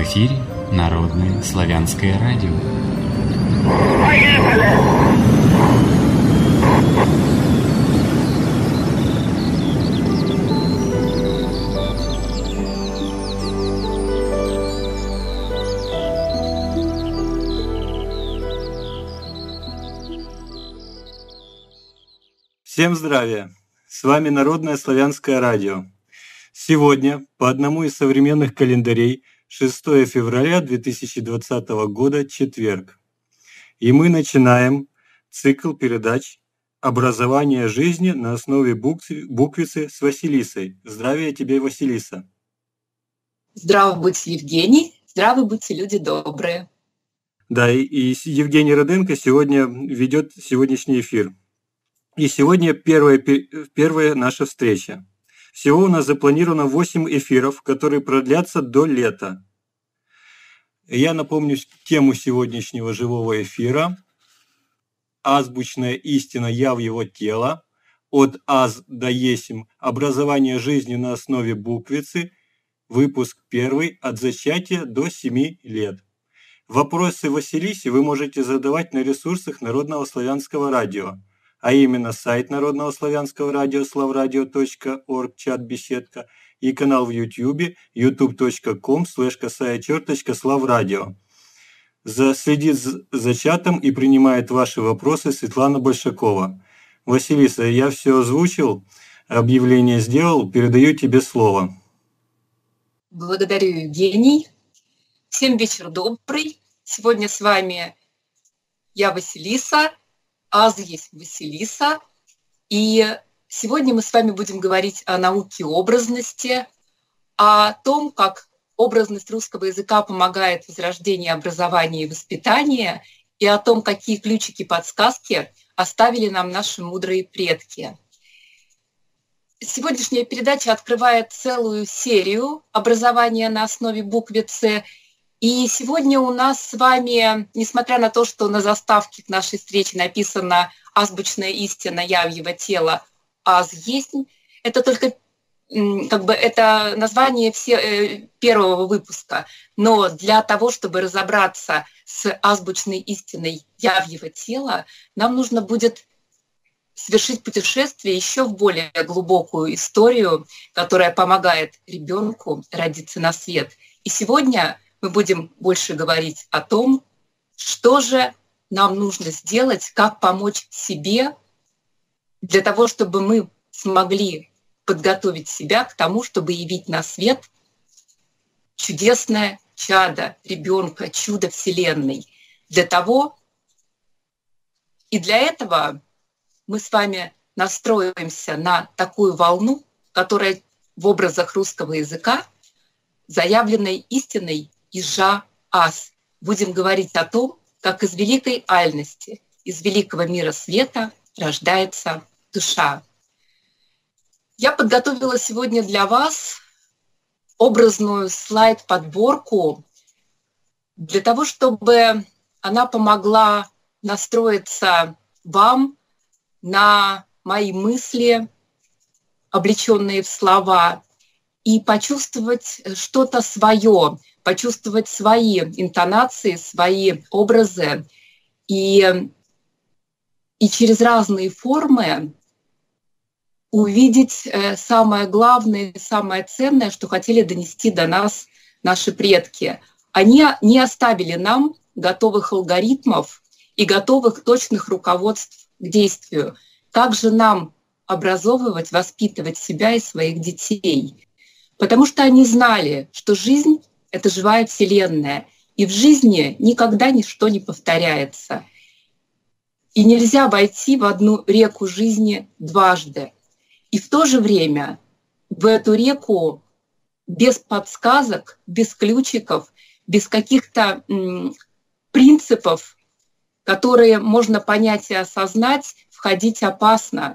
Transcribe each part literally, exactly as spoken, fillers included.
эфире Народное славянское радио. Всем здравия! С вами Народное славянское радио. Сегодня, по одному из современных календарей, шестое февраля две тысячи двадцатого года, четверг. И мы начинаем цикл передач «Образование жизни на основе буквицы» с Василисой. Здравия тебе, Василиса! Здраво будьте, Евгений! Здравы будьте, люди добрые! Да, и, и Евгений Руденко сегодня ведет сегодняшний эфир. И сегодня первая, первая наша встреча. Всего у нас запланировано восемь эфиров, которые продлятся до лета. Я напомню тему сегодняшнего живого эфира. Азбучная истина, я в его тело. От аз до есим. Образование жизни на основе буквицы. Выпуск первый. От зачатия до семи лет. Вопросы Василисе вы можете задавать на ресурсах Народного славянского радио. А именно сайт Народного славянского радио славрадио точка орг, чат-беседка и канал в Ютьюбе ютуб точка ком слэш косая черточка славрадио. Следит за чатом и принимает ваши вопросы Светлана Большакова. Василиса, я все озвучил, объявление сделал, передаю тебе слово. Благодарю, Евгений. Всем вечер добрый. Сегодня с вами я, Василиса. Аз есть Василиса, и сегодня мы с вами будем говорить о науке образности, о том, как образность русского языка помогает в возрождении образования и воспитания, и о том, какие ключики-подсказки оставили нам наши мудрые предки. Сегодняшняя передача открывает целую серию образования на основе буквицы. И сегодня у нас с вами, несмотря на то, что на заставке к нашей встрече написано «Азбучная истина, я в его тело, аз есть», это только как бы это название все, первого выпуска. Но для того, чтобы разобраться с азбучной истиной «я в его тело», нам нужно будет совершить путешествие еще в более глубокую историю, которая помогает ребенку родиться на свет. И сегодня мы будем больше говорить о том, что же нам нужно сделать, как помочь себе для того, чтобы мы смогли подготовить себя к тому, чтобы явить на свет чудесное чадо ребенка, чудо Вселенной. Для того и для этого мы с вами настроимся на такую волну, которая в образах русского языка заявленной истиной Ижа Аз. Будем говорить о том, как из великой альности, из великого мира света рождается душа. Я подготовила сегодня для вас образную слайд-подборку для того, чтобы она помогла настроиться вам на мои мысли, облеченные в слова, и почувствовать что-то свое, почувствовать свои интонации, свои образы и, и через разные формы увидеть самое главное, самое ценное, что хотели донести до нас наши предки. Они не оставили нам готовых алгоритмов и готовых точных руководств к действию. Как же нам образовывать, воспитывать себя и своих детей? Потому что они знали, что жизнь — это живая Вселенная, и в жизни никогда ничто не повторяется. И нельзя войти в одну реку жизни дважды. И в то же время в эту реку без подсказок, без ключиков, без каких-то м, принципов, которые можно понять и осознать, входить опасно.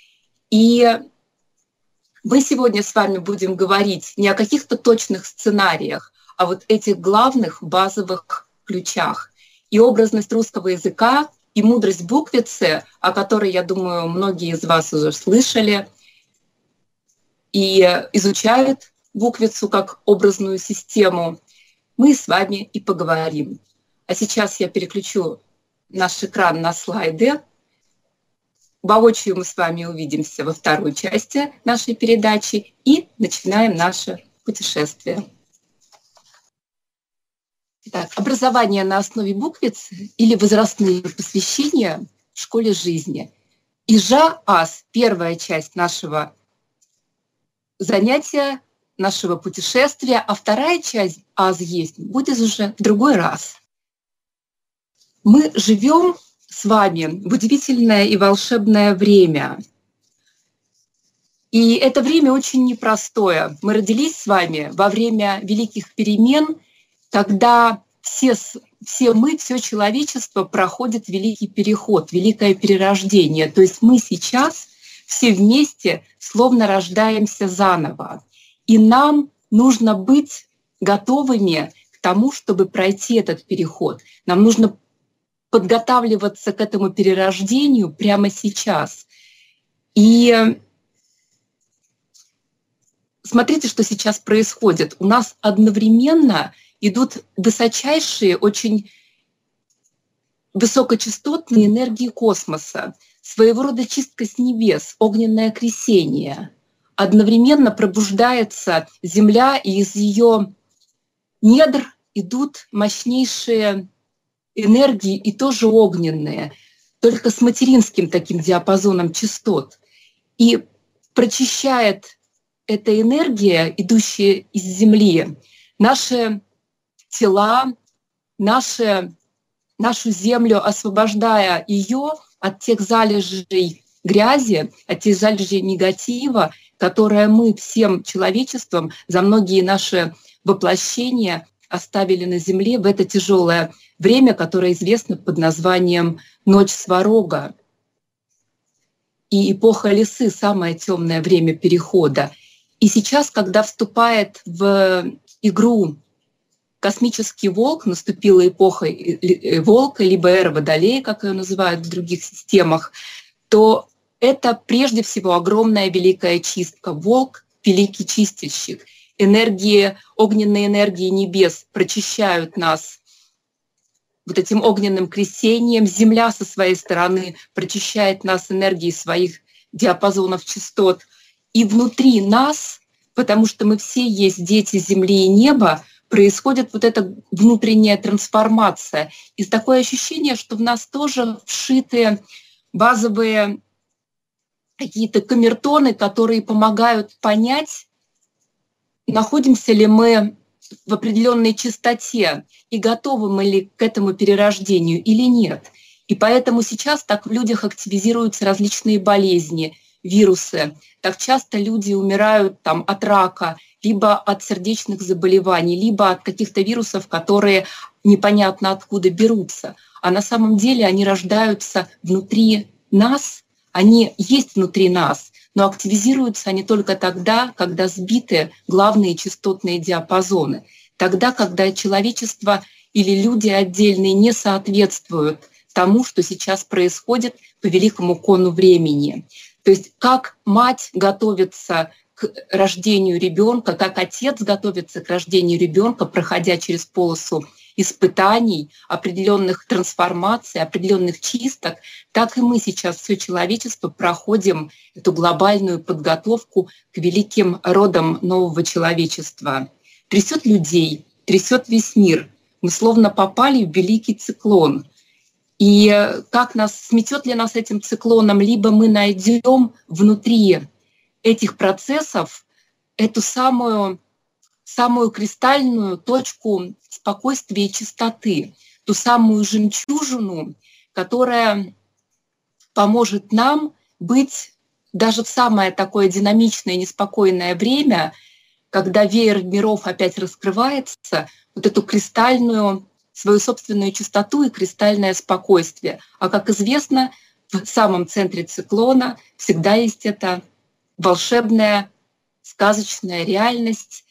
И мы сегодня с вами будем говорить не о каких-то точных сценариях, а вот этих главных базовых ключах. И образность русского языка, и мудрость буквицы, о которой, я думаю, многие из вас уже слышали, и изучают буквицу как образную систему, мы с вами и поговорим. А сейчас я переключу наш экран на слайды. Воочию мы с вами увидимся во второй части нашей передачи и начинаем наше путешествие. Итак, образование на основе буквиц или возрастные посвящения в школе жизни. Ижа ас, первая часть нашего занятия, нашего путешествия, а вторая часть аз есть будет уже в другой раз. Мы живем с вами в удивительное и волшебное время. И это время очень непростое. Мы родились с вами во время великих перемен, когда все, все мы, все человечество проходит великий переход, великое перерождение. То есть мы сейчас все вместе словно рождаемся заново. И нам нужно быть готовыми к тому, чтобы пройти этот переход. Нам нужно подготавливаться к этому перерождению прямо сейчас. И смотрите, что сейчас происходит. У нас одновременно идут высочайшие, очень высокочастотные энергии космоса, своего рода чистка с небес, огненное крещение. Одновременно пробуждается Земля, и из ее недр идут мощнейшие энергии, и тоже огненные, только с материнским таким диапазоном частот. И прочищает эта энергия, идущая из Земли, наши тела, наши, нашу Землю, освобождая ее от тех залежей грязи, от тех залежей негатива, которые мы всем человечеством за многие наши воплощения оставили на Земле в это тяжелое время, которое известно под названием «Ночь Сварога». И эпоха Лисы — самое темное время перехода. И сейчас, когда вступает в игру космический волк, наступила эпоха волка, либо эра Водолея, как ее называют в других системах, то это прежде всего огромная великая чистка. Волк — великий чистильщик. Энергии, огненные энергии небес прочищают нас вот этим огненным крещением. Земля со своей стороны прочищает нас энергией своих диапазонов частот. И внутри нас, потому что мы все есть дети земли и неба, происходит вот эта внутренняя трансформация. И такое ощущение, что в нас тоже вшиты базовые какие-то камертоны, которые помогают понять, находимся ли мы в определенной чистоте и готовы мы ли к этому перерождению или нет. И поэтому сейчас так в людях активизируются различные болезни, вирусы. Так часто люди умирают там, от рака, либо от сердечных заболеваний, либо от каких-то вирусов, которые непонятно откуда берутся. А на самом деле они рождаются внутри нас, они есть внутри нас, но активизируются они только тогда, когда сбиты главные частотные диапазоны. Тогда, когда человечество или люди отдельные не соответствуют тому, что сейчас происходит по великому кону времени. То есть как мать готовится к рождению ребенка, как отец готовится к рождению ребенка, проходя через полосу испытаний, определенных трансформаций, определенных чисток, так и мы сейчас, все человечество, проходим эту глобальную подготовку к великим родам нового человечества. Трясет людей, трясет весь мир. Мы словно попали в великий циклон. И как нас, сметет ли нас этим циклоном, либо мы найдем внутри этих процессов эту самую, самую кристальную точку спокойствия и чистоты, ту самую жемчужину, которая поможет нам быть даже в самое такое динамичное, неспокойное время, когда веер миров опять раскрывается, вот эту кристальную, свою собственную чистоту и кристальное спокойствие. А как известно, в самом центре циклона всегда есть эта волшебная, сказочная реальность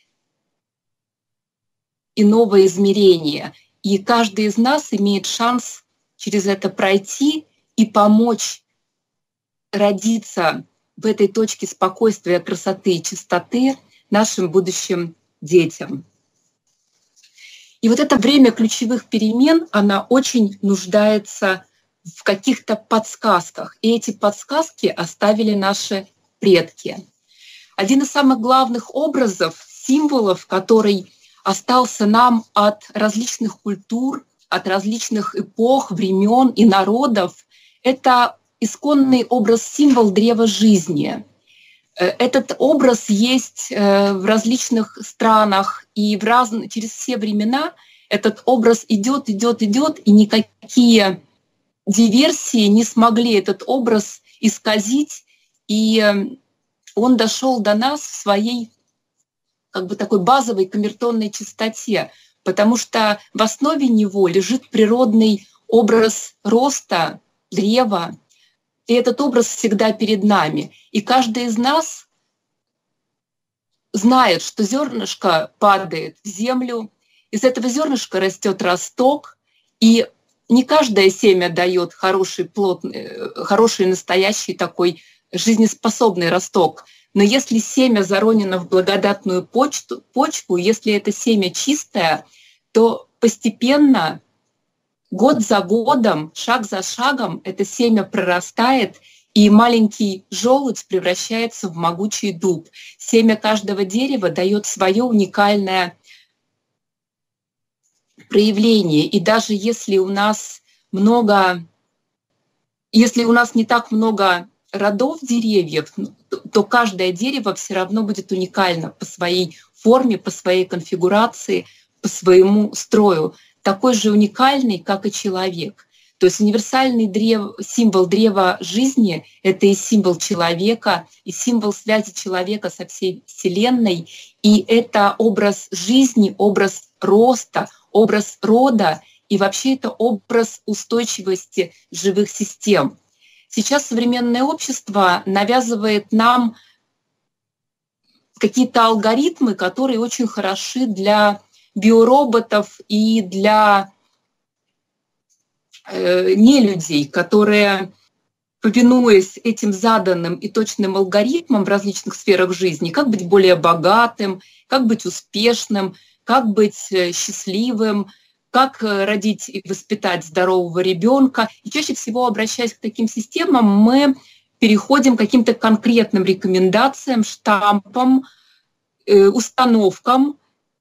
и новое измерение. И каждый из нас имеет шанс через это пройти и помочь родиться в этой точке спокойствия, красоты и чистоты нашим будущим детям. И вот это время ключевых перемен, она очень нуждается в каких-то подсказках. И эти подсказки оставили наши предки. Один из самых главных образов, символов, который остался нам от различных культур, от различных эпох, времен и народов, это исконный образ-символ древа жизни. Этот образ есть в различных странах, и в раз... через все времена этот образ идет, идет, идет, и никакие диверсии не смогли этот образ исказить, и он дошел до нас в своей как бы такой базовой камертонной чистоте, потому что в основе него лежит природный образ роста древа, и этот образ всегда перед нами. И каждый из нас знает, что зернышко падает в землю, из этого зернышка растет росток, и не каждое семя дает хороший, плотный, хороший, настоящий такой жизнеспособный росток. Но если семя заронено в благодатную почту, почву, если это семя чистое, то постепенно, год за годом, шаг за шагом это семя прорастает, и маленький желудь превращается в могучий дуб. Семя каждого дерева дает свое уникальное проявление. И даже если у нас много, если у нас не так много родов деревьев, то каждое дерево все равно будет уникально по своей форме, по своей конфигурации, по своему строю, такой же уникальный, как и человек. То есть универсальный древ, символ древа жизни — это и символ человека, и символ связи человека со всей Вселенной, и это образ жизни, образ роста, образ рода, и вообще это образ устойчивости живых систем. Сейчас современное общество навязывает нам какие-то алгоритмы, которые очень хороши для биороботов и для э, нелюдей, которые, повинуясь этим заданным и точным алгоритмам в различных сферах жизни, как быть более богатым, как быть успешным, как быть счастливым, как родить и воспитать здорового ребенка. И чаще всего, обращаясь к таким системам, мы переходим к каким-то конкретным рекомендациям, штампам, э, установкам.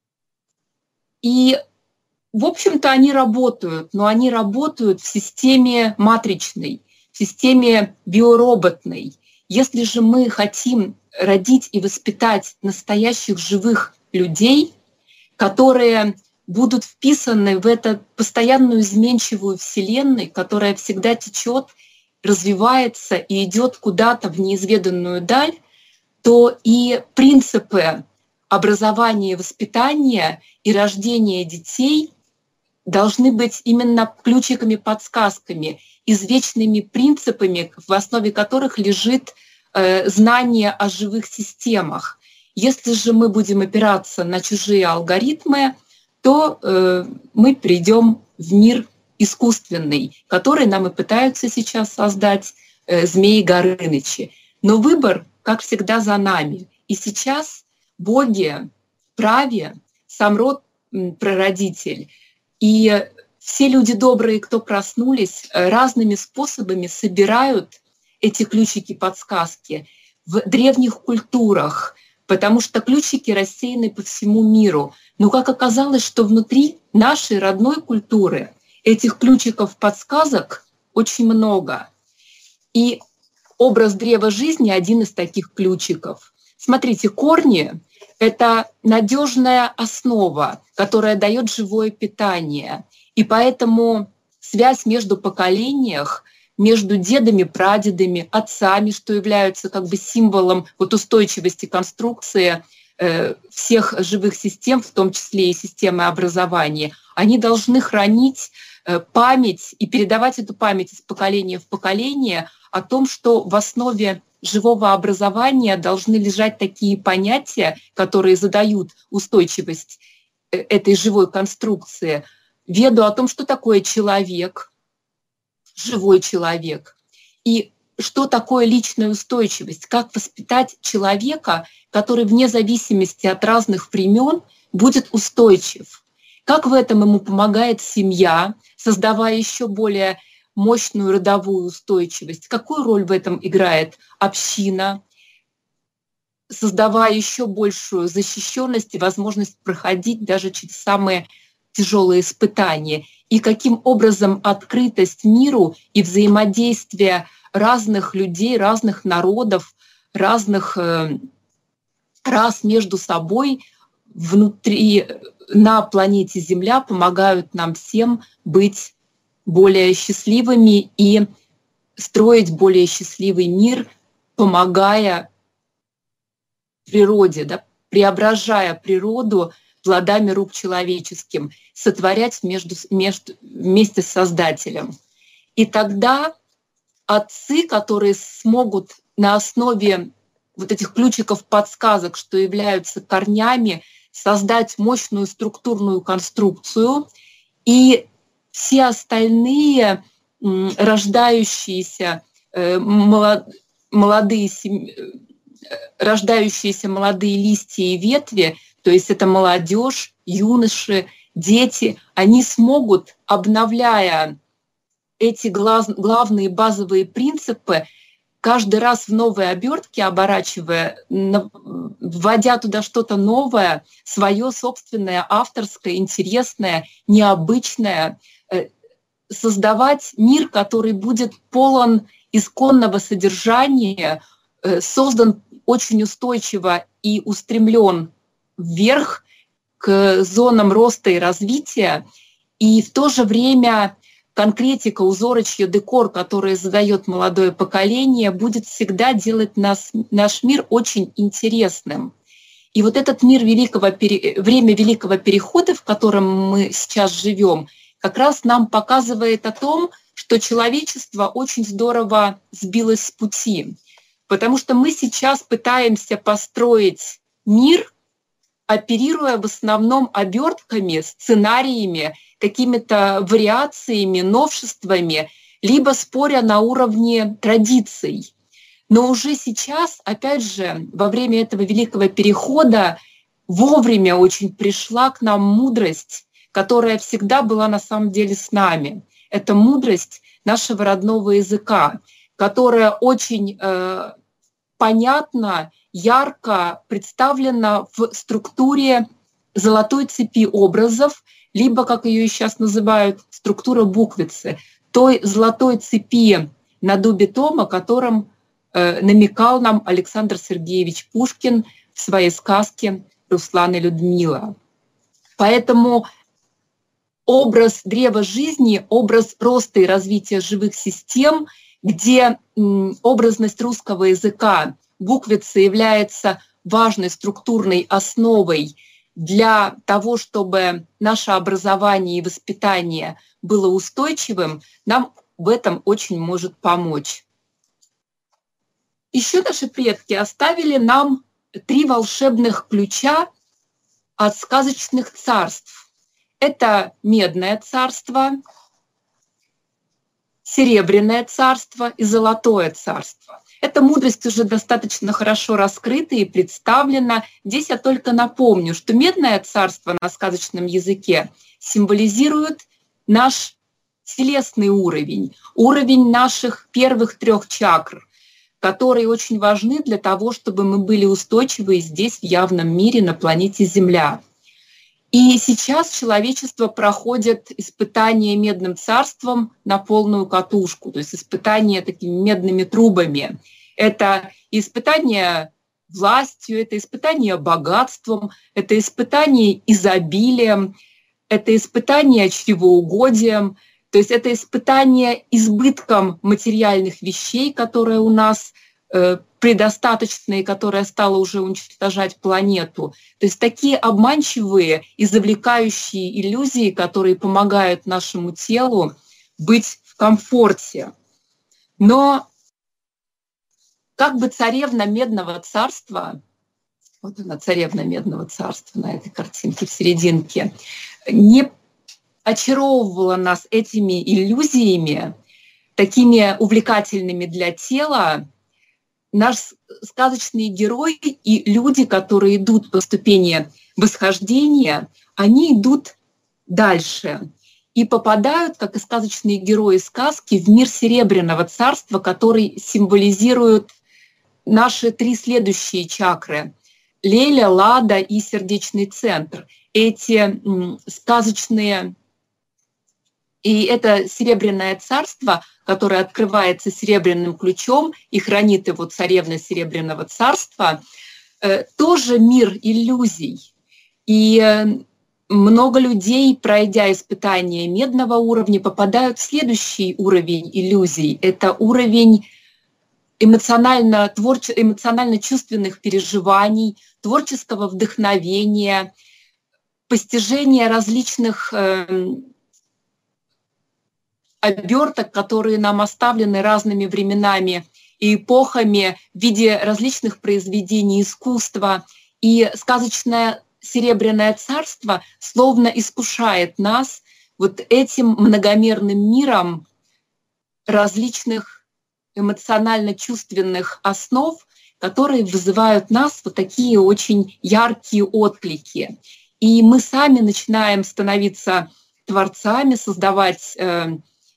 И, в общем-то, они работают, но они работают в системе матричной, в системе биороботной. Если же мы хотим родить и воспитать настоящих живых людей, которые будут вписаны в эту постоянную изменчивую Вселенную, которая всегда течет, развивается и идет куда-то в неизведанную даль, то и принципы образования и воспитания и рождения детей должны быть именно ключиками-подсказками, извечными принципами, в основе которых лежит э, знание о живых системах. Если же мы будем опираться на чужие алгоритмы, то э, мы придем в мир искусственный, который нам и пытаются сейчас создать э, Змеи Горынычи. Но выбор, как всегда, за нами. И сейчас боги вправе, сам род прародитель и все люди добрые, кто проснулись, разными способами собирают эти ключики-подсказки в древних культурах, потому что ключики рассеяны по всему миру. Но как оказалось, что внутри нашей родной культуры этих ключиков-подсказок очень много. И образ древа жизни — один из таких ключиков. Смотрите, корни — это надежная основа, которая дает живое питание. И поэтому связь между поколениями, между дедами, прадедами, отцами, что являются как бы символом вот устойчивости конструкции э, всех живых систем, в том числе и системы образования, они должны хранить э, память и передавать эту память из поколения в поколение о том, что в основе живого образования должны лежать такие понятия, которые задают устойчивость этой живой конструкции, веду о том, что такое человек, живой человек, и что такое личная устойчивость, как воспитать человека, который вне зависимости от разных времен будет устойчив. Как в этом ему помогает семья, создавая еще более мощную родовую устойчивость? Какую роль в этом играет община, создавая еще большую защищенность и возможность проходить даже через самые тяжелые испытания? И каким образом открытость миру и взаимодействие разных людей, разных народов, разных э, рас между собой внутри, на планете Земля помогают нам всем быть более счастливыми и строить более счастливый мир, помогая природе, да, преображая природу плодами рук человеческим, сотворять между, между, вместе с Создателем. И тогда отцы, которые смогут на основе вот этих ключиков подсказок, что являются корнями, создать мощную структурную конструкцию, и все остальные рождающиеся молодые, рождающиеся молодые листья и ветви, то есть это молодежь, юноши, дети, они смогут, обновляя эти главные базовые принципы, каждый раз в новой обертке оборачивая, вводя туда что-то новое, свое собственное, авторское, интересное, необычное, создавать мир, который будет полон исконного содержания, создан очень устойчиво и устремлен вверх к зонам роста и развития, и в то же время конкретика, узорочье, декор, который задает молодое поколение, будет всегда делать нас, наш мир очень интересным. И вот этот мир великого, время Великого Перехода, в котором мы сейчас живем, как раз нам показывает о том, что человечество очень здорово сбилось с пути. Потому что мы сейчас пытаемся построить мир, оперируя в основном обертками, сценариями, какими-то вариациями, новшествами, либо споря на уровне традиций. Но уже сейчас, опять же, во время этого Великого Перехода вовремя очень пришла к нам мудрость, которая всегда была на самом деле с нами. Это мудрость нашего родного языка, которая очень э, понятно, ярко представлена в структуре золотой цепи образов, либо, как ее сейчас называют, структура буквицы, той золотой цепи на дубе том, о котором э, намекал нам Александр Сергеевич Пушкин в своей сказке «Руслан и Людмила». Поэтому образ древа жизни, образ роста и развития живых систем, где м, образность русского языка, буквица является важной структурной основой для того, чтобы наше образование и воспитание было устойчивым, нам в этом очень может помочь. Еще наши предки оставили нам три волшебных ключа от сказочных царств. Это Медное царство, Серебряное царство и Золотое царство. Эта мудрость уже достаточно хорошо раскрыта и представлена. Здесь я только напомню, что Медное царство на сказочном языке символизирует наш телесный уровень, уровень наших первых трех чакр, которые очень важны для того, чтобы мы были устойчивы здесь, в явном мире, на планете Земля. И сейчас человечество проходит испытание Медным царством на полную катушку, то есть испытание такими медными трубами. Это испытание властью, это испытание богатством, это испытание изобилием, это испытание чревоугодием, то есть это испытание избытком материальных вещей, которые у нас э, предостаточно и которая стала уже уничтожать планету. То есть такие обманчивые и завлекающие иллюзии, которые помогают нашему телу быть в комфорте. Но как бы царевна Медного царства, вот она, царевна Медного царства на этой картинке в серединке, не очаровывала нас этими иллюзиями, такими увлекательными для тела, наш сказочный герой и люди, которые идут по ступени восхождения, они идут дальше и попадают, как и сказочные герои сказки, в мир Серебряного царства, который символизирует наши три следующие чакры – Леля, Лада и сердечный центр. Эти м, сказочные... И это Серебряное царство, которое открывается серебряным ключом и хранит его царевна Серебряного царства, э, тоже мир иллюзий. И э, много людей, пройдя испытания медного уровня, попадают в следующий уровень иллюзий. Это уровень эмоционально, творче, эмоционально-чувственных переживаний, творческого вдохновения, постижения различных э, оберток, которые нам оставлены разными временами и эпохами в виде различных произведений искусства. И сказочное Серебряное царство словно искушает нас вот этим многомерным миром различных эмоционально-чувственных основ, которые вызывают в нас вот такие очень яркие отклики. И мы сами начинаем становиться творцами, создавать э,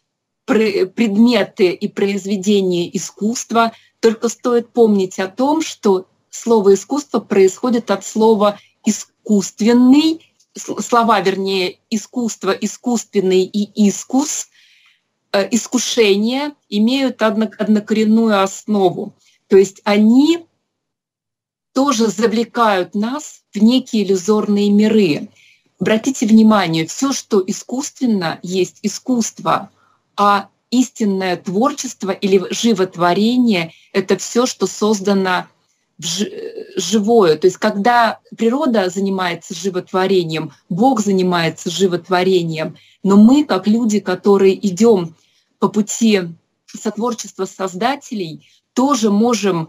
предметы и произведения искусства. Только стоит помнить о том, что слово «искусство» происходит от слова «искусственный», слова, вернее, «искусство», «искусственный» и «искус», э, «искушение» имеют одно, однокоренную основу. То есть они тоже завлекают нас в некие иллюзорные миры. Обратите внимание, все, что искусственно, есть искусство, а истинное творчество или животворение — это все, что создано живое. То есть когда природа занимается животворением, Бог занимается животворением, но мы, как люди, которые идем по пути сотворчества создателей, тоже можем,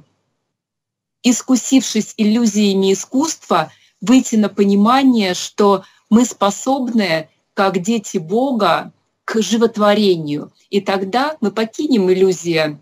искусившись иллюзиями искусства, выйти на понимание, что мы способны, как дети Бога, к животворению. И тогда мы покинем иллюзию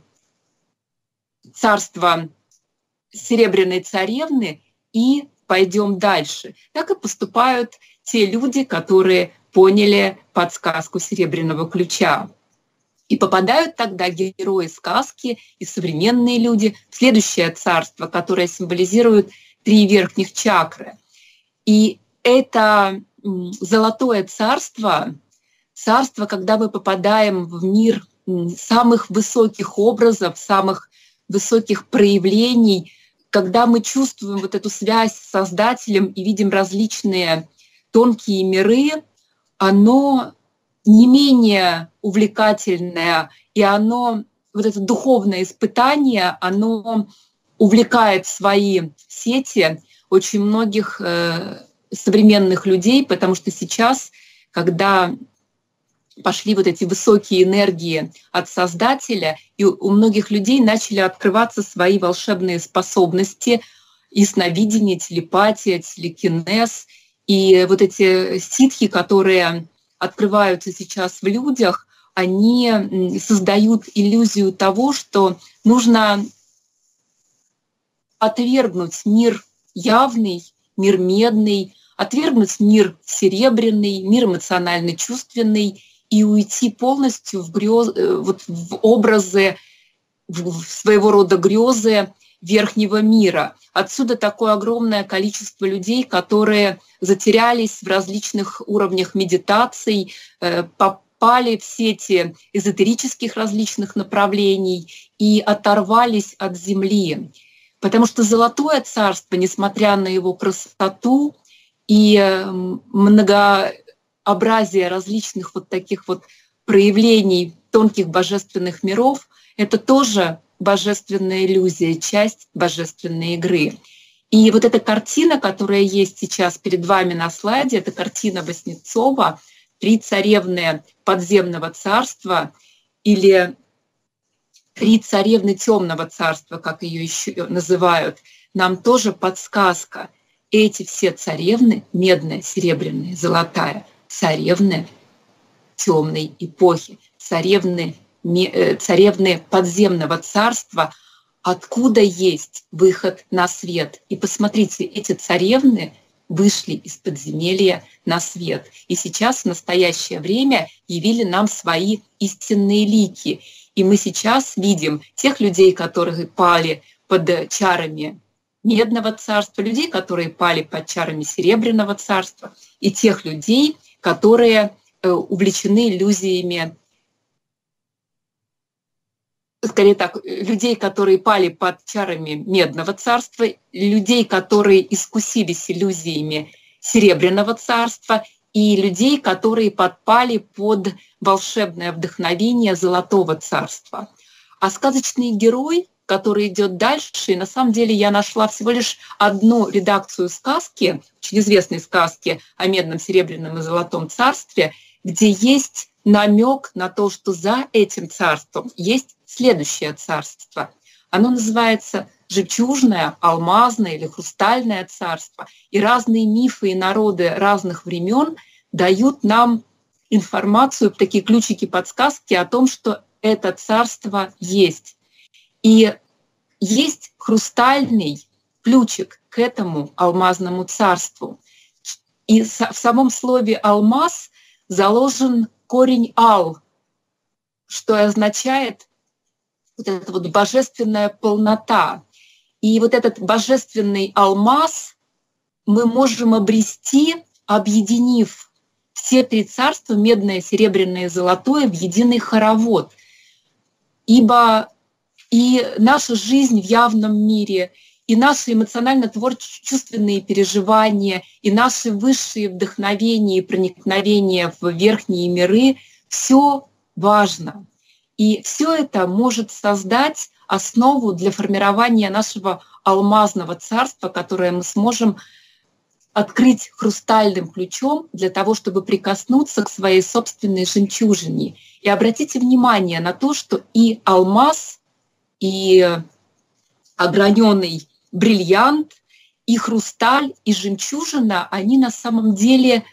царства Серебряной царевны и пойдем дальше. Так и поступают те люди, которые поняли подсказку Серебряного ключа. И попадают тогда герои сказки и современные люди в следующее царство, которое символизирует три верхних чакры. И это золотое царство, царство, когда мы попадаем в мир самых высоких образов, самых высоких проявлений, когда мы чувствуем вот эту связь с Создателем и видим различные тонкие миры, оно не менее увлекательное, и оно, вот это духовное испытание, оно увлекает в свои сети очень многих э, современных людей, потому что сейчас, когда пошли вот эти высокие энергии от Создателя, и у многих людей начали открываться свои волшебные способности, ясновидение, телепатия, телекинез, и вот эти ситхи, которые открываются сейчас в людях, они создают иллюзию того, что нужно отвергнуть мир явный, мир медный, отвергнуть мир серебряный, мир эмоционально-чувственный и уйти полностью в, грез, вот в образы, в своего рода грезы верхнего мира. Отсюда такое огромное количество людей, которые затерялись в различных уровнях медитаций, попали в сети эзотерических различных направлений и оторвались от Земли. Потому что Золотое царство, несмотря на его красоту и многообразие различных вот таких вот проявлений тонких божественных миров, это тоже божественная иллюзия, часть божественной игры. И вот эта картина, которая есть сейчас перед вами на слайде, это картина Васнецова «Три царевны подземного царства» или «Три царевны темного царства», как ее еще называют, нам тоже подсказка. Эти все царевны, медная, серебряная, золотая, царевны темной эпохи, царевны, царевны подземного царства, откуда есть выход на свет. И посмотрите, эти царевны вышли из подземелья на свет. И сейчас, в настоящее время, явили нам свои истинные лики. И мы сейчас видим тех людей, которые пали под чарами Медного царства, людей, которые пали под чарами Серебряного царства, и тех людей, которые увлечены иллюзиями, скорее так, людей, которые пали под чарами Медного царства, людей, которые искусились иллюзиями Серебряного царства, и людей, которые подпали под волшебное вдохновение Золотого царства. А сказочный герой, который идет дальше, и на самом деле я нашла всего лишь одну редакцию сказки, очень известной сказки о Медном, Серебряном и Золотом царстве, где есть намек на то, что за этим царством есть следующее царство. Оно называется жемчужное, алмазное или хрустальное царство. И разные мифы и народы разных времен дают нам информацию, такие ключики-подсказки о том, что это царство есть. И есть хрустальный ключик к этому алмазному царству. И в самом слове «алмаз» заложен корень «ал», что означает вот эта вот божественная полнота. И вот этот божественный алмаз мы можем обрести, объединив все три царства, медное, серебряное и золотое, в единый хоровод. Ибо и наша жизнь в явном мире, и наши эмоционально-творческие переживания, и наши высшие вдохновения и проникновения в верхние миры — все важно. И все это может создать основу для формирования нашего алмазного царства, которое мы сможем открыть хрустальным ключом для того, чтобы прикоснуться к своей собственной жемчужине. И обратите внимание на то, что и алмаз, и ограненный бриллиант, и хрусталь, и жемчужина, они на самом деле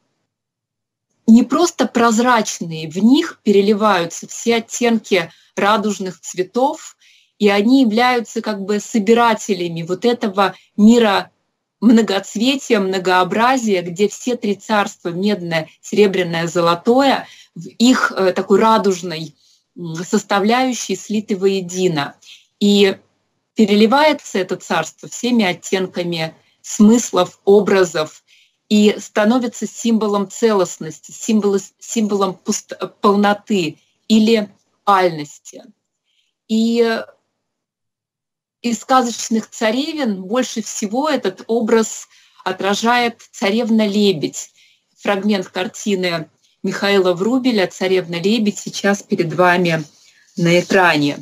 не просто прозрачные, в них переливаются все оттенки радужных цветов, и они являются как бы собирателями вот этого мира многоцветия, многообразия, где все три царства, медное, серебряное, золотое, в их такой радужной составляющей слиты воедино. И переливается это царство всеми оттенками смыслов, образов, и становится символом целостности, символом, символом пуст- полноты или альности. И из сказочных царевен больше всего этот образ отражает царевна-лебедь. Фрагмент картины Михаила Врубеля «Царевна-лебедь» сейчас перед вами на экране.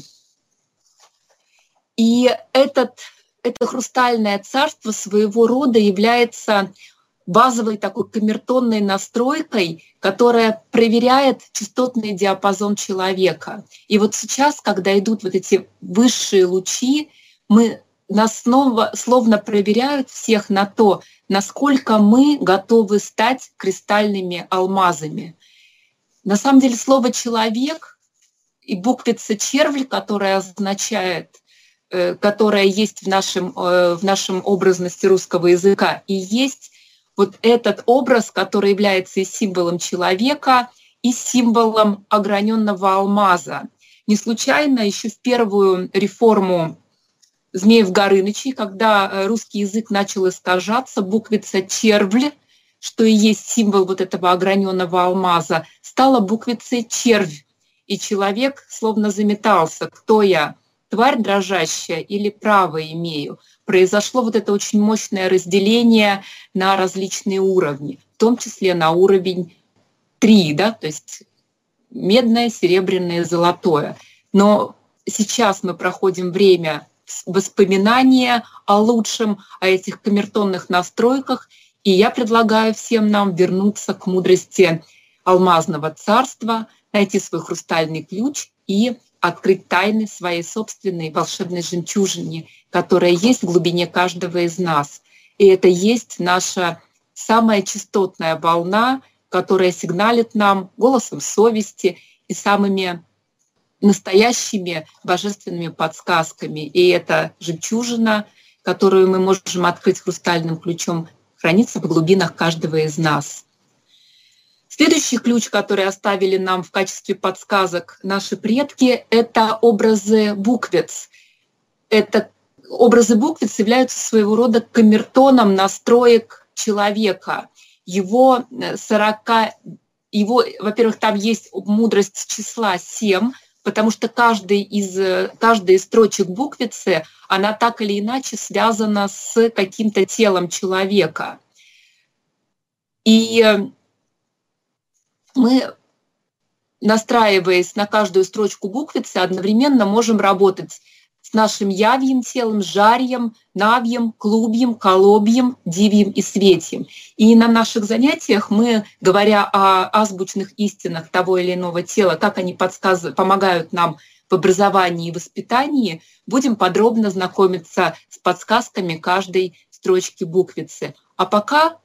И этот, это хрустальное царство своего рода является базовой такой камертонной настройкой, которая проверяет частотный диапазон человека. И вот сейчас, когда идут вот эти высшие лучи, мы нас снова словно проверяют всех на то, насколько мы готовы стать кристальными алмазами. На самом деле слово «человек» и буквица «червь», которая означает, которая есть в нашем, в нашем образности русского языка, и есть вот этот образ, который является и символом человека, и символом ограненного алмаза. Не случайно еще в первую реформу Змеев Горынычей, когда русский язык начал искажаться, буквица «червь», что и есть символ вот этого ограненного алмаза, стала буквицей «червь». И человек словно заметался: кто я, тварь дрожащая или право имею? Произошло вот это очень мощное разделение на различные уровни, в том числе на уровень три, да, то есть медное, серебряное, золотое. Но сейчас мы проходим время воспоминания о лучшем, о этих камертонных настройках, и я предлагаю всем нам вернуться к мудрости алмазного царства, найти свой хрустальный ключ и открыть тайны своей собственной волшебной жемчужине, которая есть в глубине каждого из нас. И это есть наша самая частотная волна, которая сигналит нам голосом совести и самыми настоящими божественными подсказками. И это жемчужина, которую мы можем открыть хрустальным ключом хранится в глубинах каждого из нас. Следующий ключ, который оставили нам в качестве подсказок наши предки, это образы буквиц. Это образы буквиц являются своего рода камертоном настроек человека. Его сорока, его, во-первых, там есть мудрость числа семь, потому что каждый из, каждая из строчек буквицы, она так или иначе связана с каким-то телом человека. И мы, настраиваясь на каждую строчку буквицы, одновременно можем работать с нашим явьим телом, жарьем, навьем, клубьем, колобьем, дивьем и светьем. И на наших занятиях мы, говоря о азбучных истинах того или иного тела, как они подсказывают, помогают нам в образовании и воспитании, будем подробно знакомиться с подсказками каждой строчки буквицы. А пока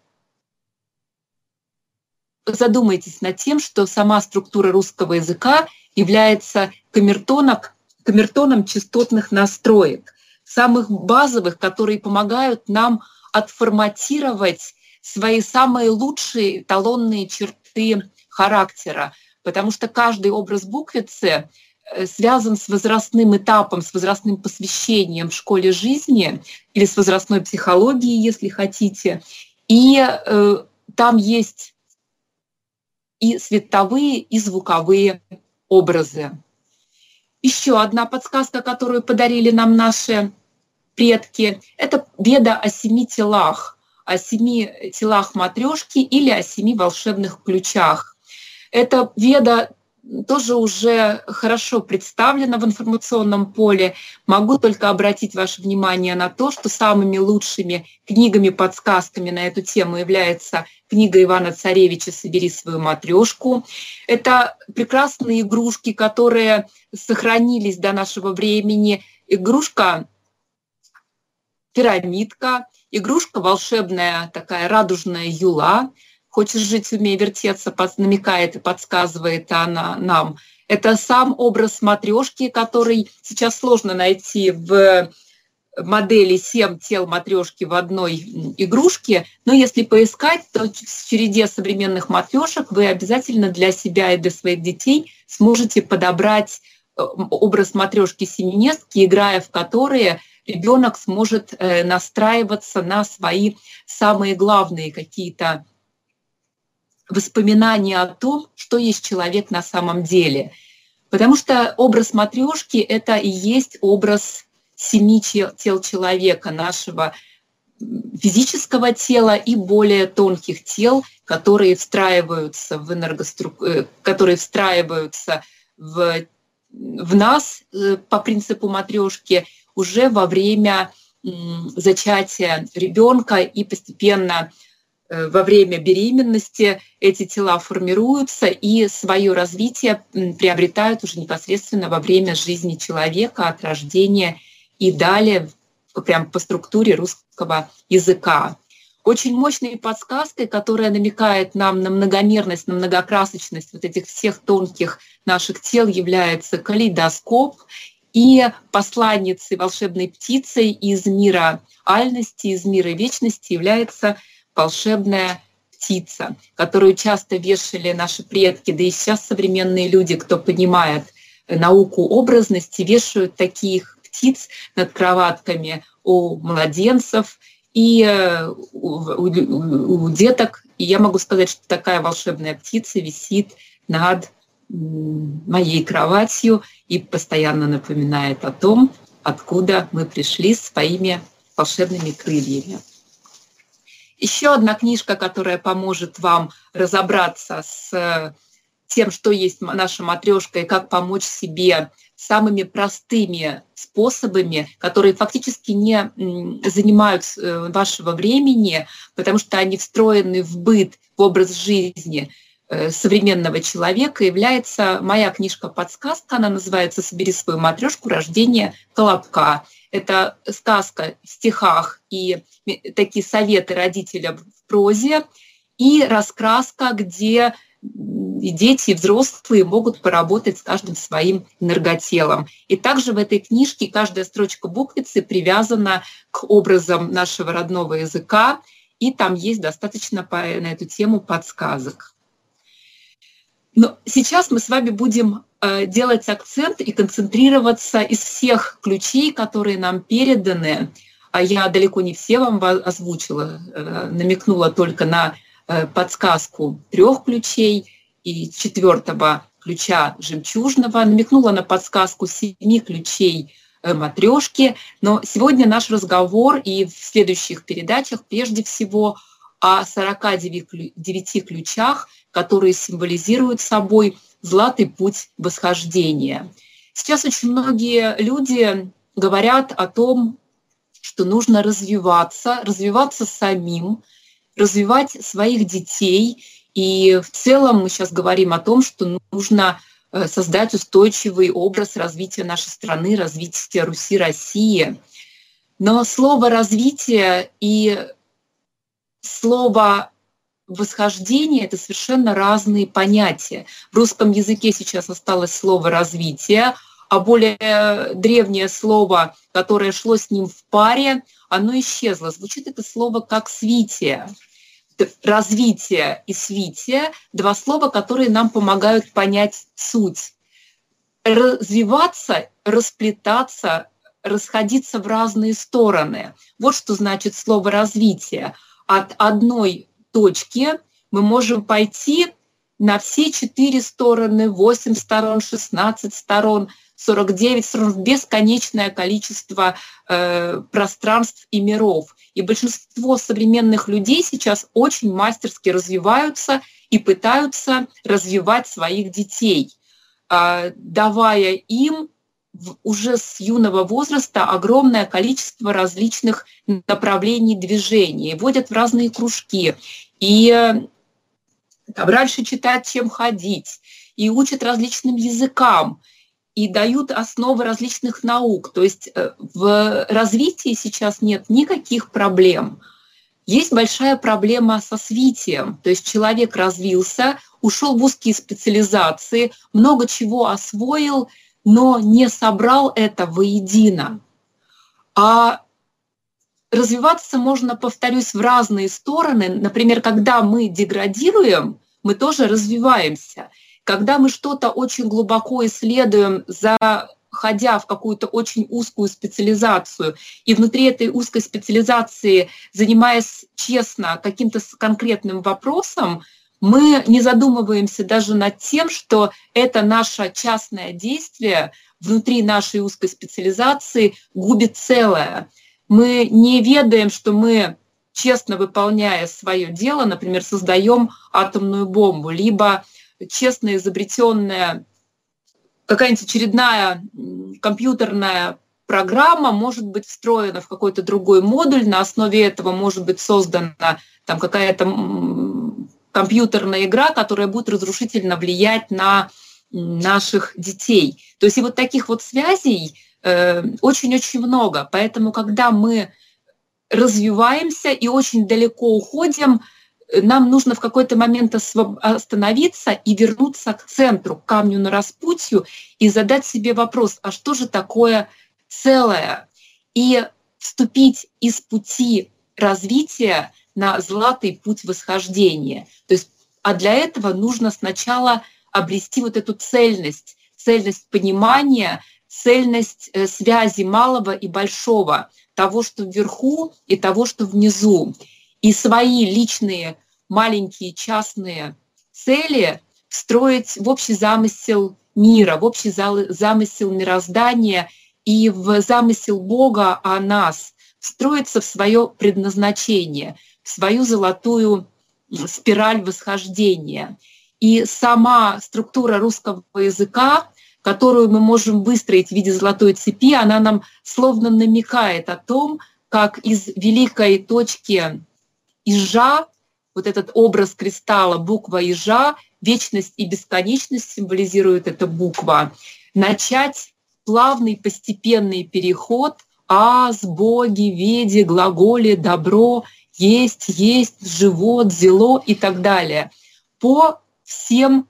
задумайтесь над тем, что сама структура русского языка является камертоном, камертоном частотных настроек, самых базовых, которые помогают нам отформатировать свои самые лучшие эталонные черты характера, потому что каждый образ буквицы связан с возрастным этапом, с возрастным посвящением в школе жизни или с возрастной психологией, если хотите. И э, там есть и световые, и звуковые образы. Еще одна подсказка, которую подарили нам наши предки, это веда о семи телах, о семи телах матрешки или о семи волшебных ключах. Эта веда тоже уже хорошо представлена в информационном поле. Могу только обратить ваше внимание на то, что самыми лучшими книгами-подсказками на эту тему является книга Ивана Царевича «Собери свою матрешку». Это прекрасные игрушки, которые сохранились до нашего времени. Игрушка пирамидка, игрушка волшебная, такая радужная юла. «Хочешь жить, умей вертеться», намекает и подсказывает она нам. Это сам образ матрешки, который сейчас сложно найти в модели семь тел матрешки в одной игрушке. Но если поискать, то в череде современных матрешек вы обязательно для себя и для своих детей сможете подобрать образ матрешки семиместки, играя в которые ребенок сможет настраиваться на свои самые главные какие-то воспоминания о том, что есть человек на самом деле. Потому что образ матрешки — это и есть образ семи тел человека, нашего физического тела и более тонких тел, которые встраиваются в энергострук... которые встраиваются в... в нас по принципу матрешки уже во время зачатия ребенка, и постепенно во время беременности эти тела формируются и свое развитие приобретают уже непосредственно во время жизни человека, от рождения и далее, прямо по структуре русского языка. Очень мощной подсказкой, которая намекает нам на многомерность, на многокрасочность вот этих всех тонких наших тел, является калейдоскоп. И посланницей, волшебной птицей из мира альности, из мира вечности является волшебная птица, которую часто вешали наши предки, да и сейчас современные люди, кто понимает науку образности, вешают таких птиц над кроватками у младенцев и у, у, у деток. И я могу сказать, что такая волшебная птица висит над моей кроватью и постоянно напоминает о том, откуда мы пришли своими волшебными крыльями. Еще одна книжка, которая поможет вам разобраться с тем, что есть наша матрешка, и как помочь себе самыми простыми способами, которые фактически не занимают вашего времени, потому что они встроены в быт, в образ жизни современного человека, является моя книжка-подсказка. Она называется «Собери свою матрешку. Рождение колобка». Это сказка в стихах и такие советы родителям в прозе, и раскраска, где и дети, и взрослые могут поработать с каждым своим энерготелом. И также в этой книжке каждая строчка буквицы привязана к образам нашего родного языка и там есть достаточно по, на эту тему подсказок. Но сейчас мы с вами будем э, делать акцент и концентрироваться из всех ключей, которые нам переданы. А я далеко не все вам озвучила, э, намекнула только на э, подсказку трех ключей и четвертого ключа жемчужного, намекнула на подсказку семи ключей э, матрешки. Но сегодня наш разговор и в следующих передачах прежде всего о сорока девяти ключах, которые символизируют собой златый путь восхождения. Сейчас очень многие люди говорят о том, что нужно развиваться, развиваться самим, развивать своих детей. И в целом мы сейчас говорим о том, что нужно создать устойчивый образ развития нашей страны, развития Руси, России. Но слово «развитие» и слово «восхождение» — это совершенно разные понятия. В русском языке сейчас осталось слово «развитие», а более древнее слово, которое шло с ним в паре, оно исчезло. Звучит это слово как «свитие». Развитие и свитие — два слова, которые нам помогают понять суть. Развиваться, расплетаться, расходиться в разные стороны. Вот что значит слово «развитие». От одной точки мы можем пойти на все четыре стороны, восемь сторон, шестнадцать сторон, сорок девять сторон, бесконечное количество э, пространств и миров. И большинство современных людей сейчас очень мастерски развиваются и пытаются развивать своих детей, э, давая им уже с юного возраста огромное количество различных направлений движения, вводят в разные кружки, и там, раньше читать, чем ходить, и учат различным языкам, и дают основы различных наук. То есть в развитии сейчас нет никаких проблем. Есть большая проблема со свитием, то есть человек развился, ушел в узкие специализации, много чего освоил, но не собрал это воедино. А развиваться можно, повторюсь, в разные стороны. Например, когда мы деградируем, мы тоже развиваемся. Когда мы что-то очень глубоко исследуем, заходя в какую-то очень узкую специализацию, и внутри этой узкой специализации, занимаясь честно каким-то конкретным вопросом, мы не задумываемся даже над тем, что это наше частное действие внутри нашей узкой специализации губит целое. Мы не ведаем, что мы, честно выполняя свое дело, например, создаем атомную бомбу, либо честно изобретенная какая-нибудь очередная компьютерная программа может быть встроена в какой-то другой модуль, на основе этого может быть создана там какая-то компьютерная игра, которая будет разрушительно влиять на наших детей. То есть и вот таких вот связей э, очень-очень много. Поэтому, когда мы развиваемся и очень далеко уходим, нам нужно в какой-то момент остановиться и вернуться к центру, к камню на распутью, и задать себе вопрос, а что же такое целое? И вступить из пути развития на златый путь восхождения. То есть, а для этого нужно сначала обрести вот эту цельность, цельность понимания, цельность связи малого и большого, того, что вверху, и того, что внизу. И свои личные маленькие частные цели встроить в общий замысел мира, в общий замысел мироздания и в замысел Бога о нас, встроиться в свое предназначение, в свою золотую спираль восхождения. И сама структура русского языка, которую мы можем выстроить в виде золотой цепи, она нам словно намекает о том, как из великой точки Ижа, вот этот образ кристалла, буква Ижа, вечность и бесконечность символизирует эта буква, начать плавный постепенный переход аз, боги, веди, глаголе, добро, есть, есть, живот, зело и так далее. По всем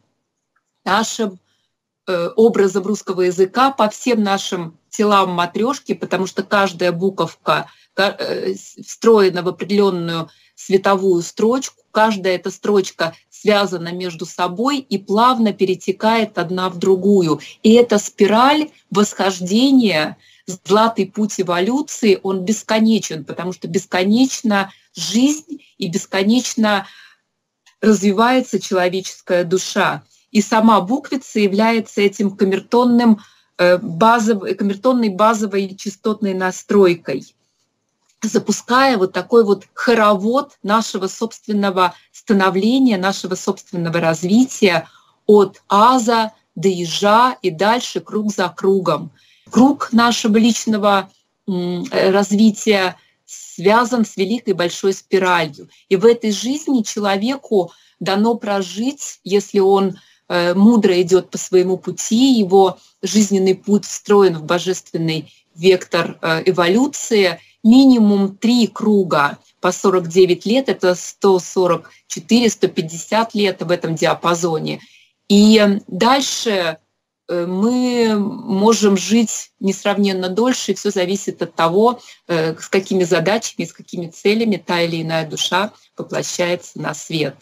нашим э, образам русского языка, по всем нашим телам матрешки, потому что каждая буковка встроена в определенную световую строчку. Каждая эта строчка связана между собой и плавно перетекает одна в другую. И эта спираль восхождения, златый путь эволюции, он бесконечен, потому что бесконечна жизнь и бесконечно развивается человеческая душа. И сама буквица является этим камертонным, базовой, камертонной базовой частотной настройкой, запуская вот такой вот хоровод нашего собственного становления, нашего собственного развития от аза до ижа и дальше круг за кругом. Круг нашего личного развития связан с великой большой спиралью. И в этой жизни человеку дано прожить, если он мудро идет по своему пути, его жизненный путь встроен в божественный вектор эволюции, минимум три круга по сорок девять лет, это сто сорок четыре - сто пятьдесят лет в этом диапазоне. И дальше мы можем жить несравненно дольше, и все зависит от того, с какими задачами, с какими целями та или иная душа воплощается на свет.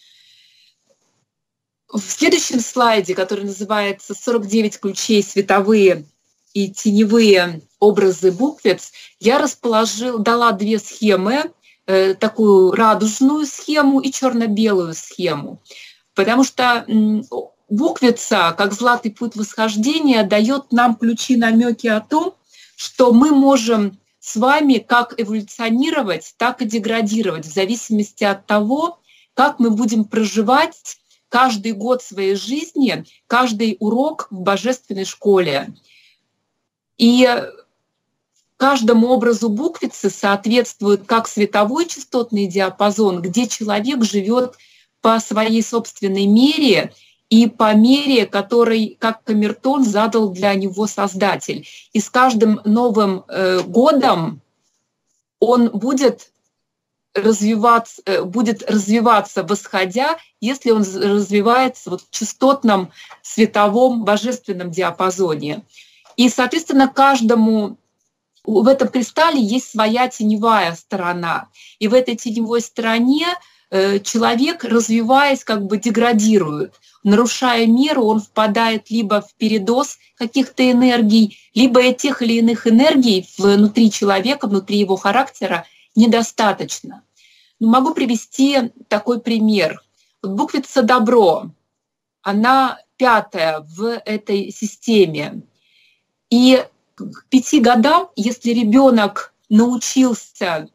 В следующем слайде, который называется «сорок девять ключей световые и теневые образы буквиц», я расположила, дала две схемы, такую радужную схему и черно-белую схему, потому что буквица, как златый путь восхождения, дает нам ключи, намеки о том, что мы можем с вами как эволюционировать, так и деградировать, в зависимости от того, как мы будем проживать каждый год своей жизни, каждый урок в божественной школе. И каждому образу буквицы соответствует как световой частотный диапазон, где человек живет по своей собственной мере и по мере, которой, как камертон, задал для него Создатель. И с каждым новым э, годом он будет развиваться, будет развиваться восходя, если он развивается вот в частотном световом божественном диапазоне. И, соответственно, каждому в этом кристалле есть своя теневая сторона. И в этой теневой стороне человек, развиваясь, как бы деградирует. Нарушая меру, он впадает либо в передоз каких-то энергий, либо тех или иных энергий внутри человека, внутри его характера недостаточно. Но могу привести такой пример. Вот буквица «добро», она пятая в этой системе. И к пяти годам, если ребенок научился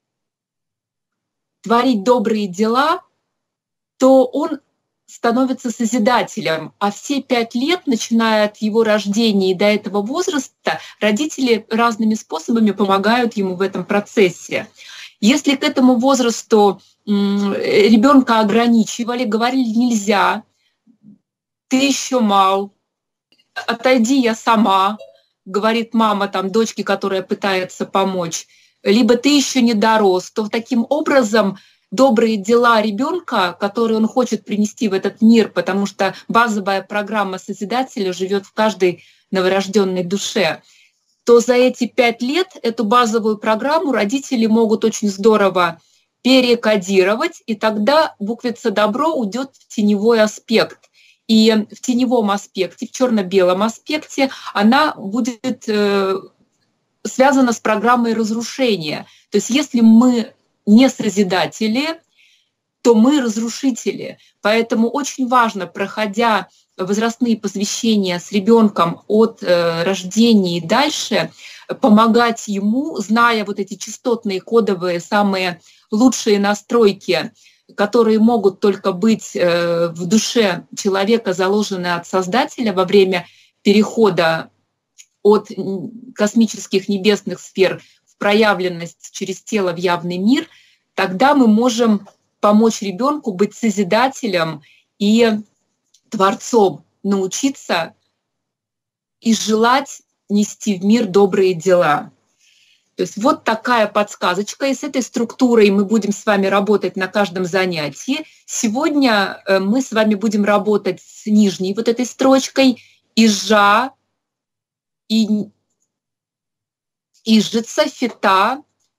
творить добрые дела, то он становится созидателем. А все пять лет, начиная от его рождения и до этого возраста, родители разными способами помогают ему в этом процессе. Если к этому возрасту ребенка ограничивали, говорили нельзя, ты еще мал, отойди, я сама, говорит мама там дочке, которая пытается помочь, либо ты еще не дорос, то таким образом добрые дела ребенка, которые он хочет принести в этот мир, потому что базовая программа Созидателя живет в каждой новорожденной душе, то за эти пять лет эту базовую программу родители могут очень здорово перекодировать, и тогда буквица «добро» уйдет в теневой аспект. И в теневом аспекте, в черно-белом аспекте она будет э, связана с программой разрушения. То есть если мы не созидатели, то мы разрушители. Поэтому очень важно, проходя возрастные посвящения с ребенком от э, рождения и дальше, помогать ему, зная вот эти частотные, кодовые, самые лучшие настройки, которые могут только быть э, в душе человека, заложены от Создателя во время перехода от космических небесных сфер в проявленность через тело в явный мир, тогда мы можем помочь ребенку быть созидателем и творцом, научиться и желать нести в мир добрые дела. То есть вот такая подсказочка, и с этой структурой мы будем с вами работать на каждом занятии. Сегодня мы с вами будем работать с нижней вот этой строчкой ижа, и, ижица, фита,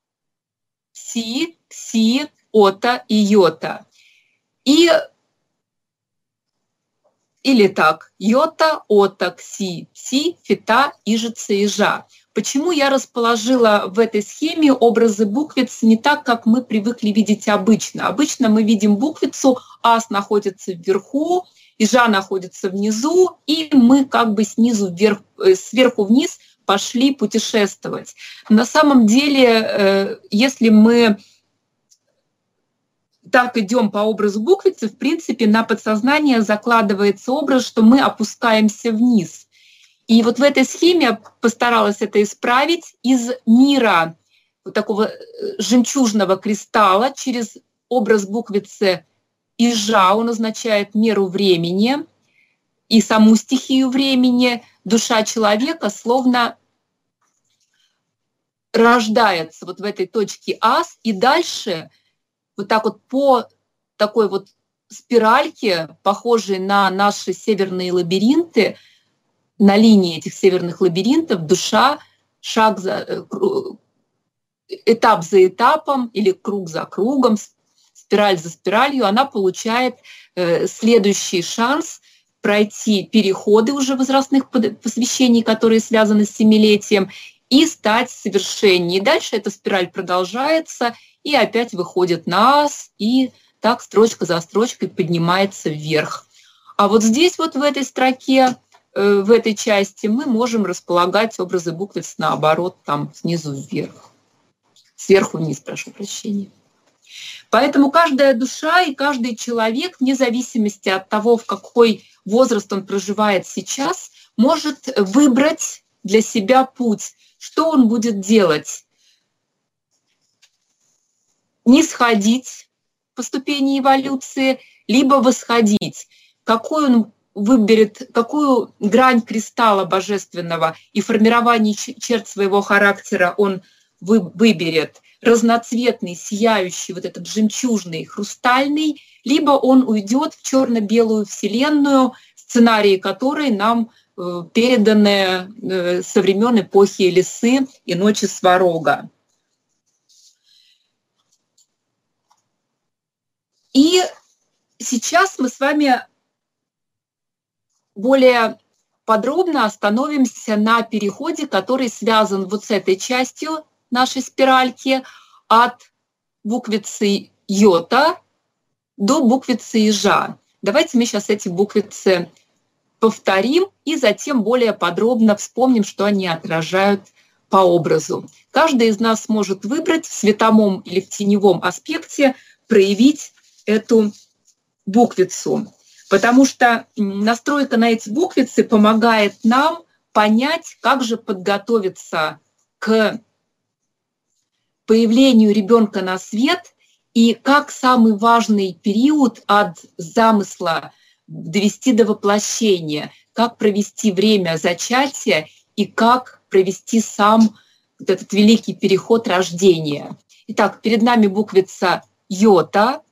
Кси, Кси, Ота и Йота. И или так, Йота, Ота, Кси, Пси, Фита, Ижица, Ижа. Почему я расположила в этой схеме образы буквиц не так, как мы привыкли видеть обычно? Обычно мы видим буквицу, ас находится вверху, ижа находится внизу, и мы как бы снизу вверх, сверху вниз пошли путешествовать. На самом деле, если мы так идем по образу буквицы, в принципе, на подсознание закладывается образ, что мы опускаемся вниз. И вот в этой схеме я постаралась это исправить. Из мира вот такого жемчужного кристалла через образ буквицы ижа, он означает меру времени и саму стихию времени, душа человека словно рождается вот в этой точке ас, и дальше вот так вот по такой вот спиральке, похожей на наши северные лабиринты, на линии этих северных лабиринтов, душа шаг за, этап за этапом или круг за кругом, спираль за спиралью, она получает следующий шанс пройти переходы уже возрастных посвящений, которые связаны с семилетием, и стать совершеннее. И дальше эта спираль продолжается, и опять выходит на ас, и так строчка за строчкой поднимается вверх. А вот здесь вот в этой строке, в этой части мы можем располагать образы буквиц наоборот, там снизу вверх. Сверху вниз, прошу прощения. Поэтому каждая душа и каждый человек, вне зависимости от того, в какой возраст он проживает сейчас, может выбрать для себя путь, что он будет делать. Не сходить по ступени эволюции, либо восходить. Какой он выберет, какую грань кристалла божественного и формирование черт своего характера он выберет. Разноцветный, сияющий, вот этот жемчужный, хрустальный, либо он уйдет в черно-белую вселенную, сценарии которой нам переданы со времен эпохи Лисы и Ночи Сварога. И сейчас мы с вами более подробно остановимся на переходе, который связан вот с этой частью нашей спиральки от буквицы йота до буквицы ижа. Давайте мы сейчас эти буквицы повторим и затем более подробно вспомним, что они отражают по образу. Каждый из нас может выбрать в световом или в теневом аспекте, проявить эту буквицу, потому что настройка на эти буквицы помогает нам понять, как же подготовиться к появлению ребенка на свет и как самый важный период от замысла довести до воплощения, как провести время зачатия и как провести сам вот этот великий переход рождения. Итак, перед нами буквица йота,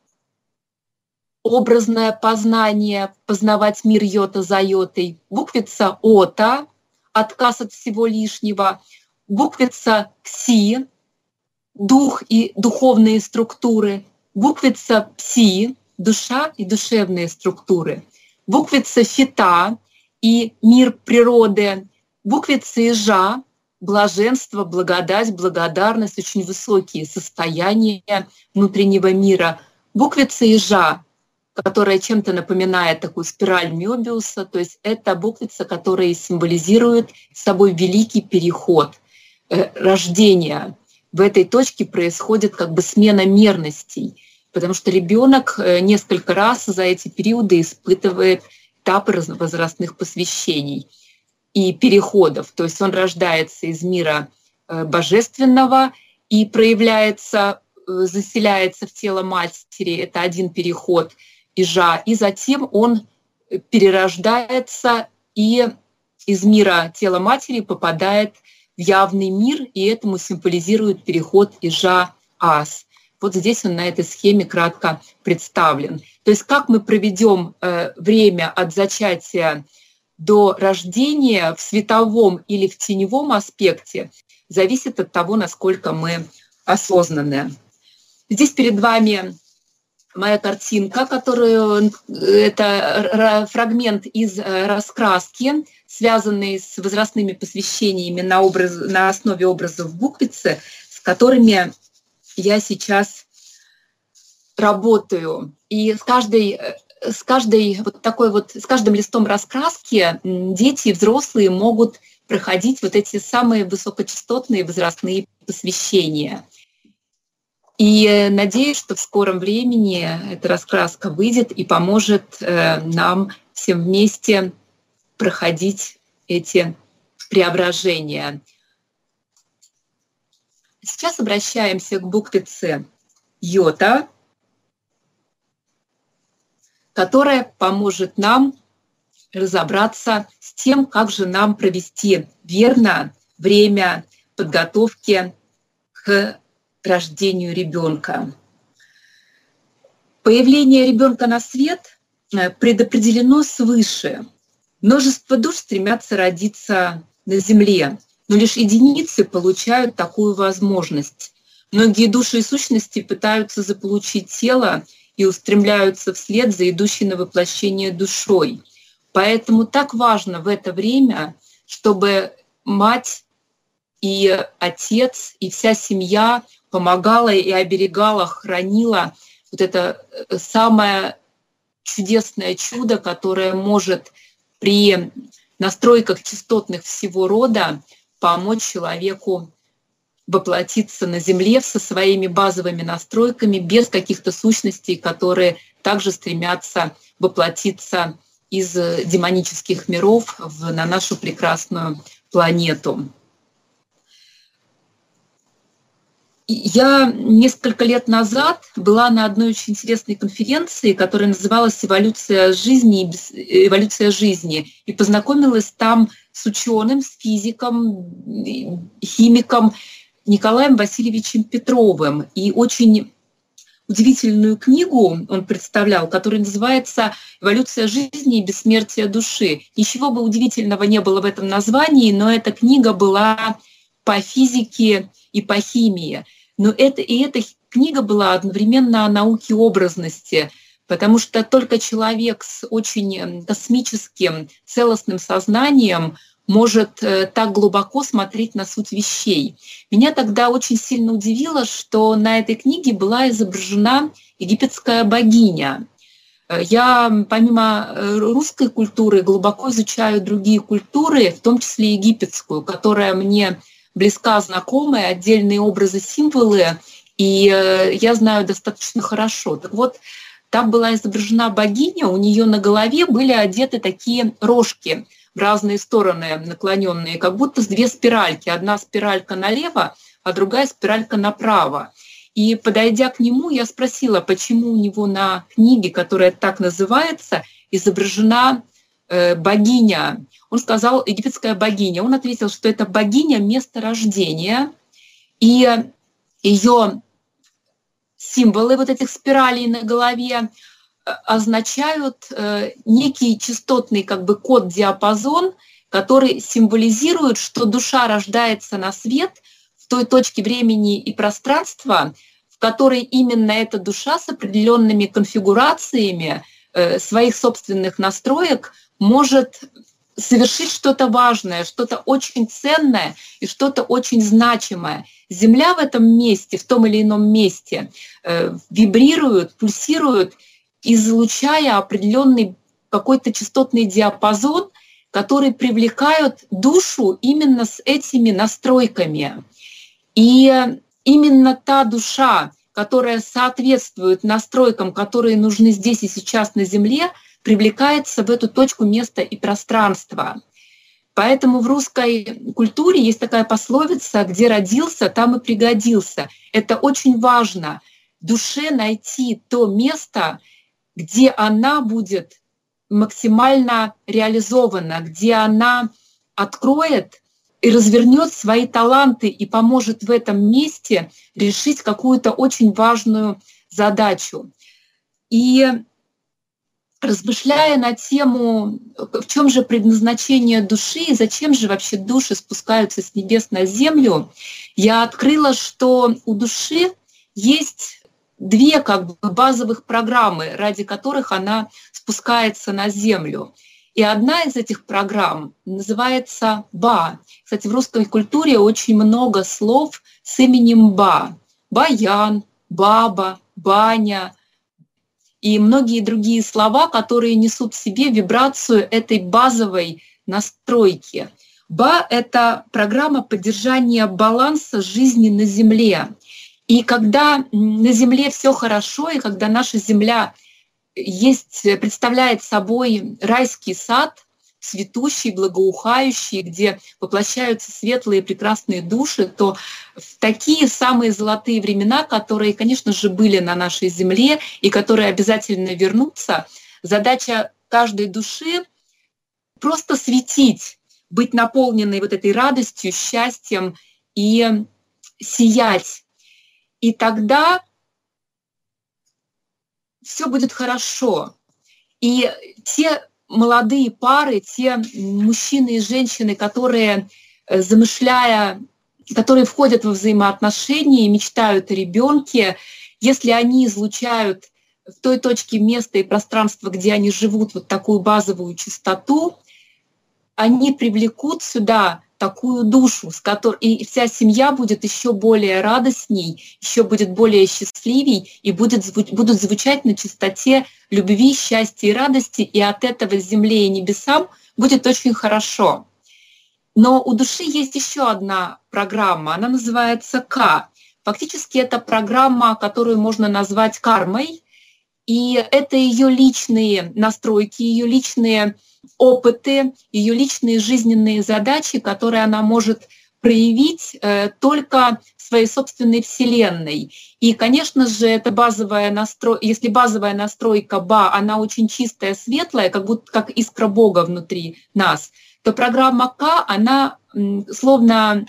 образное познание, познавать мир йота за йотой, буквица ота, отказ от всего лишнего, буквица кси, дух и духовные структуры, буквица пси, душа и душевные структуры, буквица фита и мир природы, буквица ижа, блаженство, благодать, благодарность, очень высокие состояния внутреннего мира, буквица ижа, которая чем-то напоминает такую спираль Мёбиуса, то есть это буквица, которая символизирует собой великий переход, э, рождения. В этой точке происходит как бы смена мерностей, потому что ребенок несколько раз за эти периоды испытывает этапы возрастных посвящений и переходов. То есть он рождается из мира божественного и проявляется, заселяется в тело матери. Это один переход ижа. И затем он перерождается и из мира тела матери попадает в явный мир, и этому символизирует переход ижа-ас. Вот здесь он на этой схеме кратко представлен. То есть как мы проведем э, время от зачатия до рождения в световом или в теневом аспекте, зависит от того, насколько мы осознанны. Здесь перед вами моя картинка, которую это фрагмент из раскраски, связанный с возрастными посвящениями на, образ, на основе образов буквицы, с которыми я сейчас работаю. И с каждой, с каждой вот такой вот, с каждым листом раскраски дети и взрослые могут проходить вот эти самые высокочастотные возрастные посвящения. И надеюсь, что в скором времени эта раскраска выйдет и поможет нам всем вместе проходить эти преображения. Сейчас обращаемся к буквице йота, которая поможет нам разобраться с тем, как же нам провести верно время подготовки к рождению ребенка. Появление ребенка на свет предопределено свыше. Множество душ стремятся родиться на земле, но лишь единицы получают такую возможность. Многие души и сущности пытаются заполучить тело и устремляются вслед за идущей на воплощение душой. Поэтому так важно в это время, чтобы мать и отец, и вся семья помогала и оберегала, хранила вот это самое чудесное чудо, которое может при настройках частотных всего рода помочь человеку воплотиться на Земле со своими базовыми настройками, без каких-то сущностей, которые также стремятся воплотиться из демонических миров в, на нашу прекрасную планету. Я несколько лет назад была на одной очень интересной конференции, которая называлась «Эволюция жизни», «Эволюция жизни», и познакомилась там с ученым, с физиком, химиком Николаем Васильевичем Петровым. И очень удивительную книгу он представлял, которая называется «Эволюция жизни и бессмертие души». Ничего бы удивительного не было в этом названии, но эта книга была по физике и по химии. Но это, и эта книга была одновременно о науке образности, потому что только человек с очень космическим, целостным сознанием может так глубоко смотреть на суть вещей. Меня тогда очень сильно удивило, что на этой книге была изображена египетская богиня. Я помимо русской культуры глубоко изучаю другие культуры, в том числе египетскую, которая мне близка, знакомая, отдельные образы, символы, и я знаю достаточно хорошо. Так вот, там была изображена богиня, у нее на голове были одеты такие рожки в разные стороны наклоненные, как будто с две спиральки. Одна спиралька налево, а другая спиралька направо. И подойдя к нему, я спросила, почему у него на книге, которая так называется, изображена э, богиня. Он сказал «египетская богиня». Он ответил, что это богиня места рождения, и ее символы вот этих спиралей на голове означают некий частотный как бы код-диапазон, который символизирует, что душа рождается на свет в той точке времени и пространства, в которой именно эта душа с определенными конфигурациями своих собственных настроек может совершить что-то важное, что-то очень ценное и что-то очень значимое. Земля в этом месте, в том или ином месте, э, вибрирует, пульсирует, излучая определенный какой-то частотный диапазон, который привлекает душу именно с этими настройками. И именно та душа, которая соответствует настройкам, которые нужны здесь и сейчас на Земле, привлекается в эту точку места и пространства. Поэтому в русской культуре есть такая пословица: где родился, там и пригодился. Это очень важно. Душе найти то место, где она будет максимально реализована, где она откроет и развернет свои таланты и поможет в этом месте решить какую-то очень важную задачу. И размышляя на тему, в чем же предназначение души и зачем же вообще души спускаются с небес на землю, я открыла, что у души есть две как бы базовых программы, ради которых она спускается на Землю. И одна из этих программ называется Ба. Кстати, в русской культуре очень много слов с именем Ба. Баян, баба, баня и многие другие слова, которые несут в себе вибрацию этой базовой настройки. Ба – это программа поддержания баланса жизни на Земле. И когда на Земле все хорошо, и когда наша Земля есть, представляет собой райский сад, цветущий, благоухающий, где воплощаются светлые прекрасные души, то в такие самые золотые времена, которые, конечно же, были на нашей Земле и которые обязательно вернутся, задача каждой души просто светить, быть наполненной вот этой радостью, счастьем и сиять. И тогда все будет хорошо. И те молодые пары, те мужчины и женщины, которые, замышляя, которые входят во взаимоотношения и мечтают о ребенке, если они излучают в той точке места и пространства, где они живут, вот такую базовую чистоту, они привлекут сюда такую душу, с которой и вся семья будет еще более радостней, еще будет более счастливей и будет, будут звучать на чистоте любви, счастья и радости, и от этого земле и небесам будет очень хорошо. Но у души есть еще одна программа, она называется Ка. Фактически это программа, которую можно назвать кармой, и это ее личные настройки, ее личные опыты, ее личные жизненные задачи, которые она может проявить э, только в своей собственной вселенной. И, конечно же, это базовая настройка, если базовая настройка Ба, она очень чистая, светлая, как будто как искра Бога внутри нас, то программа Ка, она м, словно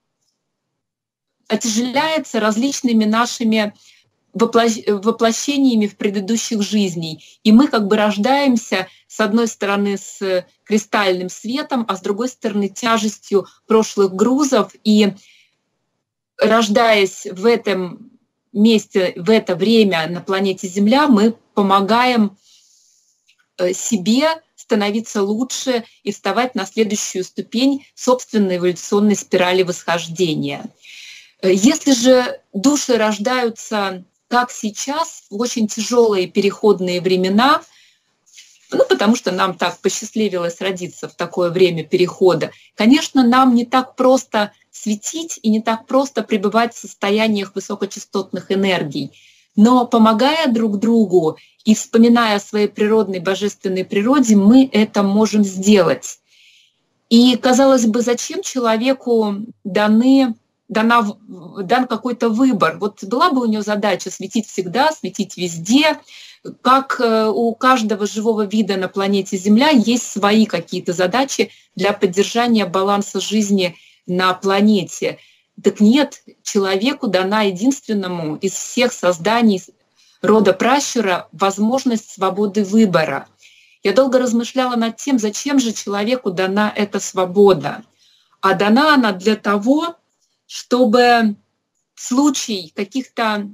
отяжеляется различными нашими воплощениями в предыдущих жизней. И мы как бы рождаемся, с одной стороны, с кристальным светом, а с другой стороны, тяжестью прошлых грузов. И рождаясь в этом месте, в это время на планете Земля, мы помогаем себе становиться лучше и вставать на следующую ступень собственной эволюционной спирали восхождения. Если же души рождаются как сейчас, в очень тяжелые переходные времена, ну, потому что нам так посчастливилось родиться в такое время перехода, конечно, нам не так просто светить и не так просто пребывать в состояниях высокочастотных энергий. Но помогая друг другу и вспоминая о своей природной божественной природе, мы это можем сделать. И, казалось бы, зачем человеку даны Дана, дан какой-то выбор. Вот была бы у него задача светить всегда, светить везде, как у каждого живого вида на планете Земля есть свои какие-то задачи для поддержания баланса жизни на планете. Так нет, человеку дана единственному из всех созданий рода пращура возможность свободы выбора. Я долго размышляла над тем, зачем же человеку дана эта свобода. А дана она для того, чтобы в случае каких-то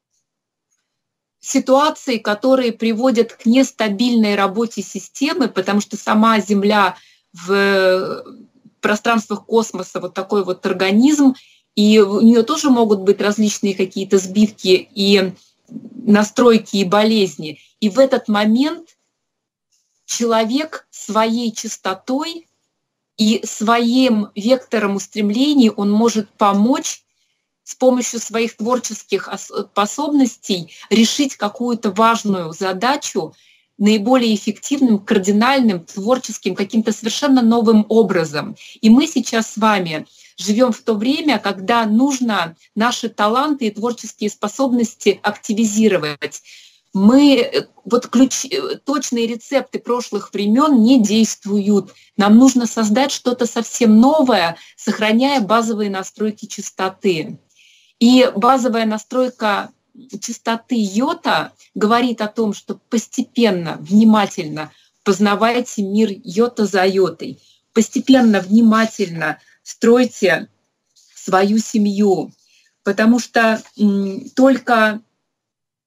ситуаций, которые приводят к нестабильной работе системы, потому что сама Земля в пространствах космоса вот такой вот организм, и у нее тоже могут быть различные какие-то сбивки и настройки и болезни. И в этот момент человек своей чистотой и своим вектором устремлений он может помочь с помощью своих творческих способностей решить какую-то важную задачу наиболее эффективным, кардинальным, творческим, каким-то совершенно новым образом. И мы сейчас с вами живем в то время, когда нужно наши таланты и творческие способности активизировать. Мы, вот ключ, точные рецепты прошлых времен не действуют. Нам нужно создать что-то совсем новое, сохраняя базовые настройки чистоты. И базовая настройка чистоты йота говорит о том, что постепенно, внимательно познавайте мир йота за йотой. Постепенно, внимательно стройте свою семью, потому что м, только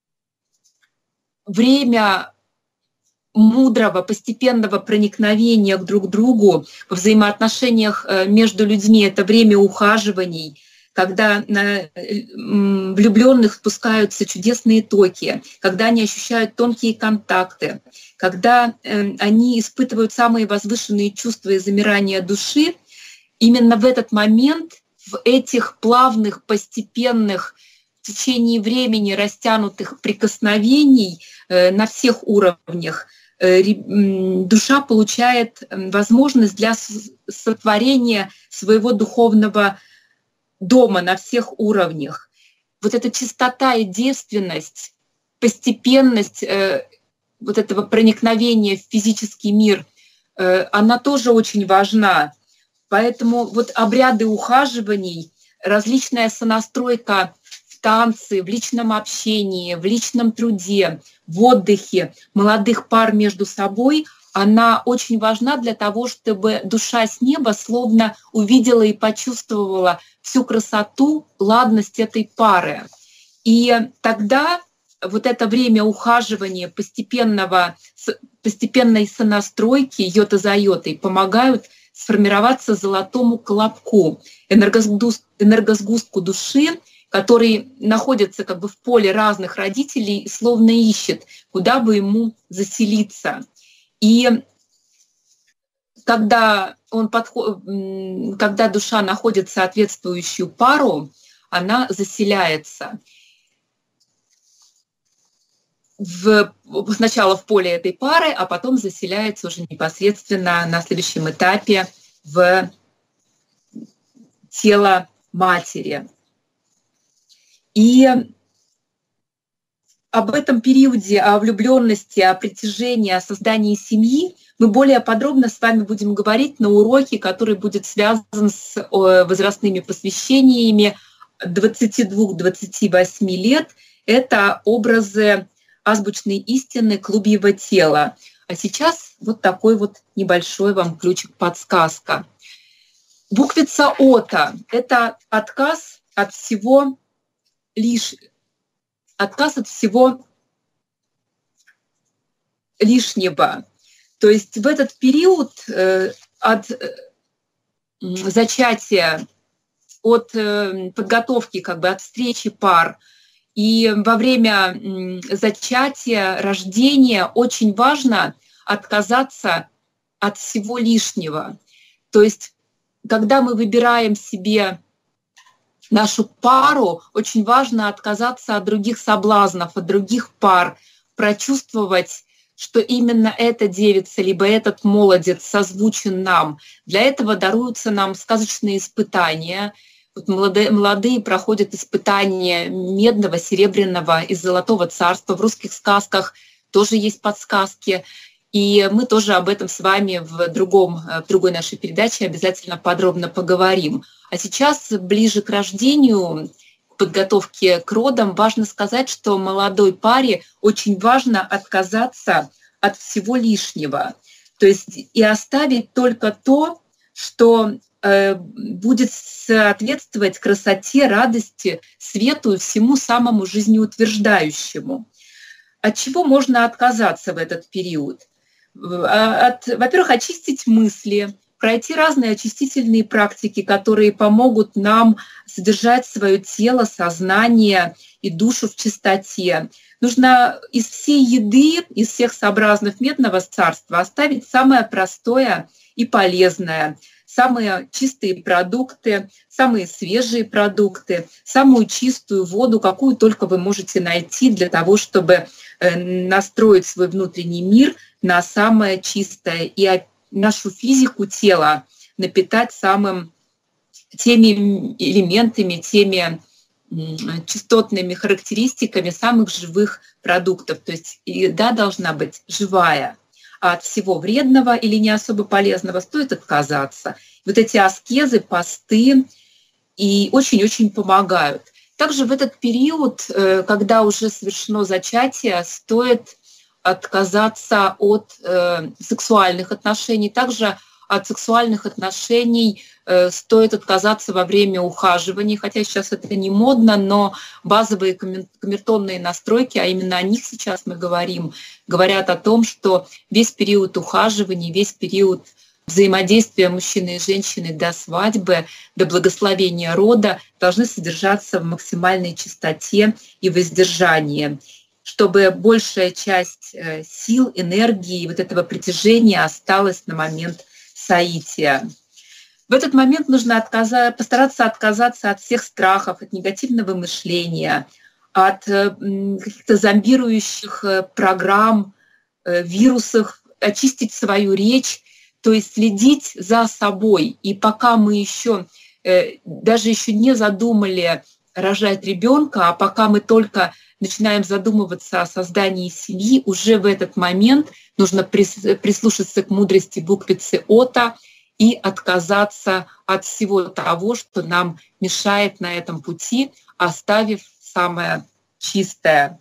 время мудрого, постепенного проникновения друг к другу во взаимоотношениях между людьми, это время ухаживаний, когда на влюбленных спускаются чудесные токи, когда они ощущают тонкие контакты, когда они испытывают самые возвышенные чувства и замирания души, именно в этот момент, в этих плавных, постепенных, в течение времени растянутых прикосновений на всех уровнях, душа получает возможность для сотворения своего духовного дома на всех уровнях. Вот эта чистота и девственность, постепенность вот этого проникновения в физический мир, она тоже очень важна. Поэтому вот обряды ухаживаний, различная сонастройка в танце, в личном общении, в личном труде, в отдыхе молодых пар между собой, она очень важна для того, чтобы душа с неба словно увидела и почувствовала всю красоту, ладность этой пары. И тогда вот это время ухаживания, постепенного, постепенной сонастройки йота за йотой помогают сформироваться золотому колобку, энергосгустку души, который находится как бы в поле разных родителей и словно ищет, куда бы ему заселиться. И когда, он подход... когда душа находит соответствующую пару, она заселяется в... сначала в поле этой пары, а потом заселяется уже непосредственно на следующем этапе в тело матери. И об этом периоде, о влюбленности, о притяжении, о создании семьи мы более подробно с вами будем говорить на уроке, который будет связан с возрастными посвящениями двадцати двух — двадцати восьми лет. Это образы азбучной истины клубьего тела. А сейчас вот такой вот небольшой вам ключик-подсказка. Буквица Ота — это отказ от всего лишь отказ от всего лишнего. То есть в этот период э, от э, зачатия, от э, подготовки, как бы от встречи пар и во время э, зачатия, рождения очень важно отказаться от всего лишнего. То есть когда мы выбираем себе нашу пару, очень важно отказаться от других соблазнов, от других пар, прочувствовать, что именно эта девица, либо этот молодец созвучен нам. Для этого даруются нам сказочные испытания. Вот молодые, молодые проходят испытания медного, серебряного и золотого царства. В русских сказках тоже есть подсказки. И мы тоже об этом с вами в, другом, в другой нашей передаче обязательно подробно поговорим. А сейчас, ближе к рождению, к подготовке к родам, важно сказать, что молодой паре очень важно отказаться от всего лишнего. То есть и оставить только то, что э, будет соответствовать красоте, радости, свету и всему самому жизнеутверждающему. От чего можно отказаться в этот период? От, во-первых, очистить мысли, пройти разные очистительные практики, которые помогут нам содержать свое тело, сознание и душу в чистоте. Нужно из всей еды, из всех сообразных медного царства оставить самое простое и полезное, самые чистые продукты, самые свежие продукты, самую чистую воду, какую только вы можете найти для того, чтобы настроить свой внутренний мир на самое чистое и нашу физику тела напитать самым теми элементами, теми частотными характеристиками самых живых продуктов. То есть еда должна быть живая, а от всего вредного или не особо полезного стоит отказаться. Вот эти аскезы, посты и очень-очень помогают. Также в этот период, когда уже совершено зачатие, стоит отказаться от э, сексуальных отношений, также от сексуальных отношений э, стоит отказаться во время ухаживания, хотя сейчас это не модно, но базовые камертонные настройки, а именно о них сейчас мы говорим, говорят о том, что весь период ухаживания, весь период взаимодействия мужчины и женщины до свадьбы, до благословения рода должны содержаться в максимальной чистоте и воздержании, чтобы большая часть сил, энергии, вот этого притяжения осталась на момент соития. В этот момент нужно отказа- постараться отказаться от всех страхов, от негативного мышления, от каких-то зомбирующих программ, вирусов, очистить свою речь, то есть следить за собой. И пока мы еще даже еще не задумали рожать ребенка, а пока мы только начинаем задумываться о создании семьи, уже в этот момент нужно прислушаться к мудрости буквицы Ота и отказаться от всего того, что нам мешает на этом пути, оставив самое чистое.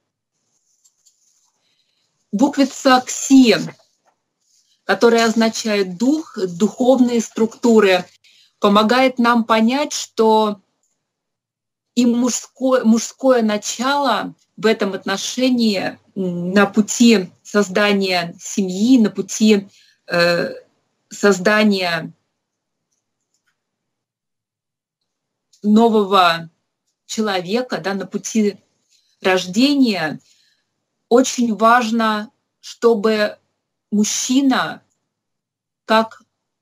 Буквица Кси, которая означает дух, духовные структуры, помогает нам понять, что и мужское, мужское начало в этом отношении на пути создания семьи, на пути э, создания нового человека, да, на пути рождения, очень важно, чтобы мужчина как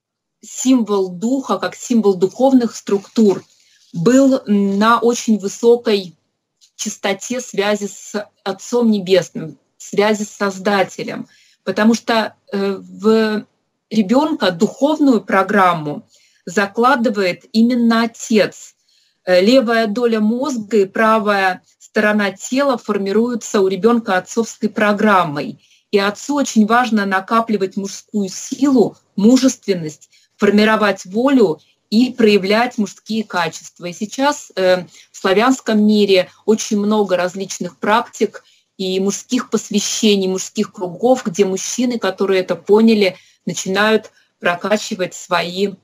символ духа, как символ духовных структур был на очень высокой частоте связи с Отцом Небесным, связи с Создателем, потому что в ребенка духовную программу закладывает именно Отец. Левая доля мозга и правая сторона тела формируются у ребенка отцовской программой. И отцу очень важно накапливать мужскую силу, мужественность, формировать волю и проявлять мужские качества. И сейчас э, в славянском мире очень много различных практик и мужских посвящений, мужских кругов, где мужчины, которые это поняли, начинают прокачивать свои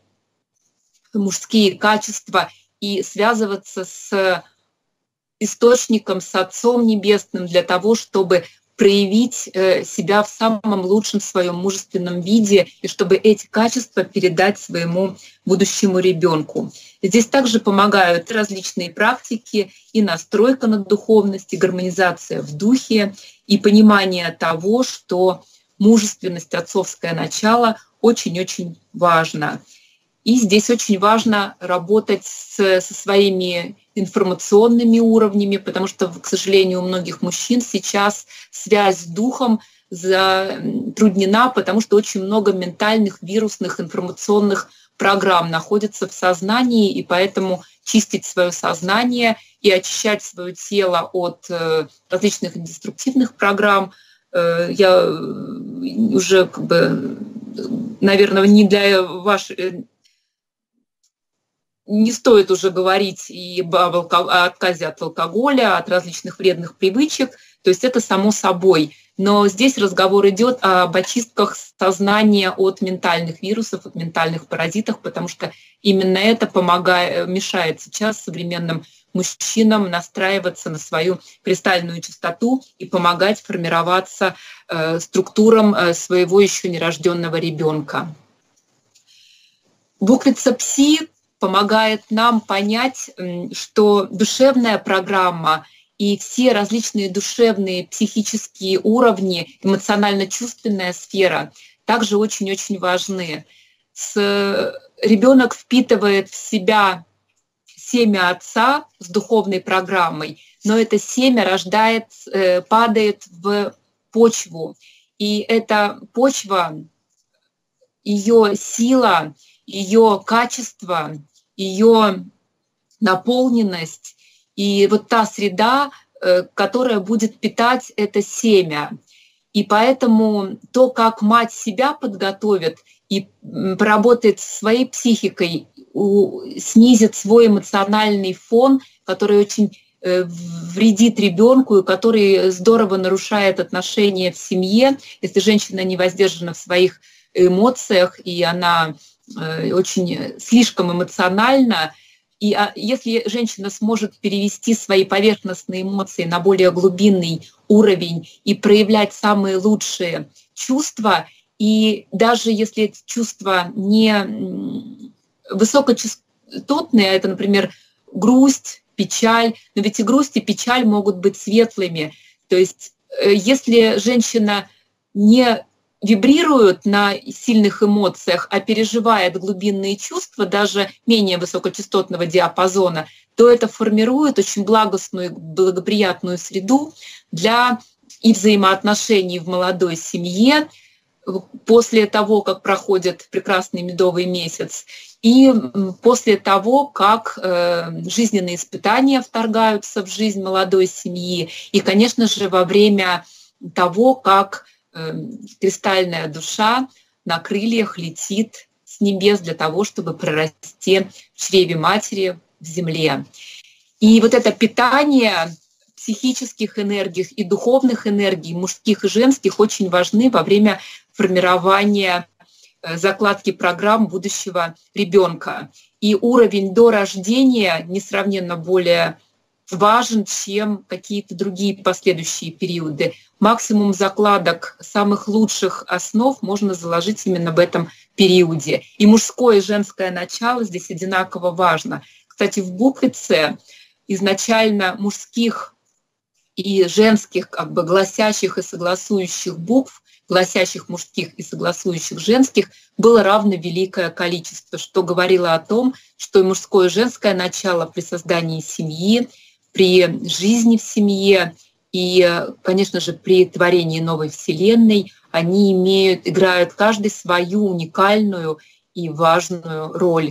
мужские качества и связываться с источником, с Отцом Небесным для того, чтобы проявить себя в самом лучшем своем мужественном виде и чтобы эти качества передать своему будущему ребенку. Здесь также помогают различные практики и настройка на духовность, и гармонизация в духе, и понимание того, что мужественность, отцовское начало очень-очень важно. И здесь очень важно работать с, со своими информационными уровнями, потому что, к сожалению, у многих мужчин сейчас связь с духом затруднена, потому что очень много ментальных, вирусных, информационных программ находится в сознании, и поэтому чистить свое сознание и очищать свое тело от различных деструктивных программ я уже, как бы, наверное, не для вашей... Не стоит уже говорить и о отказе от алкоголя, от различных вредных привычек, то есть это само собой. Но здесь разговор идет об очистках сознания от ментальных вирусов, от ментальных паразитов, потому что именно это помогает, мешает сейчас современным мужчинам настраиваться на свою кристальную чистоту и помогать формироваться э, структурам э, своего еще нерожденного ребенка. Буквица Пси помогает нам понять, что душевная программа и все различные душевные, психические уровни, эмоционально-чувственная сфера также очень-очень важны. С... Ребенок впитывает в себя семя отца с духовной программой, но это семя рождает, падает в почву. И эта почва, ее сила, ее качество, ее наполненность и вот та среда, которая будет питать это семя. И поэтому то, как мать себя подготовит и поработает со своей психикой, снизит свой эмоциональный фон, который очень вредит ребенку и который здорово нарушает отношения в семье, если женщина не воздержана в своих эмоциях, и она очень слишком эмоциональна. И если женщина сможет перевести свои поверхностные эмоции на более глубинный уровень и проявлять самые лучшие чувства, и даже если эти чувства не высокочастотные, это, например, грусть, печаль, но ведь и грусть, и печаль могут быть светлыми. То есть если женщина не вибрирует на сильных эмоциях, а переживает глубинные чувства, даже менее высокочастотного диапазона, то это формирует очень благостную, благоприятную среду для и взаимоотношений в молодой семье после того, как проходит прекрасный медовый месяц, и после того, как жизненные испытания вторгаются в жизнь молодой семьи, и, конечно же, во время того, как кристальная душа на крыльях летит с небес для того, чтобы прорасти в чреве матери в земле. И вот это питание психических энергий и духовных энергий, мужских и женских, очень важны во время формирования закладки программ будущего ребенка. И уровень до рождения несравненно более важен, чем какие-то другие последующие периоды. Максимум закладок самых лучших основ можно заложить именно в этом периоде. И мужское и женское начало здесь одинаково важно. Кстати, в букве С изначально мужских и женских, как бы гласящих и согласующих букв, гласящих мужских и согласующих женских, было равно великое количество, что говорило о том, что и мужское и женское начало при создании семьи, при жизни в семье и, конечно же, при творении новой вселенной, они имеют, играют каждый свою уникальную и важную роль.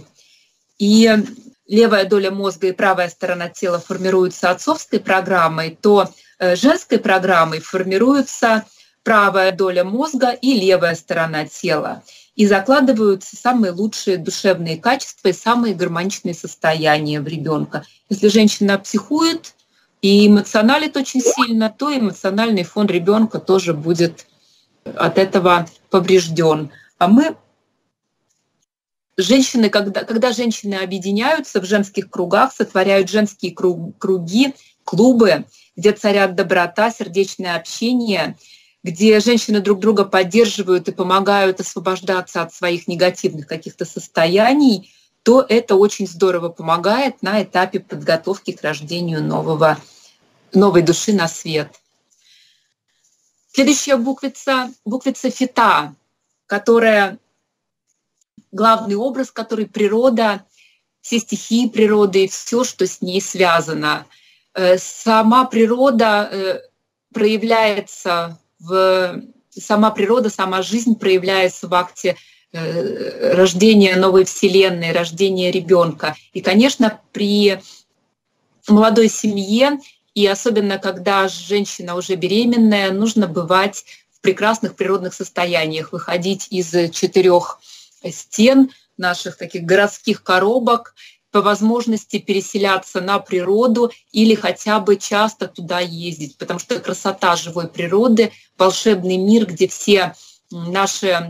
И левая доля мозга и правая сторона тела формируются отцовской программой, то женской программой формируется правая доля мозга и левая сторона тела. И закладываются самые лучшие душевные качества и самые гармоничные состояния в ребенка. Если женщина психует и эмоционалит очень сильно, то эмоциональный фон ребенка тоже будет от этого поврежден. А мы, женщины, когда, когда женщины объединяются в женских кругах, сотворяют женские круг, круги, клубы, где царят доброта, сердечное общение, где женщины друг друга поддерживают и помогают освобождаться от своих негативных каких-то состояний, то это очень здорово помогает на этапе подготовки к рождению нового, новой души на свет. Следующая буквица, буквица Фета, которая главный образ, который природа, все стихии природы и все, что с ней связано. Сама природа проявляется в сама природа, сама жизнь проявляется в акте э, рождения новой вселенной, рождения ребенка. И, конечно, при молодой семье, и особенно когда женщина уже беременная, нужно бывать в прекрасных природных состояниях, выходить из четырех стен наших таких городских коробок, по возможности переселяться на природу или хотя бы часто туда ездить, потому что красота живой природы, волшебный мир, где все наши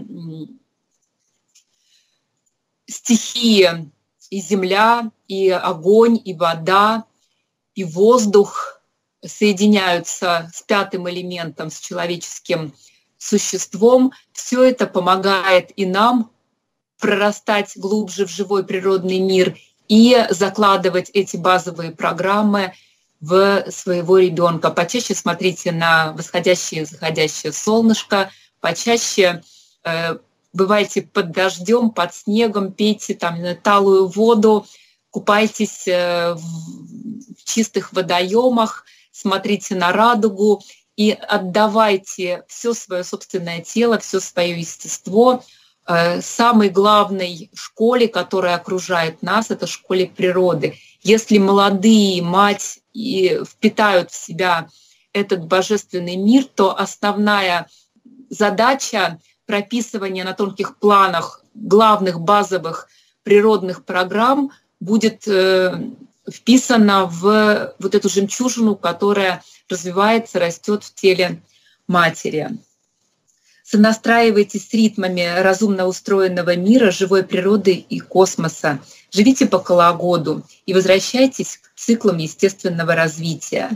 стихии, и земля, и огонь, и вода, и воздух соединяются с пятым элементом, с человеческим существом, все это помогает и нам прорастать глубже в живой природный мир и закладывать эти базовые программы в своего ребенка. Почаще смотрите на восходящее и заходящее солнышко, почаще э, бывайте под дождем, под снегом, пейте там талую воду, купайтесь э, в чистых водоемах, смотрите на радугу и отдавайте все свое собственное тело, все свое естество самой главной школе, которая окружает нас, это школе природы. Если молодые мать и впитают в себя этот божественный мир, то основная задача прописывания на тонких планах главных базовых природных программ будет вписана в вот эту жемчужину, которая развивается, растет в теле матери. сонастраивайтесь с ритмами разумно устроенного мира, живой природы и космоса. Живите по кологоду и возвращайтесь к циклам естественного развития.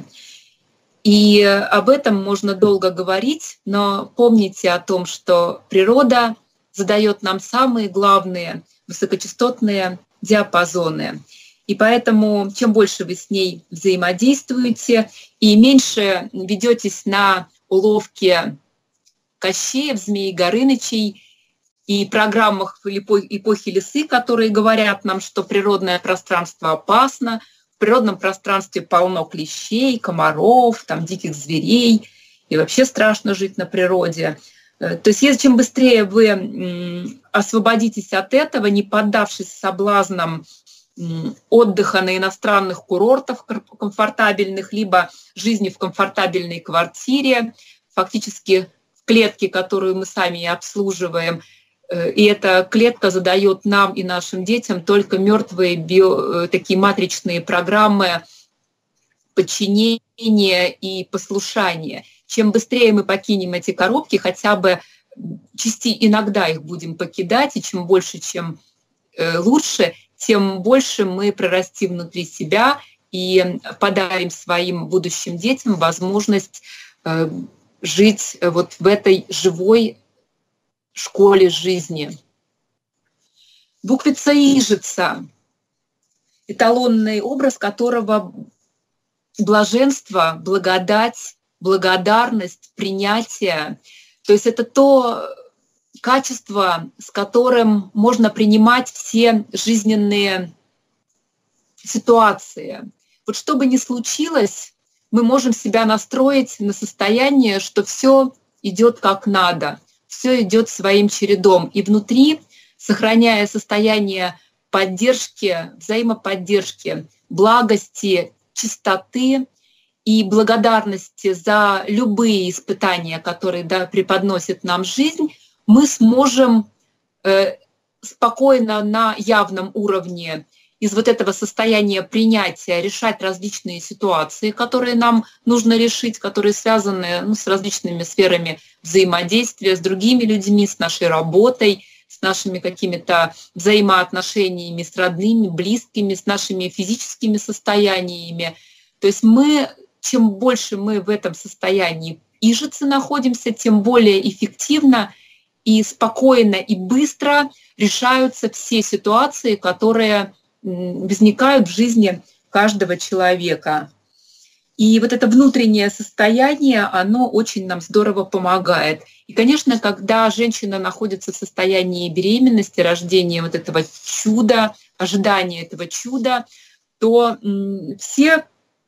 И об этом можно долго говорить, но помните о том, что природа задает нам самые главные высокочастотные диапазоны. И поэтому чем больше вы с ней взаимодействуете и меньше ведетесь на уловки Кощеев, Змей Горынычей и программах эпохи Лисы, которые говорят нам, что природное пространство опасно, в природном пространстве полно клещей, комаров, там, диких зверей, и вообще страшно жить на природе. То есть если чем быстрее вы освободитесь от этого, не поддавшись соблазнам отдыха на иностранных курортах комфортабельных, либо жизни в комфортабельной квартире, фактически в клетке, которую мы сами обслуживаем, и эта клетка задает нам и нашим детям только мертвые био, такие матричные программы подчинения и послушания. Чем быстрее мы покинем эти коробки, хотя бы части иногда их будем покидать, и чем больше, чем лучше, тем больше мы прорастим внутри себя и подарим своим будущим детям возможность жить вот в этой живой школе жизни. Буквица Ижица, эталонный образ которого блаженство, благодать, благодарность, принятие. То есть это то качество, с которым можно принимать все жизненные ситуации. Вот что бы ни случилось, мы можем себя настроить на состояние, что все идет как надо, все идет своим чередом. И внутри, сохраняя состояние поддержки, взаимоподдержки, благости, чистоты и благодарности за любые испытания, которые да, преподносит нам жизнь, мы сможем э, спокойно на явном уровне из вот этого состояния принятия решать различные ситуации, которые нам нужно решить, которые связаны ну, с различными сферами взаимодействия, с другими людьми, с нашей работой, с нашими какими-то взаимоотношениями с родными, близкими, с нашими физическими состояниями. То есть мы, чем больше мы в этом состоянии ижицы находимся, тем более эффективно и спокойно и быстро решаются все ситуации, которые возникают в жизни каждого человека. И вот это внутреннее состояние, оно очень нам здорово помогает. И, конечно, когда женщина находится в состоянии беременности, рождения вот этого чуда, ожидания этого чуда, то все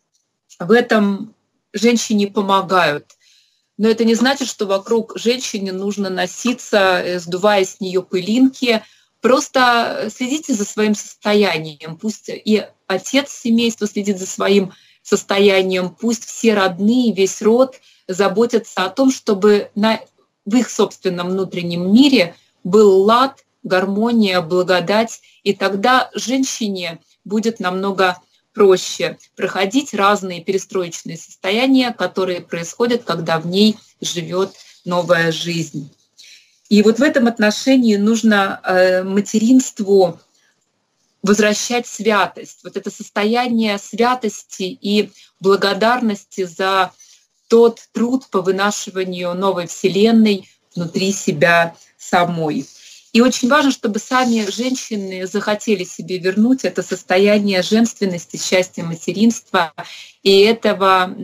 в этом женщине помогают. Но это не значит, что вокруг женщины нужно носиться, сдувая с нее пылинки. Просто следите за своим состоянием. Пусть и отец семейства следит за своим состоянием, пусть все родные, весь род заботятся о том, чтобы на, в их собственном внутреннем мире был лад, гармония, благодать. И тогда женщине будет намного проще проходить разные перестроечные состояния, которые происходят, когда в ней живет новая жизнь. И вот в этом отношении нужно э, материнству возвращать святость, вот это состояние святости и благодарности за тот труд по вынашиванию новой вселенной внутри себя самой. И очень важно, чтобы сами женщины захотели себе вернуть это состояние женственности, счастья материнства и этого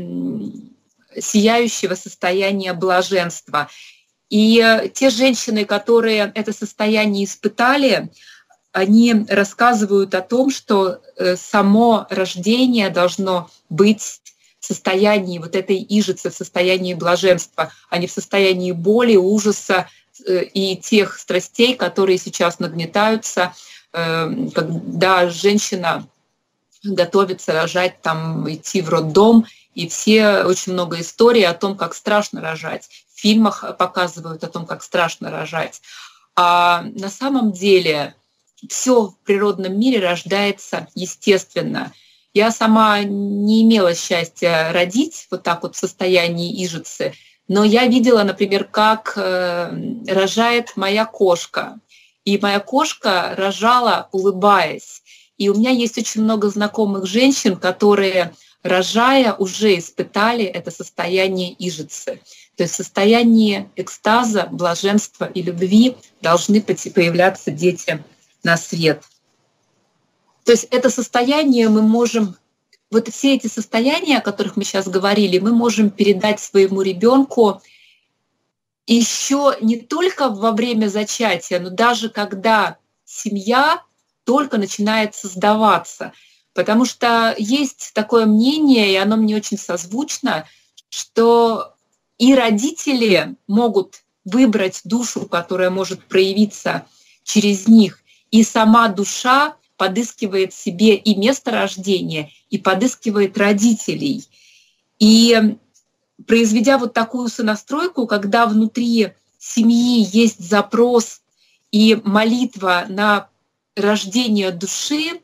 сияющего состояния блаженства. И те женщины, которые это состояние испытали, они рассказывают о том, что само рождение должно быть в состоянии вот этой ижицы, в состоянии блаженства, а не в состоянии боли, ужаса и тех страстей, которые сейчас нагнетаются, когда женщина готовится рожать, там, идти в роддом, и все очень много историй о том, как страшно рожать. В фильмах показывают о том, как страшно рожать. А на самом деле все в природном мире рождается естественно. Я сама не имела счастья родить вот так вот в состоянии ижицы, но я видела, например, как рожает моя кошка. И моя кошка рожала, улыбаясь. И у меня есть очень много знакомых женщин, которые, рожая, уже испытали это состояние ижицы. То есть в состоянии экстаза, блаженства и любви должны появляться дети на свет. То есть это состояние мы можем, вот все эти состояния, о которых мы сейчас говорили, мы можем передать своему ребенку еще не только во время зачатия, но даже когда семья только начинает создаваться. Потому что есть такое мнение, и оно мне очень созвучно, что и родители могут выбрать душу, которая может проявиться через них, и сама душа подыскивает себе и место рождения, и подыскивает родителей. И произведя вот такую сонастройку, когда внутри семьи есть запрос и молитва на рождение души,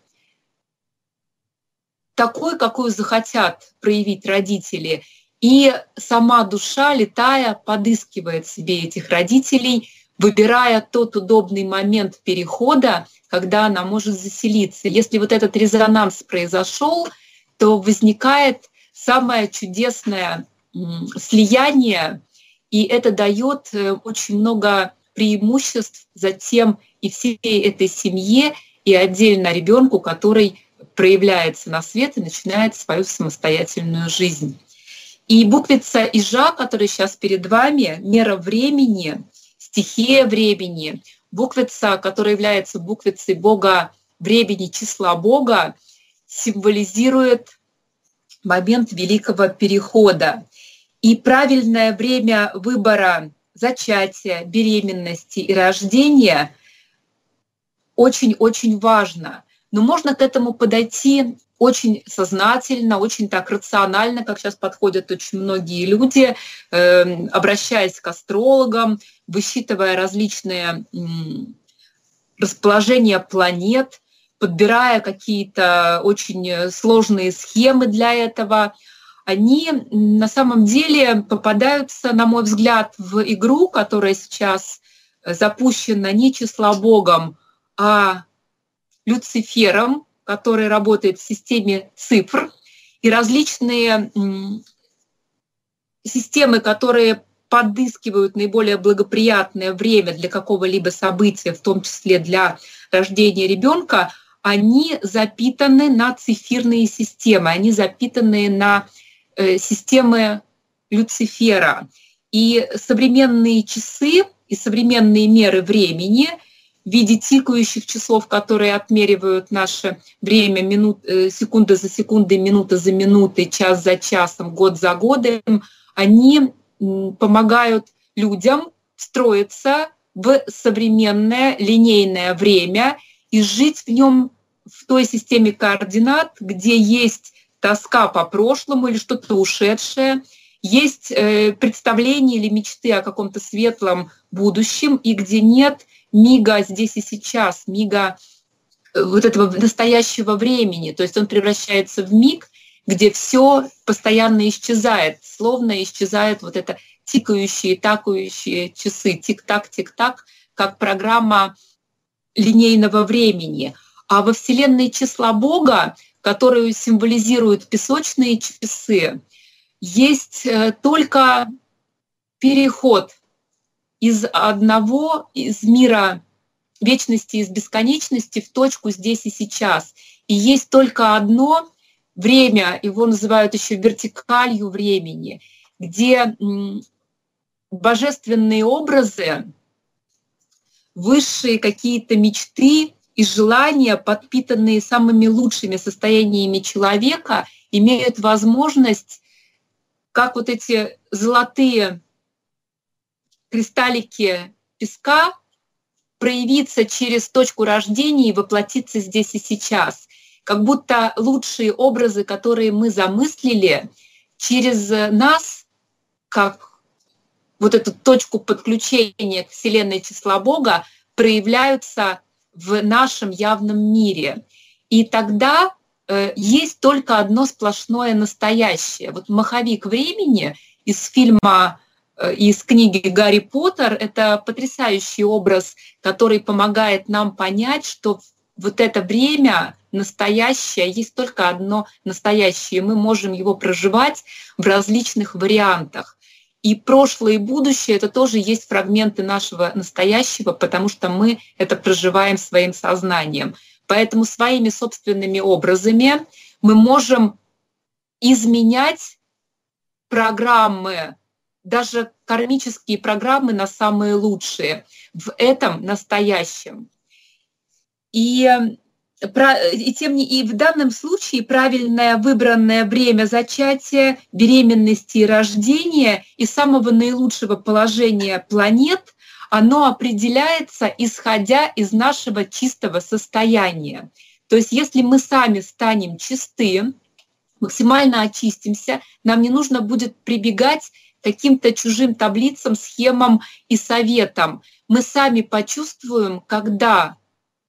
такой, какую захотят проявить родители, и сама душа, летая, подыскивает себе этих родителей, выбирая тот удобный момент перехода, когда она может заселиться. Если вот этот резонанс произошел, то возникает самое чудесное слияние, и это дает очень много преимуществ затем и всей этой семье, и отдельно ребенку, который проявляется на свет и начинает свою самостоятельную жизнь. И буквица Ижа, которая сейчас перед вами, мера времени, стихия времени, буквица, которая является буквицей Бога времени, числа Бога, символизирует момент великого перехода. И правильное время выбора зачатия, беременности и рождения очень-очень важно. Но можно к этому подойти очень сознательно, очень так рационально, как сейчас подходят очень многие люди, э, обращаясь к астрологам, высчитывая различные э, расположения планет, подбирая какие-то очень сложные схемы для этого. Они на самом деле попадаются, на мой взгляд, в игру, которая сейчас запущена не числобогом, а Люцифером, который работает в системе цифр, и различные системы, которые подыскивают наиболее благоприятное время для какого-либо события, в том числе для рождения ребенка, они запитаны на цифирные системы, они запитаны на э, системы Люцифера. И современные часы и современные меры времени в виде тикающих часов, которые отмеривают наше время минут, секунда за секундой, минута за минутой, час за часом, год за годом, они помогают людям встроиться в современное линейное время и жить в нем в той системе координат, где есть тоска по прошлому или что-то ушедшее, есть представление или мечты о каком-то светлом будущем, и где нет мига здесь и сейчас, мига вот этого настоящего времени. То есть он превращается в миг, где все постоянно исчезает, словно исчезают вот это тикающие, такающие часы, тик-так, тик-так, как программа линейного времени. А во Вселенной числа Бога, которую символизируют песочные часы, есть только переход из одного, из мира вечности, из бесконечности в точку здесь и сейчас. И есть только одно время, его называют еще вертикалью времени, где божественные образы, высшие какие-то мечты и желания, подпитанные самыми лучшими состояниями человека, имеют возможность, как вот эти золотые кристаллики песка, проявиться через точку рождения и воплотиться здесь и сейчас. Как будто лучшие образы, которые мы замыслили, через нас, как вот эту точку подключения к Вселенной числа Бога, проявляются в нашем явном мире. И тогда есть только одно сплошное настоящее. Вот «Маховик времени» из фильма, из книги «Гарри Поттер» — это потрясающий образ, который помогает нам понять, что вот это время настоящее, есть только одно настоящее, мы можем его проживать в различных вариантах. И прошлое и будущее — это тоже есть фрагменты нашего настоящего, потому что мы это проживаем своим сознанием. Поэтому своими собственными образами мы можем изменять программы, даже кармические программы на самые лучшие в этом настоящем. И, и, тем не, и в данном случае правильное выбранное время зачатия, беременности и рождения и самого наилучшего положения планет, оно определяется, исходя из нашего чистого состояния. То есть если мы сами станем чисты, максимально очистимся, нам не нужно будет прибегать к каким-то чужим таблицам, схемам и советам. Мы сами почувствуем, когда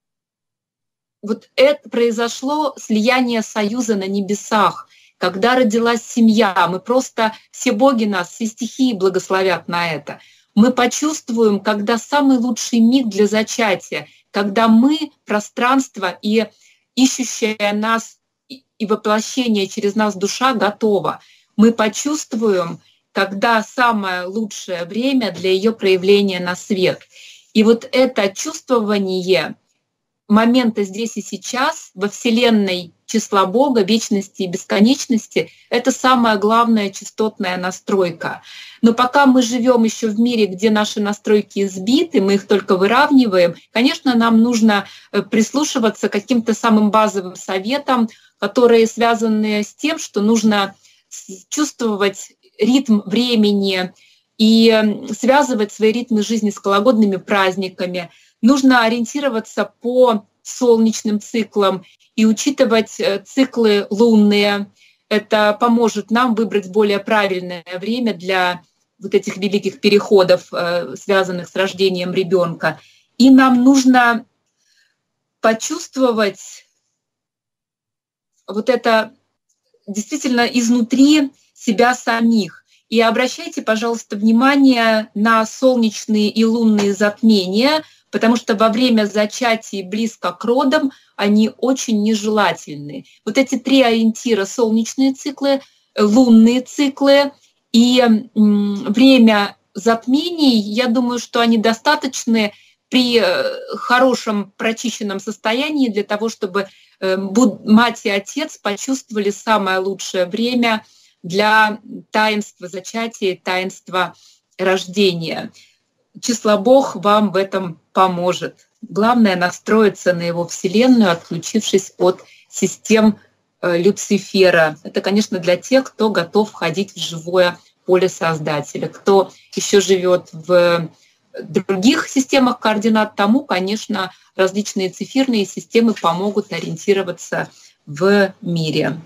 вот это произошло слияние союза на небесах, когда родилась семья. Мы просто, все боги нас, все стихии благословят на это. Мы почувствуем, когда самый лучший миг для зачатия, когда мы, пространство и ищущая нас и воплощение через нас душа готова. Мы почувствуем, когда самое лучшее время для ее проявления на свет. И вот это чувствование момента здесь и сейчас во Вселенной числа Бога, вечности и бесконечности — это самая главная частотная настройка. Но пока мы живем еще в мире, где наши настройки сбиты, мы их только выравниваем, конечно, нам нужно прислушиваться к каким-то самым базовым советам, которые связаны с тем, что нужно чувствовать ритм времени и связывать свои ритмы жизни с кологодными праздниками. Нужно ориентироваться по солнечным циклам и учитывать циклы лунные. Это поможет нам выбрать более правильное время для вот этих великих переходов, связанных с рождением ребенка. И нам нужно почувствовать вот это действительно изнутри себя самих. И обращайте, пожалуйста, внимание на солнечные и лунные затмения, потому что во время зачатия близко к родам они очень нежелательны. Вот эти три ориентира — солнечные циклы, лунные циклы и время затмений, я думаю, что они достаточны при хорошем прочищенном состоянии для того, чтобы мать и отец почувствовали самое лучшее время для таинства зачатия, таинства рождения. Числобог вам в этом поможет. Главное — настроиться на его Вселенную, отключившись от систем Люцифера. Это, конечно, для тех, кто готов входить в живое поле Создателя. Кто еще живет в других системах координат, тому, конечно, различные цифирные системы помогут ориентироваться в мире.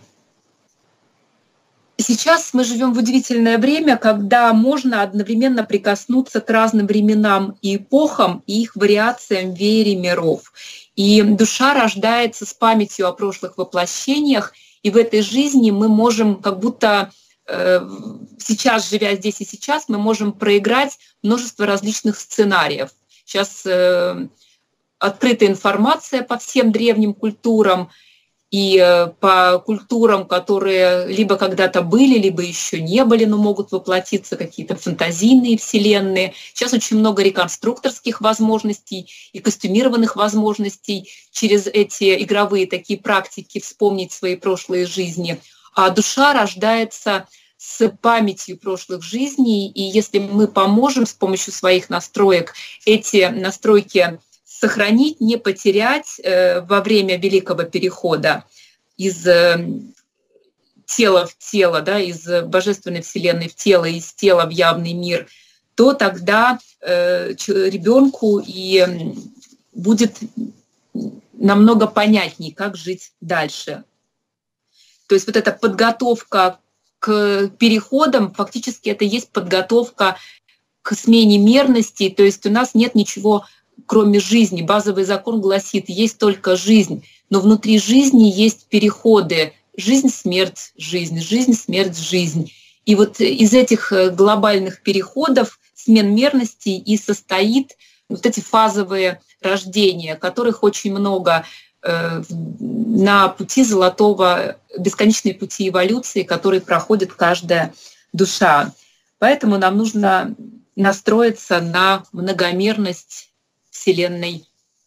Сейчас мы живем в удивительное время, когда можно одновременно прикоснуться к разным временам и эпохам и их вариациям в веере миров. И душа рождается с памятью о прошлых воплощениях, и в этой жизни мы можем как будто э, сейчас, живя здесь и сейчас, мы можем проиграть множество различных сценариев. Сейчас э, открыта информация по всем древним культурам, и по культурам, которые либо когда-то были, либо еще не были, но могут воплотиться, какие-то фантазийные вселенные. Сейчас очень много реконструкторских возможностей и костюмированных возможностей через эти игровые такие практики вспомнить свои прошлые жизни. А душа рождается с памятью прошлых жизней, и если мы поможем с помощью своих настроек эти настройки сохранить, не потерять э, во время Великого Перехода из э, тела в тело, да, из божественной вселенной в тело, из тела в явный мир, то тогда э, ребенку и будет намного понятнее, как жить дальше. То есть вот эта подготовка к переходам, фактически это есть подготовка к смене мерностей, то есть у нас нет ничего кроме жизни. Базовый закон гласит, есть только жизнь. но внутри жизни есть переходы. Жизнь-смерть, жизнь, жизнь-смерть, жизнь. И вот из этих глобальных переходов, смен мерностей и состоит вот эти фазовые рождения, которых очень много э, на пути золотого, бесконечной пути эволюции, который проходит каждая душа. Поэтому нам нужно настроиться на многомерность Вселенной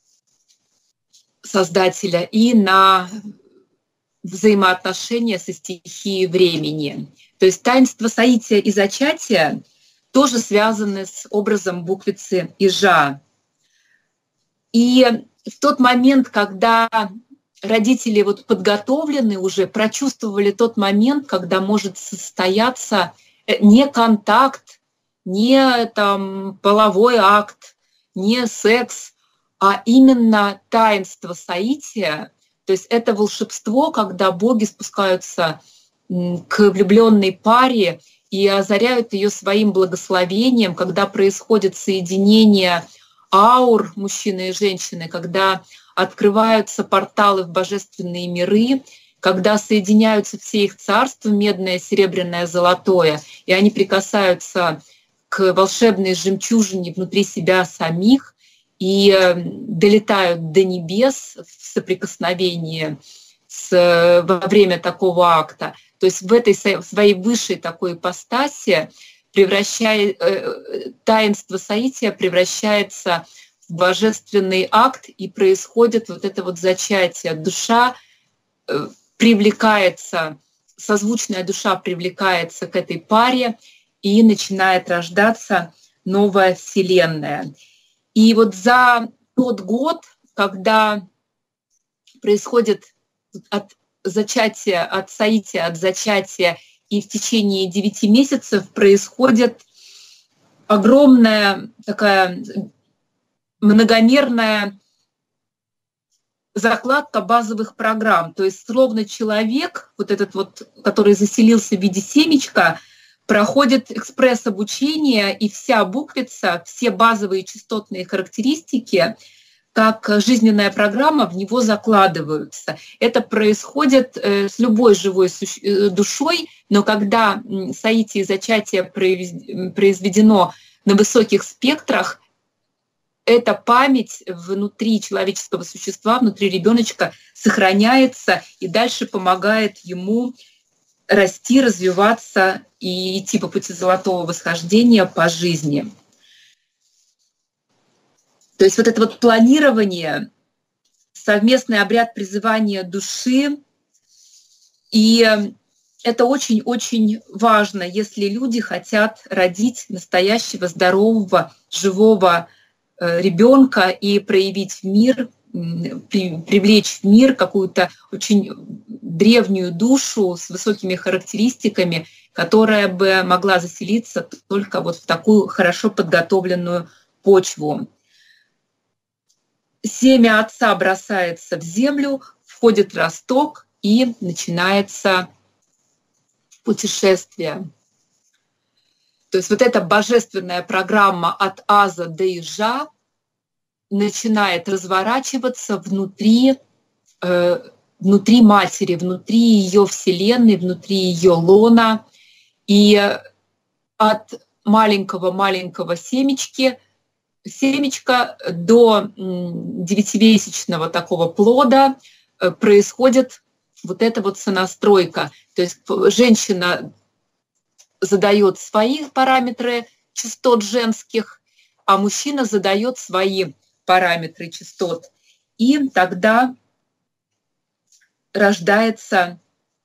Создателя и на взаимоотношения со стихией времени. То есть таинство соития и зачатия тоже связаны с образом буквицы Ижа. И в тот момент, когда родители вот подготовлены уже, прочувствовали тот момент, когда может состояться не контакт, не там, половой акт, не секс, а именно таинство соития. То есть это волшебство, когда боги спускаются к влюбленной паре и озаряют ее своим благословением, когда происходит соединение аур мужчины и женщины, когда открываются порталы в божественные миры, когда соединяются все их царства, медное, серебряное, золотое, и они прикасаются к волшебной жемчужине внутри себя самих и долетают до небес в соприкосновении с, во время такого акта. То есть в этой своей высшей такой ипостаси превращает, таинство соития превращается в божественный акт, и происходит вот это вот зачатие. Душа привлекается, созвучная душа привлекается к этой паре, и начинает рождаться новая Вселенная. И вот за тот год, когда происходит от зачатия, от соития, от зачатия, и в течение девяти месяцев происходит огромная такая многомерная закладка базовых программ. То есть словно человек, вот этот вот, который заселился в виде семечка, проходит экспресс-обучение, и вся буквица, все базовые частотные характеристики, как жизненная программа, в него закладываются. Это происходит с любой живой душой, но когда соитие и зачатие произведено на высоких спектрах, эта память внутри человеческого существа, внутри ребеночка сохраняется и дальше помогает ему расти, развиваться и идти по пути золотого восхождения по жизни. То есть вот это вот планирование, совместный обряд призывания души, и это очень-очень важно, если люди хотят родить настоящего, здорового, живого ребенка и проявить в мир, привлечь в мир какую-то очень древнюю душу с высокими характеристиками, которая бы могла заселиться только вот в такую хорошо подготовленную почву. Семя отца бросается в землю, входит в росток, и начинается путешествие. То есть вот эта божественная программа от аза до ижа начинает разворачиваться внутри, э, внутри матери, внутри ее вселенной, внутри ее лона. И от маленького-маленького семечки, семечка до девятимесячного такого плода происходит вот эта вот сонастройка. То есть женщина задает свои параметры частот женских, а мужчина задает свои параметры частот. И тогда рождается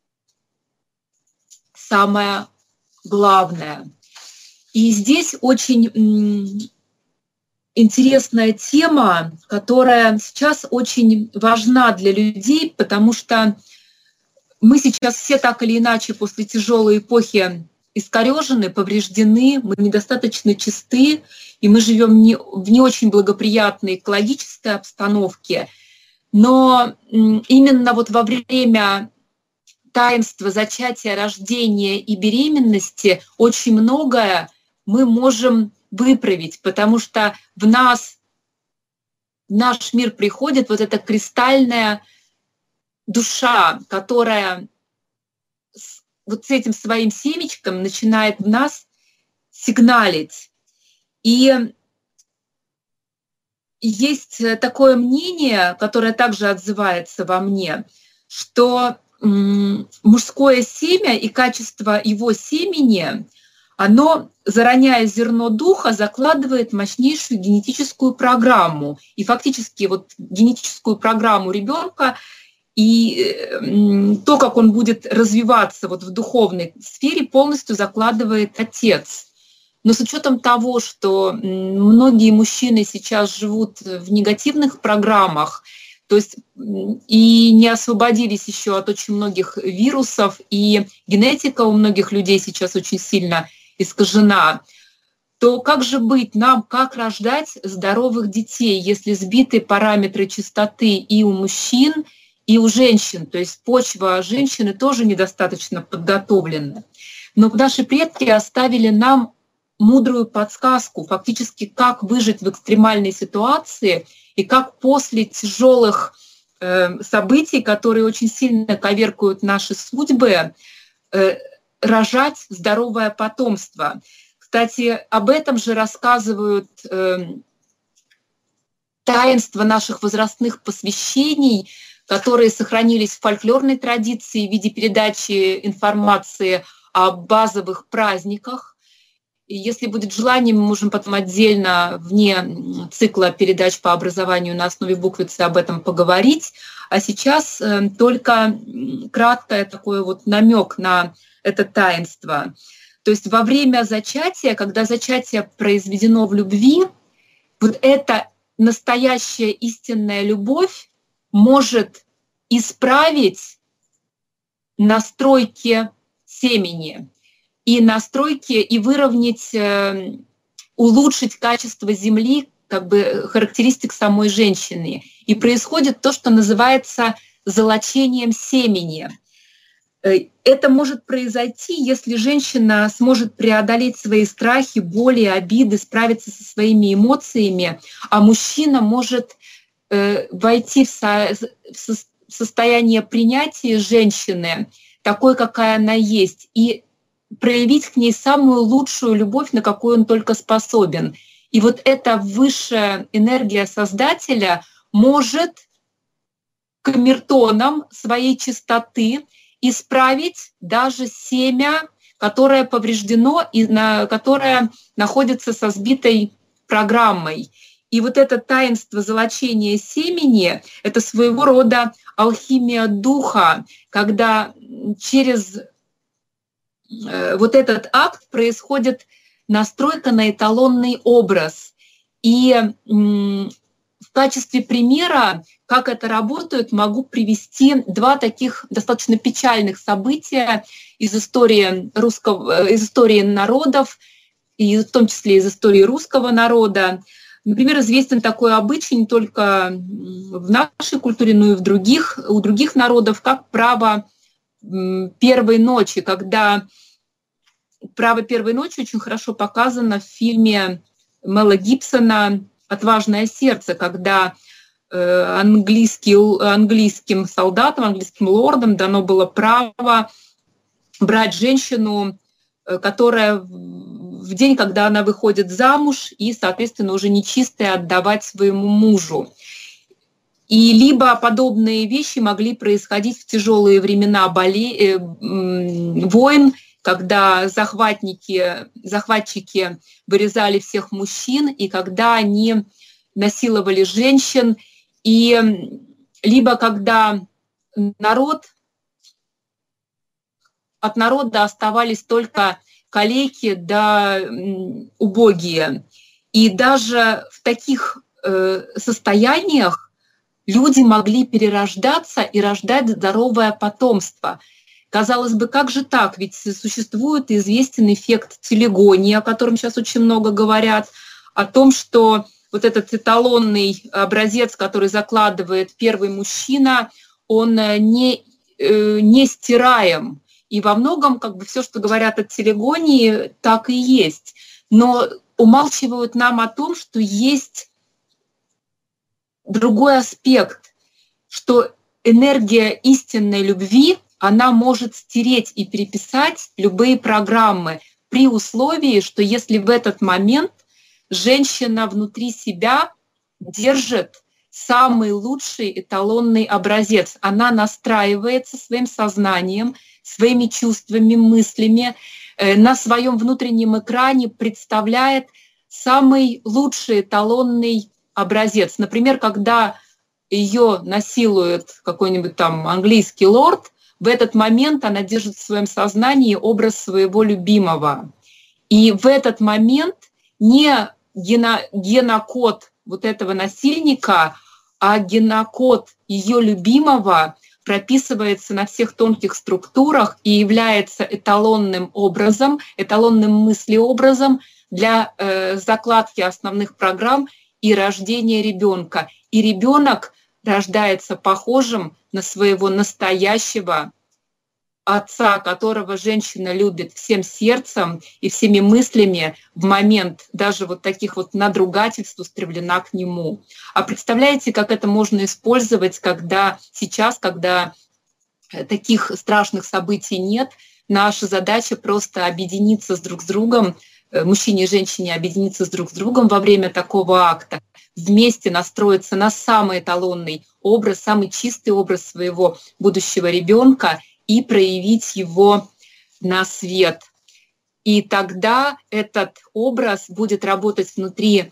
самое главное. И здесь очень интересная тема, которая сейчас очень важна для людей, потому что мы сейчас все так или иначе после тяжелой эпохи искорёжены, повреждены, мы недостаточно чисты, и мы живем не, в не очень благоприятной экологической обстановке. Но именно вот во время таинства зачатия, рождения и беременности очень многое мы можем выправить, потому что в нас, в наш мир приходит вот эта кристальная душа, которая с, вот с этим своим семечком начинает в нас сигналить. И есть такое мнение, которое также отзывается во мне, что мужское семя и качество его семени, оно, зароняя зерно духа, закладывает мощнейшую генетическую программу. И фактически вот генетическую программу ребенка и то, как он будет развиваться вот в духовной сфере, полностью закладывает отец. Но с учетом того, что многие мужчины сейчас живут в негативных программах, то есть и не освободились еще от очень многих вирусов, и генетика у многих людей сейчас очень сильно искажена, то как же быть нам, как рождать здоровых детей, если сбиты параметры чистоты и у мужчин, и у женщин? То есть почва женщины тоже недостаточно подготовлена. Но наши предки оставили нам мудрую подсказку, фактически, как выжить в экстремальной ситуации и как после тяжелых э, событий, которые очень сильно коверкуют наши судьбы, э, рожать здоровое потомство. Кстати, об этом же рассказывают э, таинства наших возрастных посвящений, которые сохранились в фольклорной традиции в виде передачи информации о базовых праздниках. И если будет желание, мы можем потом отдельно, вне цикла передач по образованию на основе буквицы, об этом поговорить. А сейчас э, только краткое такой вот намек на это таинство. То есть во время зачатия, когда зачатие произведено в любви, вот эта настоящая истинная любовь может исправить настройки семени и настройки, и выровнять, улучшить качество земли, как бы характеристик самой женщины. И происходит то, что называется золочением семени. Это может произойти, если женщина сможет преодолеть свои страхи, боли, обиды, справиться со своими эмоциями, а мужчина может войти в состояние принятия женщины такой, какая она есть, и проявить к ней самую лучшую любовь, на какую он только способен. И вот эта высшая энергия Создателя может камертоном своей чистоты исправить даже семя, которое повреждено и на, которое находится со сбитой программой. И вот это таинство золочения семени — это своего рода алхимия духа, когда через вот этот акт происходит настройка на эталонный образ. И в качестве примера, как это работает, могу привести два таких достаточно печальных события из истории русского, из истории народов, и в том числе из истории русского народа. Например, известен такой обычай не только в нашей культуре, но и в других, у других народов, как право первой ночи, когда право первой ночи очень хорошо показано в фильме Мела Гибсона «Отважное сердце», когда английский, английским солдатам, английским лордам дано было право брать женщину, которая в день, когда она выходит замуж, и, соответственно, уже нечистая, отдавать своему мужу. И либо подобные вещи могли происходить в тяжелые времена боле... войн, когда захватники, захватчики вырезали всех мужчин, и когда они насиловали женщин, и либо когда народ, от народа оставались только калеки да убогие. И даже в таких э, состояниях люди могли перерождаться и рождать здоровое потомство. Казалось бы, как же так? Ведь существует известен эффект телегонии, о котором сейчас очень много говорят, о том, что вот этот эталонный образец, который закладывает первый мужчина, он не, не стираем. И во многом как бы все, что говорят о телегонии, так и есть. Но умалчивают нам о том, что есть другой аспект, что энергия истинной любви, она может стереть и переписать любые программы при условии, что если в этот момент женщина внутри себя держит самый лучший эталонный образец. Она настраивается своим сознанием, своими чувствами, мыслями, на своем внутреннем экране представляет самый лучший эталонный образец. Например, когда ее насилует какой-нибудь там английский лорд, в этот момент она держит в своем сознании образ своего любимого. И в этот момент не гено, генокод вот этого насильника, а генокод ее любимого прописывается на всех тонких структурах и является эталонным образом, эталонным мыслеобразом для э, закладки основных программ и рождения ребенка. И ребенок рождается похожим на своего настоящего отца, которого женщина любит всем сердцем и всеми мыслями в момент даже вот таких вот надругательств устремлена к нему. А представляете, как это можно использовать, когда сейчас, когда таких страшных событий нет, наша задача просто объединиться с друг с другом, мужчине и женщине объединиться с друг с другом во время такого акта, вместе настроиться на самый эталонный образ, самый чистый образ своего будущего ребенка и проявить его на свет. И тогда этот образ будет работать внутри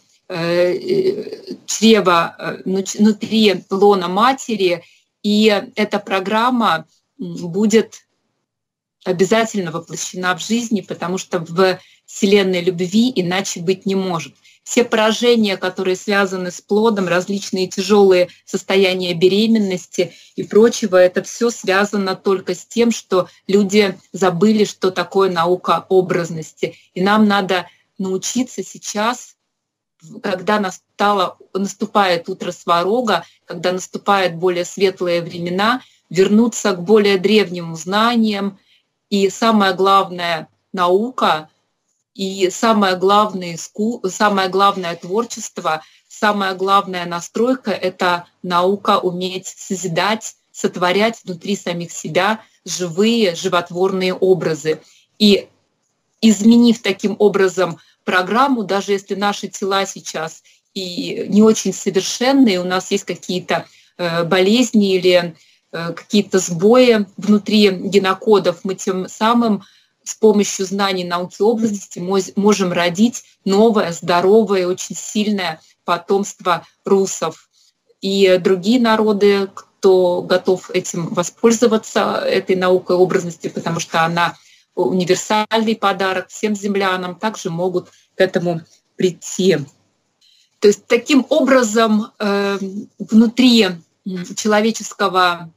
э, чрева, э, внутри лона матери, и эта программа будет обязательно воплощена в жизни, потому что в вселенной любви иначе быть не может. Все поражения, которые связаны с плодом, различные тяжелые состояния беременности и прочего, это все связано только с тем, что люди забыли, что такое наука образности. И нам надо научиться сейчас, когда настало, наступает утро Сварога, когда наступают более светлые времена, вернуться к более древним знаниям. И самое главное — наука, и самое главное, иску... самое главное творчество, самая главная настройка — это наука уметь созидать, сотворять внутри самих себя живые, животворные образы. И изменив таким образом программу, даже если наши тела сейчас и не очень совершенные, у нас есть какие-то болезни или какие-то сбои внутри генокодов, мы тем самым с помощью знаний науки образности можем родить новое, здоровое, очень сильное потомство русов. И другие народы, кто готов этим воспользоваться, этой наукой образности, потому что она универсальный подарок всем землянам, также могут к этому прийти. То есть таким образом э, внутри человеческого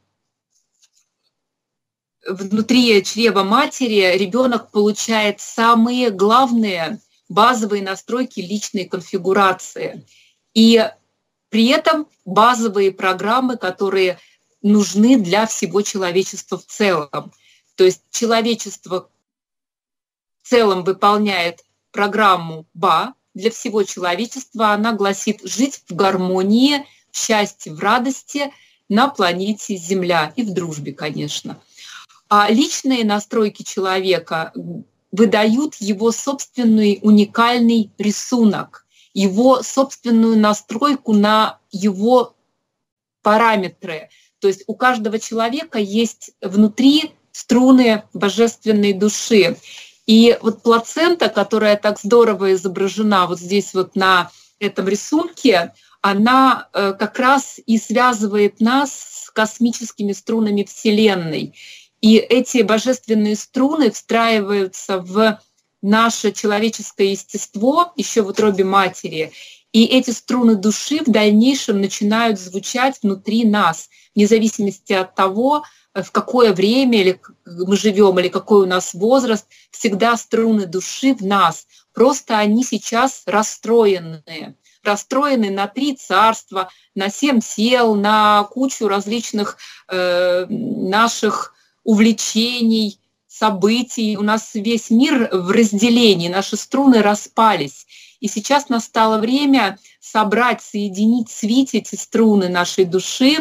внутри чрева матери ребенок получает самые главные базовые настройки личной конфигурации. И при этом базовые программы, которые нужны для всего человечества в целом. То есть человечество в целом выполняет программу Ба для всего человечества. Она гласит жить в гармонии, в счастье, в радости на планете Земля и в дружбе, конечно. А личные настройки человека выдают его собственный уникальный рисунок, его собственную настройку на его параметры. То есть у каждого человека есть внутри струны божественной души. И вот плацента, которая так здорово изображена вот здесь вот на этом рисунке, она как раз и связывает нас с космическими струнами Вселенной. И эти божественные струны встраиваются в наше человеческое естество еще в утробе матери. И эти струны души в дальнейшем начинают звучать внутри нас, вне зависимости от того, в какое время или мы живем, или какой у нас возраст, всегда струны души в нас. Просто они сейчас расстроенные. Расстроены на три царства, на семь тел, на кучу различных э, наших увлечений, событий. У нас весь мир в разделении, наши струны распались. И сейчас настало время собрать, соединить, свить эти струны нашей души,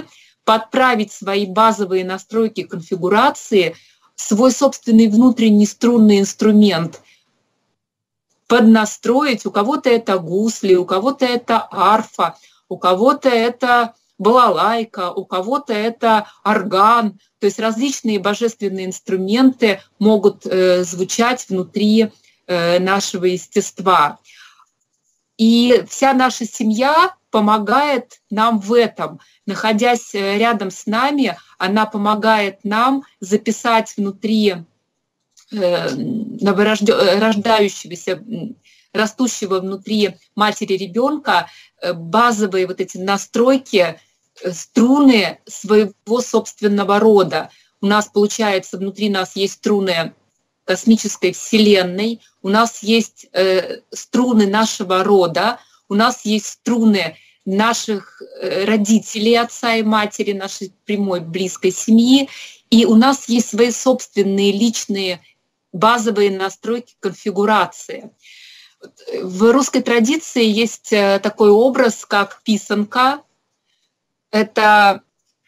подправить свои базовые настройки конфигурации, свой собственный внутренний струнный инструмент поднастроить. У кого-то это гусли, у кого-то это арфа, у кого-то это балалайка, у кого-то это орган. То есть различные божественные инструменты могут э, звучать внутри э, нашего естества. И вся наша семья помогает нам в этом. Находясь рядом с нами, она помогает нам записать внутри э, новорождающегося, растущего внутри матери ребенка э, базовые вот эти настройки, струны своего собственного рода. У нас, получается, внутри нас есть струны космической вселенной, у нас есть э, струны нашего рода, у нас есть струны наших родителей, отца и матери, нашей прямой близкой семьи, и у нас есть свои собственные личные базовые настройки конфигурации. В русской традиции есть такой образ, как писанка. Это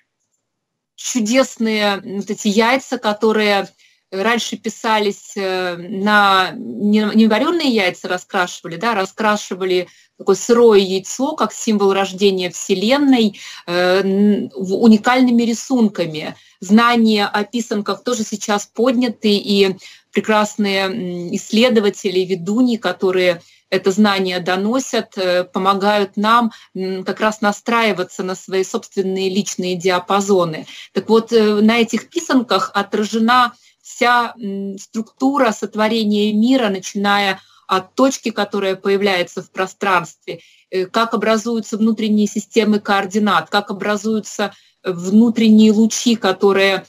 чудесные вот эти яйца, которые раньше писались на не вареные яйца раскрашивали, да, раскрашивали такое сырое яйцо как символ рождения Вселенной уникальными рисунками. Знания о писанках тоже сейчас подняты, и прекрасные исследователи, ведуньи, которые это знание доносят, помогают нам как раз настраиваться на свои собственные личные диапазоны. Так вот, на этих писанках отражена вся структура сотворения мира, начиная от точки, которая появляется в пространстве, как образуются внутренние системы координат, как образуются внутренние лучи, которые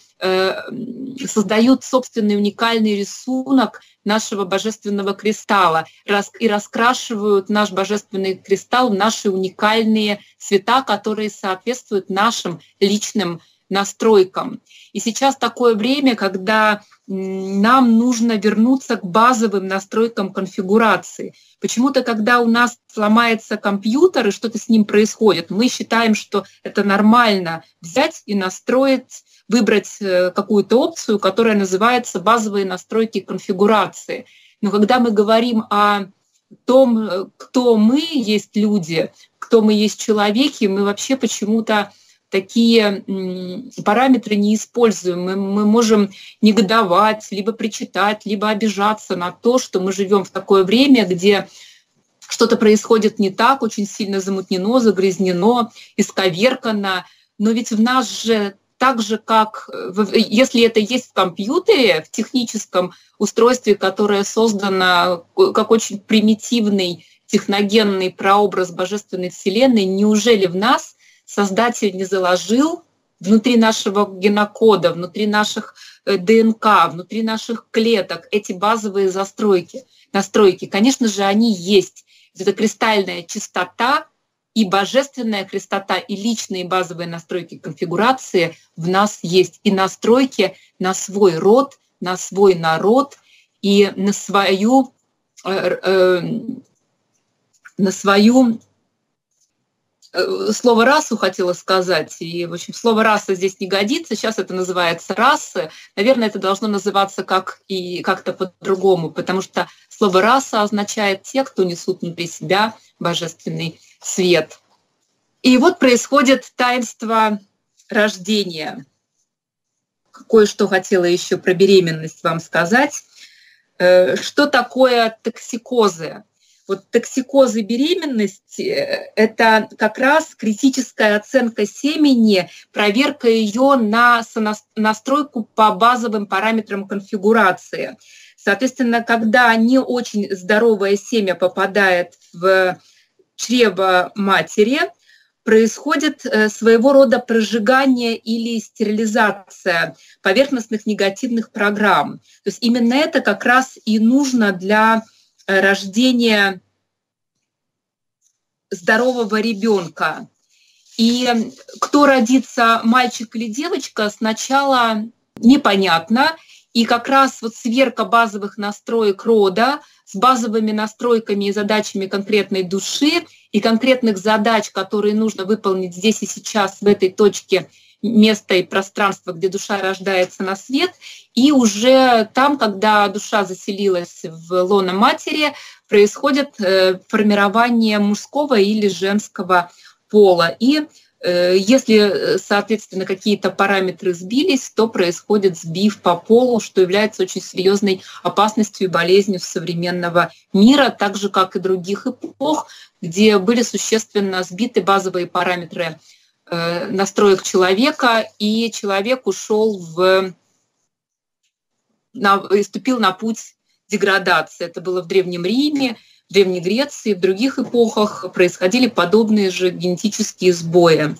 создают собственный уникальный рисунок нашего божественного кристалла и раскрашивают наш божественный кристалл в наши уникальные цвета, которые соответствуют нашим личным настройкам. И сейчас такое время, когда нам нужно вернуться к базовым настройкам конфигурации. Почему-то, когда у нас сломается компьютер и что-то с ним происходит, мы считаем, что это нормально взять и настроить, выбрать какую-то опцию, которая называется «базовые настройки конфигурации». Но когда мы говорим о том, кто мы есть люди, кто мы есть человеки, мы вообще почему-то такие параметры не используем. Мы, мы можем негодовать, либо причитать, либо обижаться на то, что мы живем в такое время, где что-то происходит не так, очень сильно замутнено, загрязнено, исковеркано. Но ведь в нас же так же, как если это есть в компьютере, в техническом устройстве, которое создано как очень примитивный техногенный прообраз Божественной Вселенной, неужели в нас Создатель не заложил внутри нашего генокода, внутри наших ДНК, внутри наших клеток эти базовые застройки, настройки? Конечно же, они есть. Это кристальная чистота и божественная чистота, и личные базовые настройки конфигурации в нас есть. И настройки на свой род, на свой народ и на свою, э, э, на свою слово «расу» хотела сказать, и, в общем, слово «раса» здесь не годится, сейчас это называется «расы», наверное, это должно называться как и как-то по-другому, потому что слово «раса» означает те, кто несут внутри себя божественный свет. И вот происходит таинство рождения. Кое-что хотела еще про беременность вам сказать. Что такое токсикозы? Вот токсикозы беременности – это как раз критическая оценка семени, проверка ее на настройку по базовым параметрам конфигурации. Соответственно, когда не очень здоровое семя попадает в чрево матери, происходит своего рода прожигание или стерилизация поверхностных негативных программ. То есть именно это как раз и нужно для рождения здорового ребенка. И кто родится, мальчик или девочка, сначала непонятно. И как раз вот сверка базовых настроек рода с базовыми настройками и задачами конкретной души и конкретных задач, которые нужно выполнить здесь и сейчас в этой точке место и пространство, где душа рождается на свет, и уже там, когда душа заселилась в лоно матери, происходит формирование мужского или женского пола. И если, соответственно, какие-то параметры сбились, то происходит сбив по полу, что является очень серьезной опасностью и болезнью современного мира, так же, как и других эпох, где были существенно сбиты базовые параметры настроек человека, и человек ушел в, на, и ступил на путь деградации. Это было в Древнем Риме, в Древней Греции, в других эпохах происходили подобные же генетические сбои.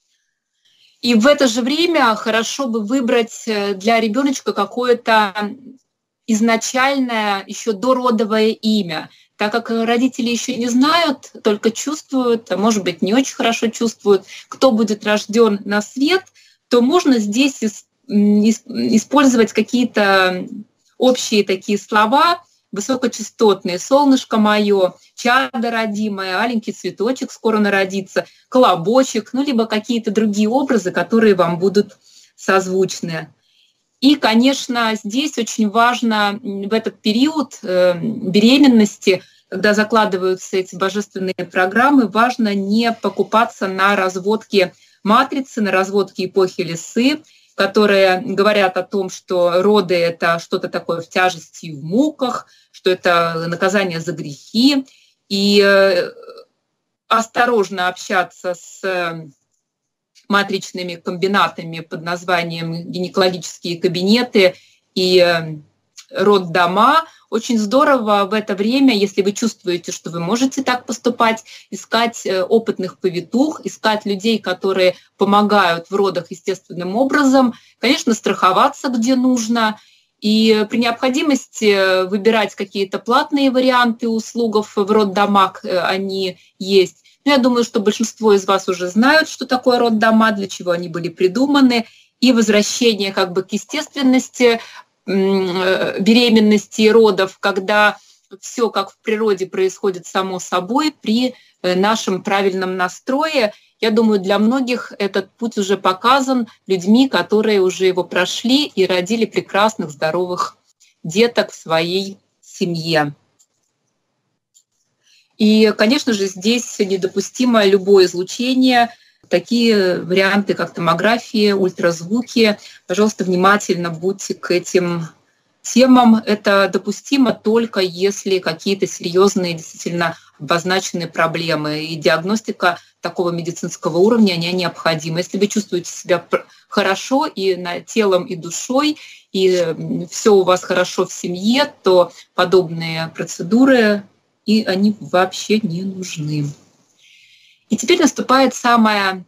И в это же время хорошо бы выбрать для ребеночка какое-то изначальное, еще дородовое имя, так как родители еще не знают, только чувствуют, а может быть, не очень хорошо чувствуют, кто будет рожден на свет, то можно здесь использовать какие-то общие такие слова, высокочастотные: солнышко мое, чадо родимое, аленький цветочек скоро народится, колобочек, ну, либо какие-то другие образы, которые вам будут созвучны. И, конечно, здесь очень важно в этот период беременности, когда закладываются эти божественные программы, важно не покупаться на разводки матрицы, на разводки эпохи Лисы, которые говорят о том, что роды – это что-то такое в тяжести и в муках, что это наказание за грехи. И осторожно общаться с матричными комбинатами под названием гинекологические кабинеты и роддома. Очень здорово в это время, если вы чувствуете, что вы можете так поступать, искать опытных повитух, искать людей, которые помогают в родах естественным образом, конечно, страховаться, где нужно, и при необходимости выбирать какие-то платные варианты услуг в роддомах, они есть. Но я думаю, что большинство из вас уже знают, что такое роддома, для чего они были придуманы, и возвращение как бы к естественности беременности и родов, когда все как в природе происходит само собой при нашем правильном настрое. Я думаю, для многих этот путь уже показан людьми, которые уже его прошли и родили прекрасных, здоровых деток в своей семье. И, конечно же, здесь недопустимо любое излучение. Такие варианты, как томография, ультразвуки. Пожалуйста, внимательно будьте к этим темам. Это допустимо только если какие-то серьезные, действительно обозначенные проблемы. И диагностика такого медицинского уровня, они необходима. Если вы чувствуете себя хорошо и на телом, и душой, и все у вас хорошо в семье, то подобные процедуры, и они вообще не нужны. И теперь наступает самое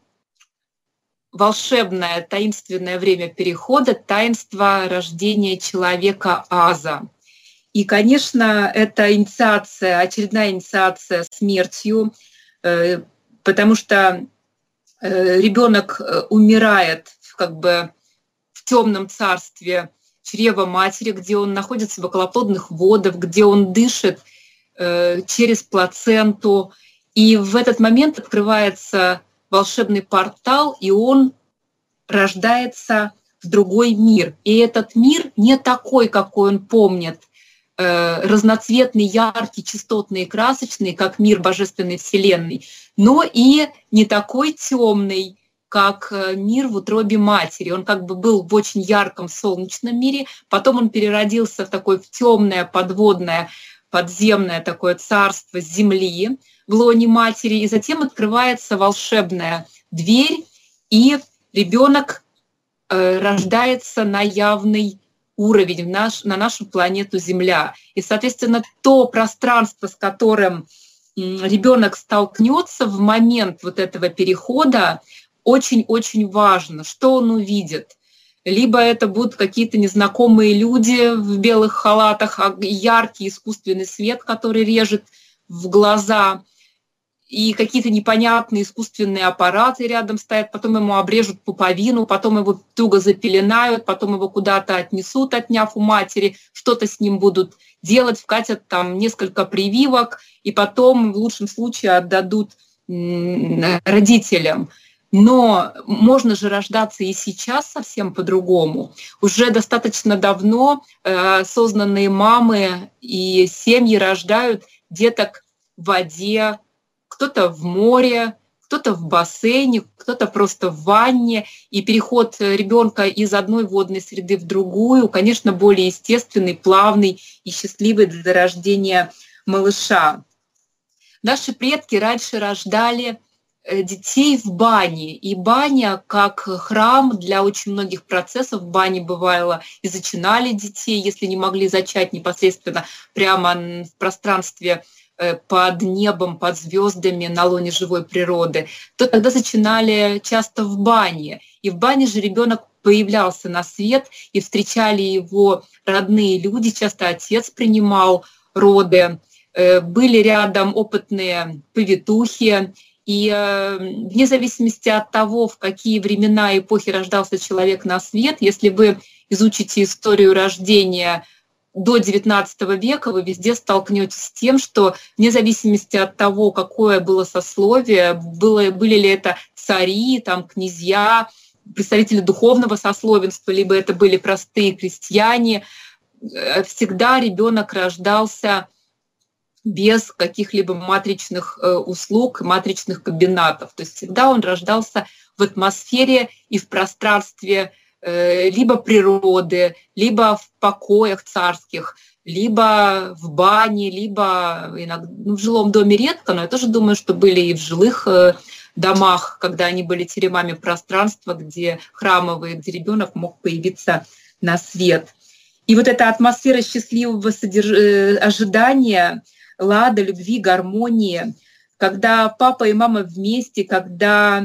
волшебное, таинственное время перехода, таинство рождения человека Аза. И, конечно, это инициация, очередная инициация смертью, потому что ребенок умирает как бы в темном царстве чрева матери, где он находится в околоплодных водах, где он дышит через плаценту. И в этот момент открывается волшебный портал, и он рождается в другой мир. И этот мир не такой, какой он помнит, разноцветный, яркий, частотный и красочный, как мир Божественной Вселенной, но и не такой темный, как мир в утробе матери. Он как бы был в очень ярком солнечном мире, потом он переродился в такое темное, подводное, подземное такое царство земли в лоне матери, и затем открывается волшебная дверь, и ребенок э, рождается на явный уровень, в наш, на нашу планету Земля. И, соответственно, то пространство, с которым ребенок столкнется в момент вот этого перехода, очень-очень важно, что он увидит. Либо это будут какие-то незнакомые люди в белых халатах, яркий искусственный свет, который режет в глаза, и какие-то непонятные искусственные аппараты рядом стоят, потом ему обрежут пуповину, потом его туго запеленают, потом его куда-то отнесут, отняв у матери, что-то с ним будут делать, вкатят там несколько прививок, и потом в лучшем случае отдадут родителям. Но можно же рождаться и сейчас совсем по-другому. Уже достаточно давно э, осознанные мамы и семьи рождают деток в воде, кто-то в море, кто-то в бассейне, кто-то просто в ванне. И переход ребенка из одной водной среды в другую, конечно, более естественный, плавный и счастливый для рождения малыша. Наши предки раньше рождали детей в бане. И баня как храм для очень многих процессов. В бане бывало и зачинали детей, если не могли зачать непосредственно прямо в пространстве под небом, под звездами на лоне живой природы, то тогда зачинали часто в бане. И в бане же ребенок появлялся на свет, и встречали его родные люди, часто отец принимал роды. Были рядом опытные повитухи, и вне зависимости от того, в какие времена и эпохи рождался человек на свет, если вы изучите историю рождения до девятнадцатого века, вы везде столкнетесь с тем, что вне зависимости от того, какое было сословие, было, были ли это цари, там, князья, представители духовного сословенства, либо это были простые крестьяне, всегда ребенок рождался без каких-либо матричных услуг, матричных комбинатов. То есть всегда он рождался в атмосфере и в пространстве либо природы, либо в покоях царских, либо в бане, либо иногда, ну, в жилом доме редко, но я тоже думаю, что были и в жилых домах, когда они были теремами пространства, где храмовые, где ребенок мог появиться на свет. И вот эта атмосфера счастливого содерж... ожидания, лада, любви, гармонии, когда папа и мама вместе, когда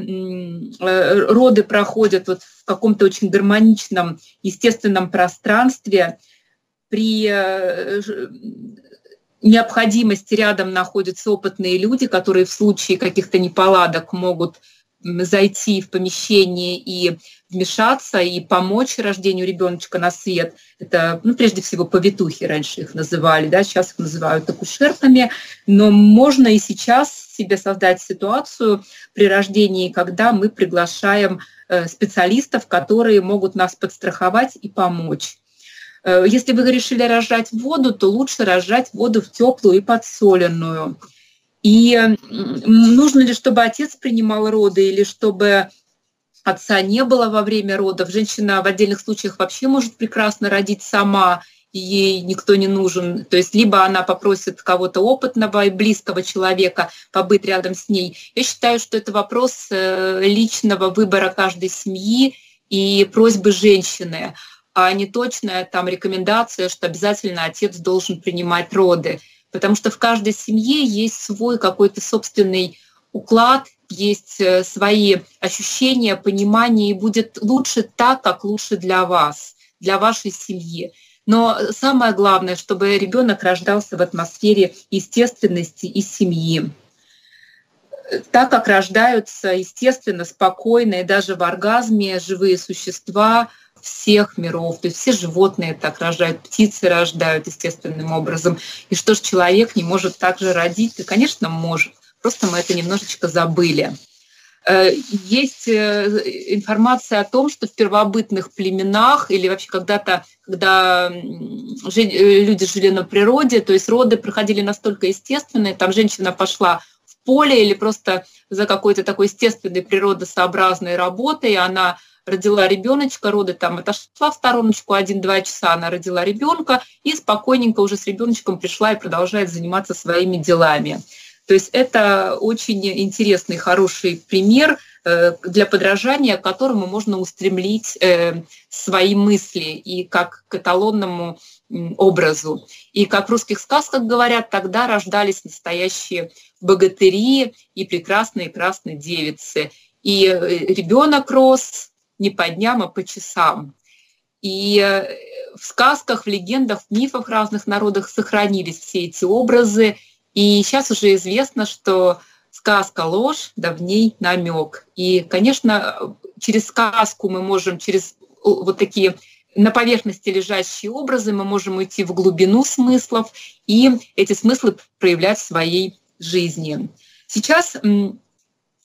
роды проходят вот в каком-то очень гармоничном, естественном пространстве, при необходимости рядом находятся опытные люди, которые в случае каких-то неполадок могут зайти в помещение и вмешаться, и помочь рождению ребеночка на свет. Это, ну, прежде всего, повитухи раньше их называли, да, сейчас их называют акушерками, но можно и сейчас себе создать ситуацию при рождении, когда мы приглашаем специалистов, которые могут нас подстраховать и помочь. Если вы решили рожать воду, то лучше рожать воду в теплую и подсоленную. И нужно ли, чтобы отец принимал роды, или чтобы отца не было во время родов? Женщина в отдельных случаях вообще может прекрасно родить сама, и ей никто не нужен. То есть либо она попросит кого-то опытного и близкого человека побыть рядом с ней. Я считаю, что это вопрос личного выбора каждой семьи и просьбы женщины, а не точная там рекомендация, что обязательно отец должен принимать роды. Потому что в каждой семье есть свой какой-то собственный уклад, есть свои ощущения, понимание, и будет лучше так, как лучше для вас, для вашей семьи. Но самое главное, чтобы ребенок рождался в атмосфере естественности и семьи. Так как рождаются естественно, спокойно и даже в оргазме живые существа всех миров, то есть все животные так рождают, птицы рождают естественным образом. И что ж человек не может так же родить? Да, конечно, может. Просто мы это немножечко забыли. Есть информация о том, что в первобытных племенах или вообще когда-то, когда люди жили на природе, то есть роды проходили настолько естественные, там женщина пошла в поле или просто за какой-то такой естественной природосообразной работой, она родила ребеночка, роды там отошла в стороночку, один-два часа она родила ребенка и спокойненько уже с ребеночком пришла и продолжает заниматься своими делами. То есть это очень интересный, хороший пример для подражания, к которому можно устремлить свои мысли и как к эталонному образу. И как в русских сказках говорят, тогда рождались настоящие богатыри и прекрасные красные девицы. И ребенок рос не по дням, а по часам. И в сказках, в легендах, в мифах разных народов сохранились все эти образы. И сейчас уже известно, что сказка ложь, да в ней намек. И, конечно, через сказку мы можем, через вот такие на поверхности лежащие образы, мы можем уйти в глубину смыслов и эти смыслы проявлять в своей жизни. Сейчас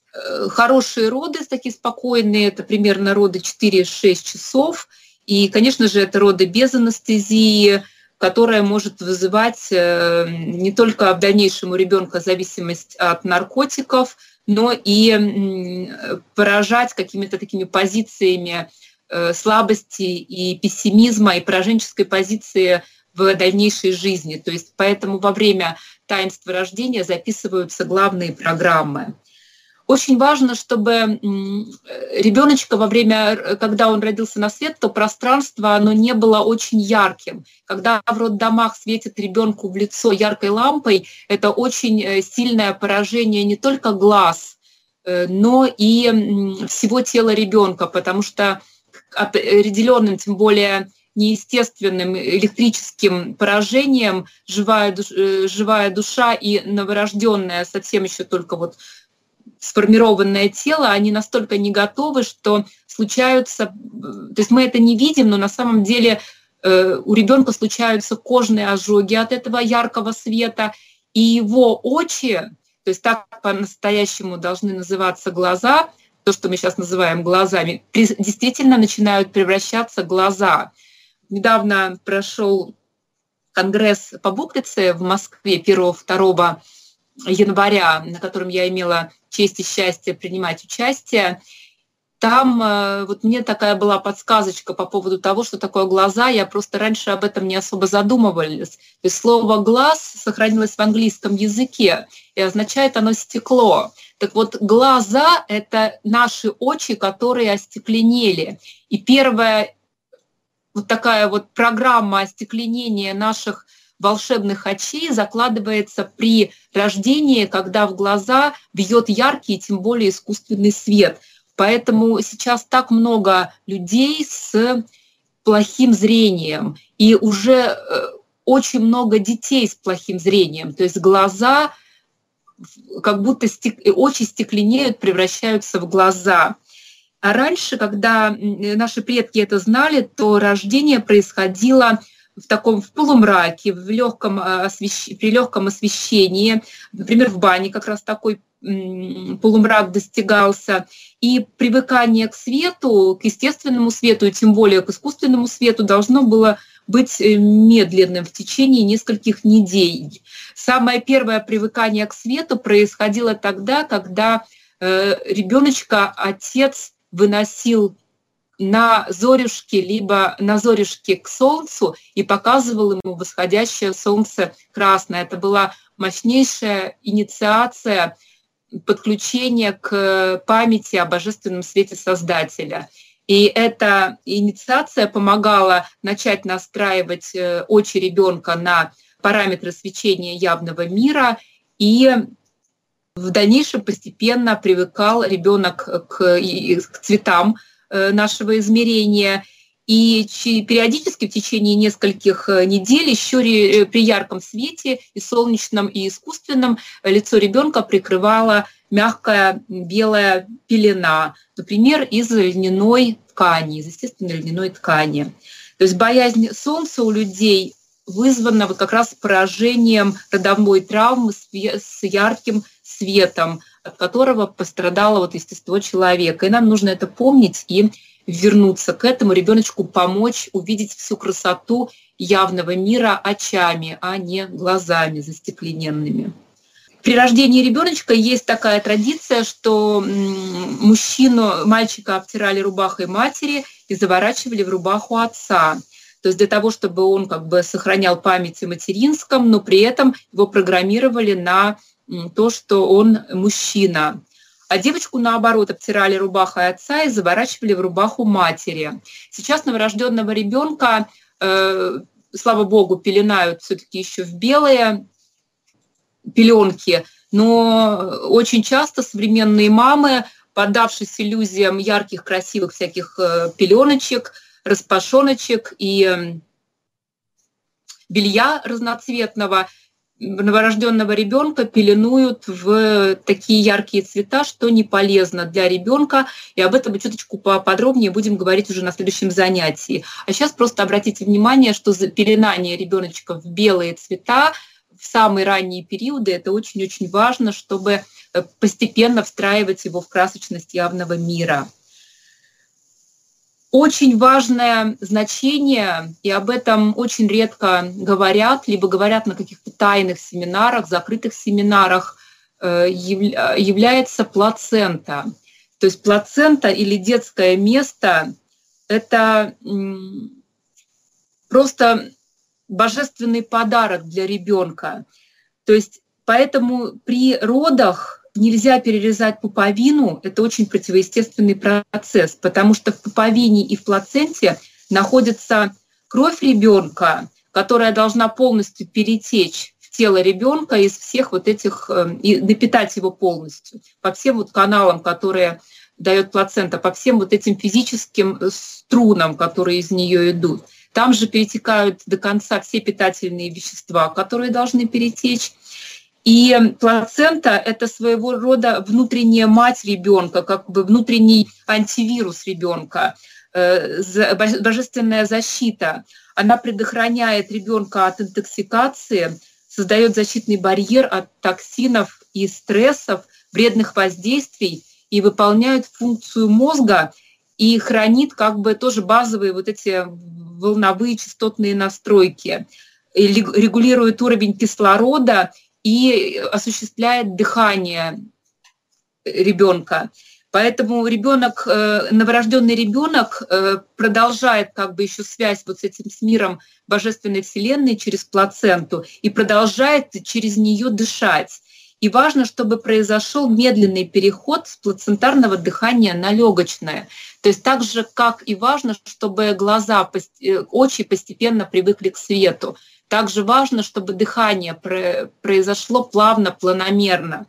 Хорошие роды, такие спокойные, это примерно роды четыре-шесть часов. И, конечно же, это роды без анестезии, которая может вызывать не только в дальнейшем у ребенка зависимость от наркотиков, но и поражать какими-то такими позициями слабости и пессимизма, и пораженческой позиции в дальнейшей жизни. То есть поэтому во время таинства рождения записываются главные программы. Очень важно, чтобы ребеночка во время, когда он родился на свет, то пространство оно не было очень ярким. Когда в роддомах светит ребенку в лицо яркой лампой, это очень сильное поражение не только глаз, но и всего тела ребенка, потому что определенным, тем более неестественным электрическим поражением живая душа, живая душа и новорожденная, совсем еще только вот сформированное тело, они настолько не готовы, что случаются, то есть мы это не видим, но на самом деле э, у ребенка случаются кожные ожоги от этого яркого света, и его очи, то есть так по-настоящему должны называться глаза, то, что мы сейчас называем глазами, действительно начинают превращаться в глаза. Недавно прошел конгресс по буквице в Москве первого-второго января, на котором я имела честь и счастье принимать участие. Там вот мне такая была подсказочка по поводу того, что такое глаза. Я просто раньше об этом не особо задумывалась. То есть слово «глаз» сохранилось в английском языке, и означает оно «стекло». Так вот, глаза — это наши очи, которые остекленели. И первая вот такая вот программа остекленения наших волшебных очей закладывается при рождении, когда в глаза бьет яркий, тем более искусственный свет. Поэтому сейчас так много людей с плохим зрением, и уже очень много детей с плохим зрением. То есть глаза, как будто стек... очи стекленеют, превращаются в глаза. А раньше, когда наши предки это знали, то рождение происходило в таком в полумраке, в легком освещ... при легком освещении, например, в бане как раз такой полумрак достигался, и привыкание к свету, к естественному свету, и тем более к искусственному свету должно было быть медленным в течение нескольких недель. Самое первое привыкание к свету происходило тогда, когда э, ребеночка отец выносил на зорюшке, либо на зорюшке к солнцу и показывал ему восходящее солнце красное. Это была мощнейшая инициация подключения к памяти о божественном свете Создателя. И эта инициация помогала начать настраивать очи ребенка на параметры свечения явного мира, и в дальнейшем постепенно привыкал ребенок к, к цветам нашего измерения. И периодически в течение нескольких недель еще при ярком свете, и солнечном, и искусственном, лицо ребенка прикрывала мягкая белая пелена, например, из льняной ткани, из естественной льняной ткани. То есть боязнь солнца у людей вызвана вот как раз поражением родовой травмы с ярким светом, от которого пострадало вот естество человека. И нам нужно это помнить и вернуться к этому, ребеночку помочь увидеть всю красоту явного мира очами, а не глазами застеклененными. При рождении ребеночка есть такая традиция, что мужчину, мальчика обтирали рубахой матери и заворачивали в рубаху отца. То есть для того, чтобы он как бы сохранял память о материнском, но при этом его программировали на то, что он мужчина. А девочку, наоборот, обтирали рубахой отца и заворачивали в рубаху матери. Сейчас новорожденного ребенка, э, слава богу, пеленают все-таки еще в белые пеленки, но очень часто современные мамы, поддавшись иллюзиям ярких, красивых всяких пеленочек, распашоночек и белья разноцветного, новорожденного ребенка пеленуют в такие яркие цвета, что не полезно для ребенка. И об этом чуточку поподробнее будем говорить уже на следующем занятии. А сейчас просто обратите внимание, что пеленание ребеночка в белые цвета в самые ранние периоды это очень-очень важно, чтобы постепенно встраивать его в красочность явного мира. Очень важное значение, и об этом очень редко говорят, либо говорят на каких-то тайных семинарах, закрытых семинарах, является плацента. То есть плацента или детское место – это просто божественный подарок для ребенка. То есть поэтому при родах нельзя перерезать пуповину, это очень противоестественный процесс, потому что в пуповине и в плаценте находится кровь ребенка, которая должна полностью перетечь в тело ребенка из всех вот этих, и напитать его полностью, по всем вот каналам, которые дает плацента, по всем вот этим физическим струнам, которые из нее идут. Там же перетекают до конца все питательные вещества, которые должны перетечь. И плацента – это своего рода внутренняя мать ребенка, как бы внутренний антивирус ребенка, божественная защита. Она предохраняет ребенка от интоксикации, создает защитный барьер от токсинов и стрессов, вредных воздействий и выполняет функцию мозга и хранит как бы тоже базовые вот эти волновые частотные настройки, регулирует уровень кислорода и осуществляет дыхание ребенка. Поэтому ребенок, новорожденный ребенок продолжает как бы еще связь вот с этим с миром Божественной Вселенной через плаценту и продолжает через нее дышать. И важно, чтобы произошел медленный переход с плацентарного дыхания на легочное. То есть так же, как и важно, чтобы глаза, очи постепенно привыкли к свету. Также важно, чтобы дыхание произошло плавно, планомерно.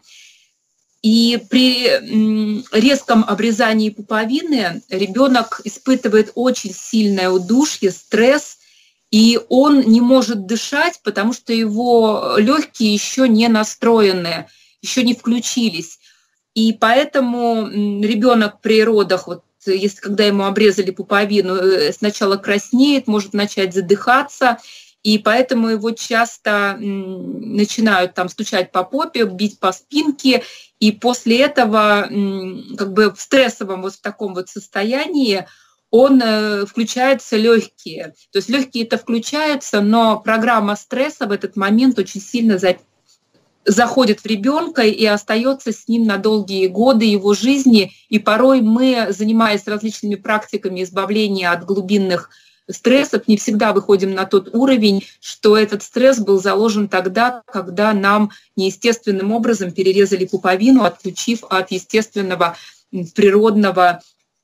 И при резком обрезании пуповины ребенок испытывает очень сильное удушье, стресс, и он не может дышать, потому что его легкие еще не настроены, еще не включились. И поэтому ребенок при родах, вот, если когда ему обрезали пуповину, сначала краснеет, может начать задыхаться, и поэтому его часто начинают там стучать по попе, бить по спинке, и после этого как бы в стрессовом вот в таком вот состоянии он включаются легкие. То есть легкие это включаются, но программа стресса в этот момент очень сильно за... заходит в ребенка и остается с ним на долгие годы его жизни. И порой мы, занимаясь различными практиками избавления от глубинных стрессов, не всегда выходим на тот уровень, что этот стресс был заложен тогда, когда нам неестественным образом перерезали пуповину, отключив от естественного природного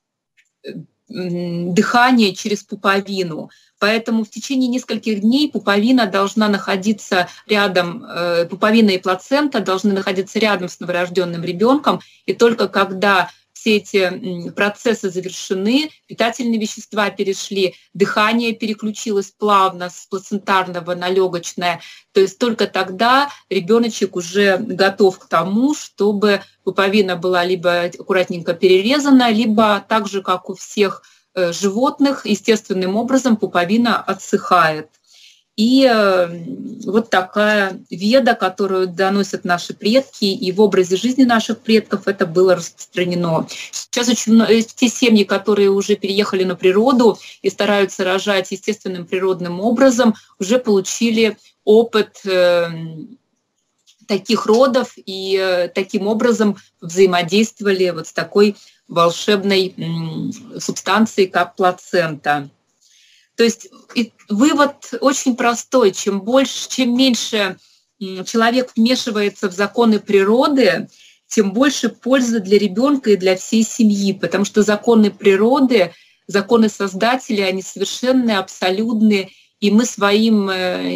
дыхания через пуповину. Поэтому в течение нескольких дней пуповина должна находиться рядом, пуповина и плацента должны находиться рядом с новорожденным ребенком, и только когда все эти процессы завершены, питательные вещества перешли, дыхание переключилось плавно с плацентарного на легочное, то есть только тогда ребеночек уже готов к тому, чтобы пуповина была либо аккуратненько перерезана, либо так же, как у всех животных, естественным образом пуповина отсыхает. И вот такая веда, которую доносят наши предки, и в образе жизни наших предков это было распространено. Сейчас очень много, те семьи, которые уже переехали на природу и стараются рожать естественным природным образом, уже получили опыт таких родов и таким образом взаимодействовали вот с такой волшебной субстанцией, как плацента. То есть вывод очень простой. Чем больше, чем меньше человек вмешивается в законы природы, тем больше пользы для ребенка и для всей семьи, потому что законы природы, законы Создателя, они совершенные, абсолютные, и мы своим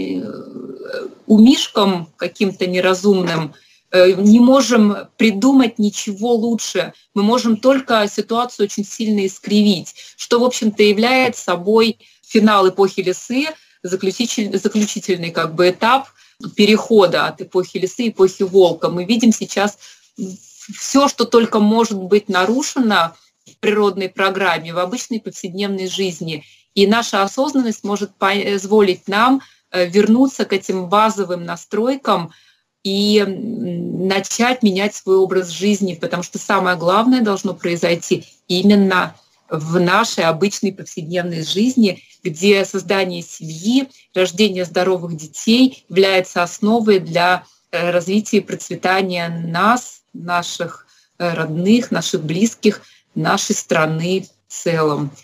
умишкам каким-то неразумным не можем придумать ничего лучше. Мы можем только ситуацию очень сильно искривить, что, в общем-то, является собой финал эпохи лисы, заключительный, заключительный как бы этап перехода от эпохи лисы к эпохи волка. Мы видим сейчас все, что только может быть нарушено в природной программе, в обычной повседневной жизни. И наша осознанность может позволить нам вернуться к этим базовым настройкам и начать менять свой образ жизни, потому что самое главное должно произойти именно в нашей обычной повседневной жизни, где создание семьи, рождение здоровых детей является основой для развития и процветания нас, наших родных, наших близких, нашей страны в целом.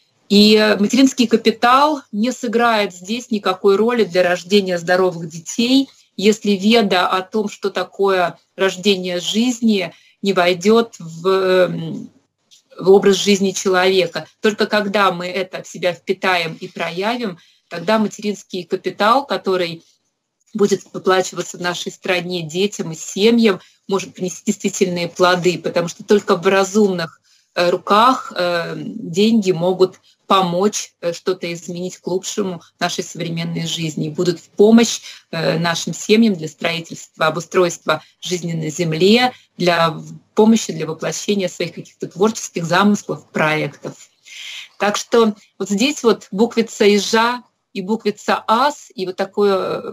И материнский капитал не сыграет здесь никакой роли для рождения здоровых детей, если веда о том, что такое рождение жизни, не войдет в, в образ жизни человека. Только когда мы это в себя впитаем и проявим, тогда материнский капитал, который будет выплачиваться в нашей стране детям и семьям, может принести действительные плоды, потому что только в разумных руках деньги могут помочь что-то изменить к лучшему в нашей современной жизни, будут в помощь нашим семьям для строительства, обустройства жизни на земле, для помощи, для воплощения своих каких-то творческих замыслов, проектов. Так что вот здесь вот буквица «Ижа» и буквица «Ас», и вот такое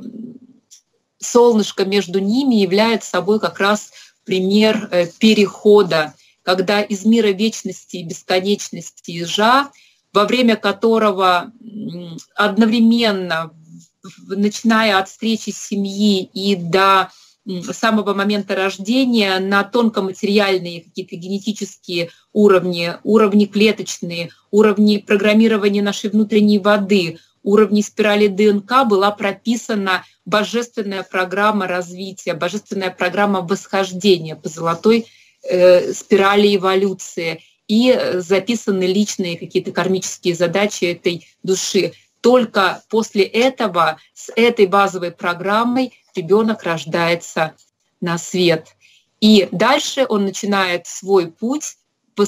солнышко между ними является собой как раз пример перехода, когда из мира вечности и бесконечности Ижа, во время которого одновременно, начиная от встречи семьи и до самого момента рождения, на тонкоматериальные какие-то генетические уровни, уровни клеточные, уровни программирования нашей внутренней воды, уровни спирали ДНК была прописана божественная программа развития, божественная программа восхождения по золотой э, спирали эволюции. И записаны личные какие-то кармические задачи этой души. Только после этого, с этой базовой программой, ребенок рождается на свет. И дальше он начинает свой путь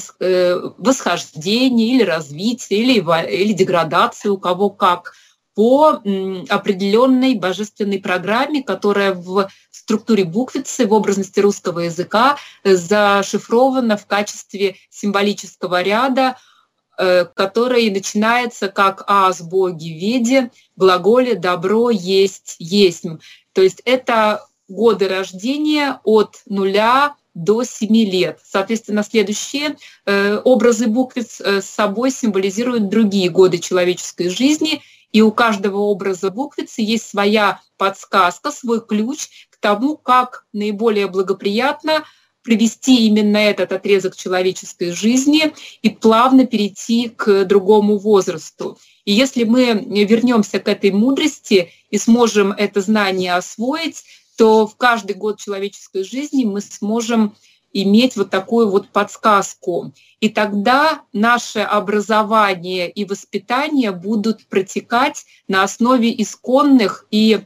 восхождения или развития, или, или деградации, у кого как, по определенной божественной программе, которая в структуре буквицы, в образности русского языка зашифрована в качестве символического ряда, который начинается как «Ас боги веде», глаголе «добро есть есмь». То есть это годы рождения от нуля до семи лет. Соответственно, следующие образы буквиц с собой символизируют другие годы человеческой жизни, и у каждого образа буквицы есть своя подсказка, свой ключ к тому, как наиболее благоприятно привести именно этот отрезок человеческой жизни и плавно перейти к другому возрасту. И если мы вернемся к этой мудрости и сможем это знание освоить, то в каждый год человеческой жизни мы сможем иметь вот такую вот подсказку. И тогда наше образование и воспитание будут протекать на основе исконных и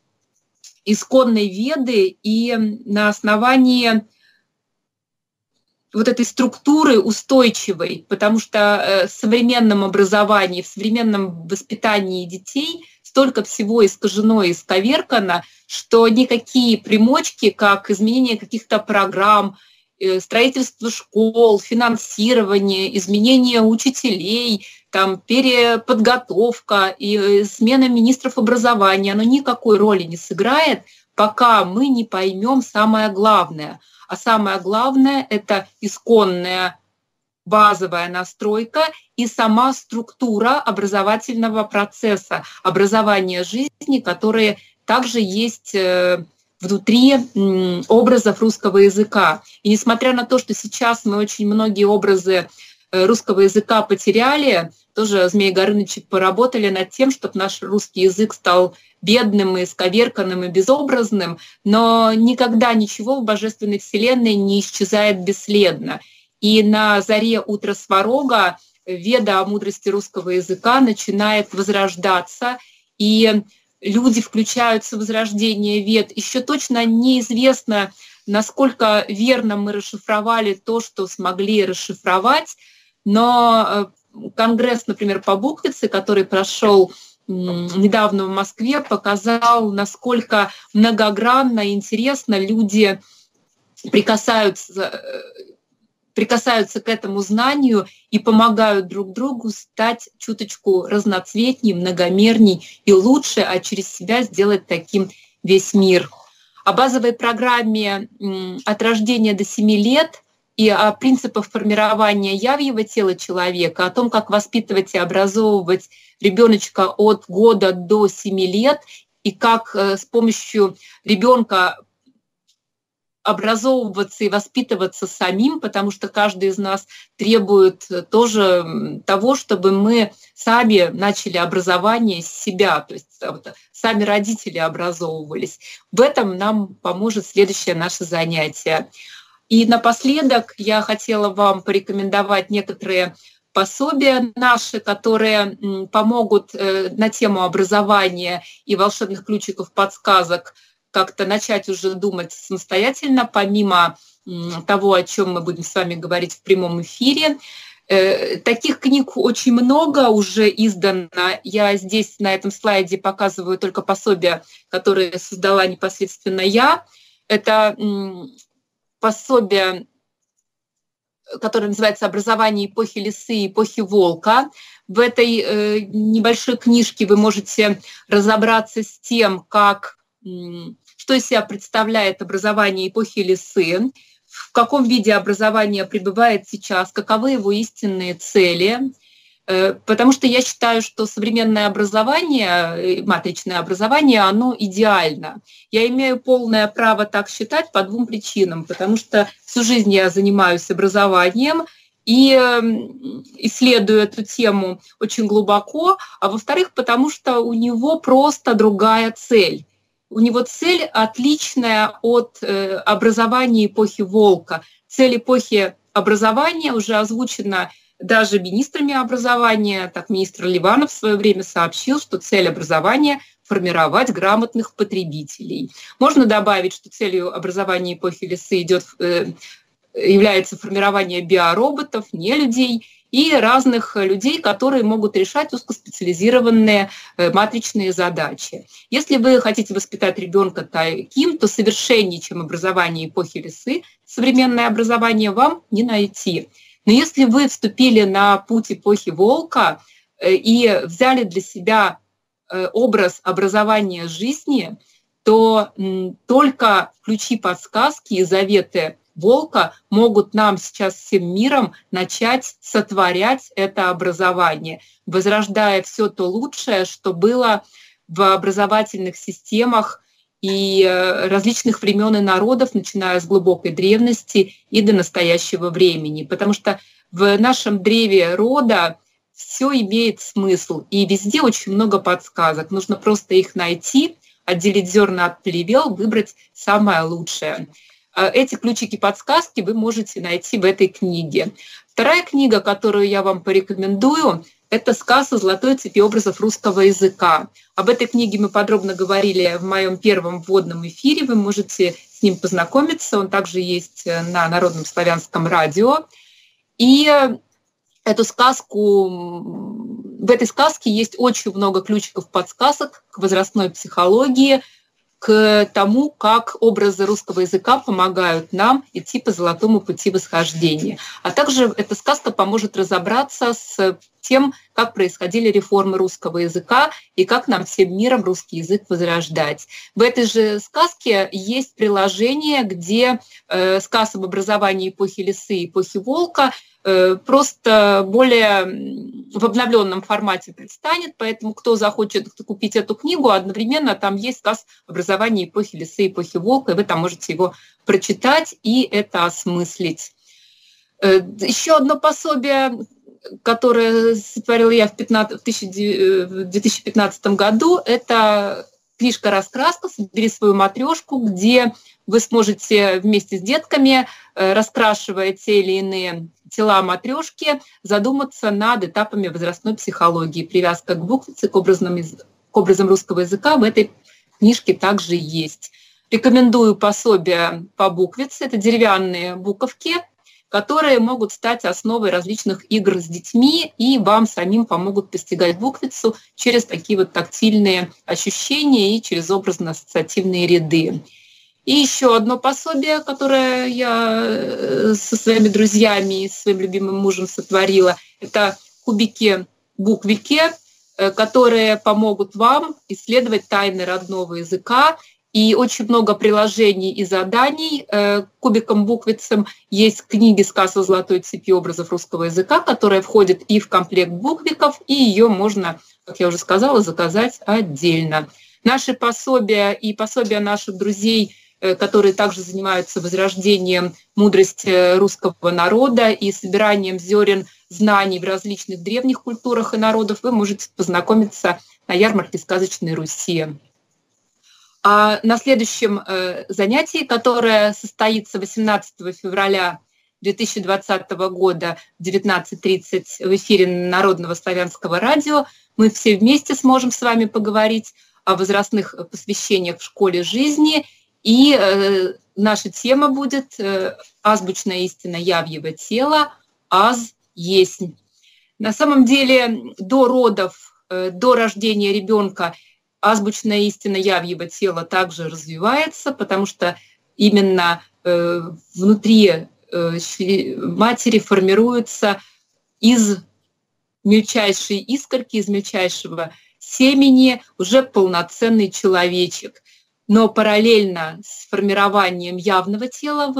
исконной веды и на основании вот этой структуры устойчивой, потому что в современном образовании, в современном воспитании детей столько всего искажено и исковеркано, что никакие примочки, как изменение каких-то программ, строительство школ, финансирование, изменение учителей, там, переподготовка и смена министров образования, оно никакой роли не сыграет, пока мы не поймем самое главное. А самое главное – это исконная базовая настройка и сама структура образовательного процесса, образования жизни, которые также есть внутри образов русского языка. И несмотря на то, что сейчас мы очень многие образы русского языка потеряли, тоже Змей Горыныч поработали над тем, чтобы наш русский язык стал бедным и исковерканным и безобразным, но никогда ничего в Божественной Вселенной не исчезает бесследно. И на заре утра Сварога веда о мудрости русского языка начинает возрождаться, и люди включаются в возрождение вед. Еще точно неизвестно, насколько верно мы расшифровали то, что смогли расшифровать, но конгресс, например, по буквице, который прошел недавно в Москве, показал, насколько многогранно и интересно люди прикасаются, прикасаются к этому знанию и помогают друг другу стать чуточку разноцветней, многомерней и лучше, а через себя сделать таким весь мир. О базовой программе от рождения до семи лет и о принципах формирования явьего тела человека, о том, как воспитывать и образовывать ребеночка от года до семи лет, и как с помощью ребенка образовываться и воспитываться самим, потому что каждый из нас требует тоже того, чтобы мы сами начали образование с себя, то есть сами родители образовывались. В этом нам поможет следующее наше занятие. И напоследок я хотела вам порекомендовать некоторые пособия наши, которые помогут на тему образования и волшебных ключиков, подсказок как-то начать уже думать самостоятельно, помимо того, о чем мы будем с вами говорить в прямом эфире. Таких книг очень много уже издано. Я здесь на этом слайде показываю только пособия, которые создала непосредственно я. Это пособие, которое называется «Образование эпохи лисы и эпохи волка». В этой небольшой книжке вы можете разобраться с тем, как что из себя представляет образование эпохи лисы, в каком виде образование пребывает сейчас, каковы его истинные цели. Потому что я считаю, что современное образование, матричное образование, оно идеально. Я имею полное право так считать по двум причинам. Потому что всю жизнь я занимаюсь образованием и исследую эту тему очень глубоко. А во-вторых, потому что у него просто другая цель. У него цель отличная от э, образования эпохи волка. Цель эпохи образования уже озвучена даже министрами образования. Так, министр Ливанов в свое время сообщил, что цель образования – формировать грамотных потребителей. Можно добавить, что целью образования эпохи лисы идет, э, является формирование биороботов, не людей, и разных людей, которые могут решать узкоспециализированные матричные задачи. Если вы хотите воспитать ребенка таким, то совершеннее, чем образование эпохи лисы, современное образование вам не найти. Но если вы вступили на путь эпохи волка и взяли для себя образ образования жизни, то только ключи, подсказки и заветы волка могут нам сейчас всем миром начать сотворять это образование, возрождая все то лучшее, что было в образовательных системах и различных времен и народов, начиная с глубокой древности и до настоящего времени. Потому что в нашем древе рода все имеет смысл, и везде очень много подсказок. Нужно просто их найти, отделить зерна от плевел, выбрать самое лучшее. Эти ключики-подсказки вы можете найти в этой книге. Вторая книга, которую я вам порекомендую, это «Сказка золотой цепи образов русского языка». Об этой книге мы подробно говорили в моем первом вводном эфире. Вы можете с ним познакомиться. Он также есть на Народном славянском радио. И эту сказку, в этой сказке есть очень много ключиков-подсказок к возрастной психологии, к тому, как образы русского языка помогают нам идти по золотому пути восхождения. А также эта сказка поможет разобраться с тем, как происходили реформы русского языка и как нам всем миром русский язык возрождать. В этой же сказке есть приложение, где э, сказ об образовании эпохи лисы и эпохи волка э, просто более в обновленном формате предстанет, поэтому кто захочет купить эту книгу, одновременно там есть сказ образования эпохи лисы и эпохи волка, и вы там можете его прочитать и это осмыслить. Э, еще одно пособие, которое сотворила я в две тысячи пятнадцатом году, это книжка «Раскраска. Собери свою матрешку», где вы сможете вместе с детками, раскрашивая те или иные тела матрешки, задуматься над этапами возрастной психологии. Привязка к буквице, к образам, к образам русского языка в этой книжке также есть. Рекомендую пособие по буквице. Это деревянные буковки, которые могут стать основой различных игр с детьми и вам самим помогут постигать буквицу через такие вот тактильные ощущения и через образно-ассоциативные ряды. И еще одно пособие, которое я со своими друзьями и своим любимым мужем сотворила, это кубики буквики, которые помогут вам исследовать тайны родного языка. И очень много приложений и заданий к кубикам-буквицам. Есть книги «Сказка золотой цепи образов русского языка», которая входит и в комплект буквиков, и ее можно, как я уже сказала, заказать отдельно. Наши пособия и пособия наших друзей, которые также занимаются возрождением мудрости русского народа и собиранием зерен знаний в различных древних культурах и народах, вы можете познакомиться на ярмарке «Сказочной Руси». А на следующем занятии, которое состоится восемнадцатого февраля две тысячи двадцатого года в девятнадцать тридцать в эфире Народного славянского радио, мы все вместе сможем с вами поговорить о возрастных посвящениях в школе жизни. И э, наша тема будет э, «Азбучная истина явьего тела, аз есмь». На самом деле до родов, э, до рождения ребенка азбучная истина явьего тела также развивается, потому что именно э, внутри э, матери формируется из мельчайшей искорки, из мельчайшего семени уже полноценный человечек. Но параллельно с формированием явного тела в,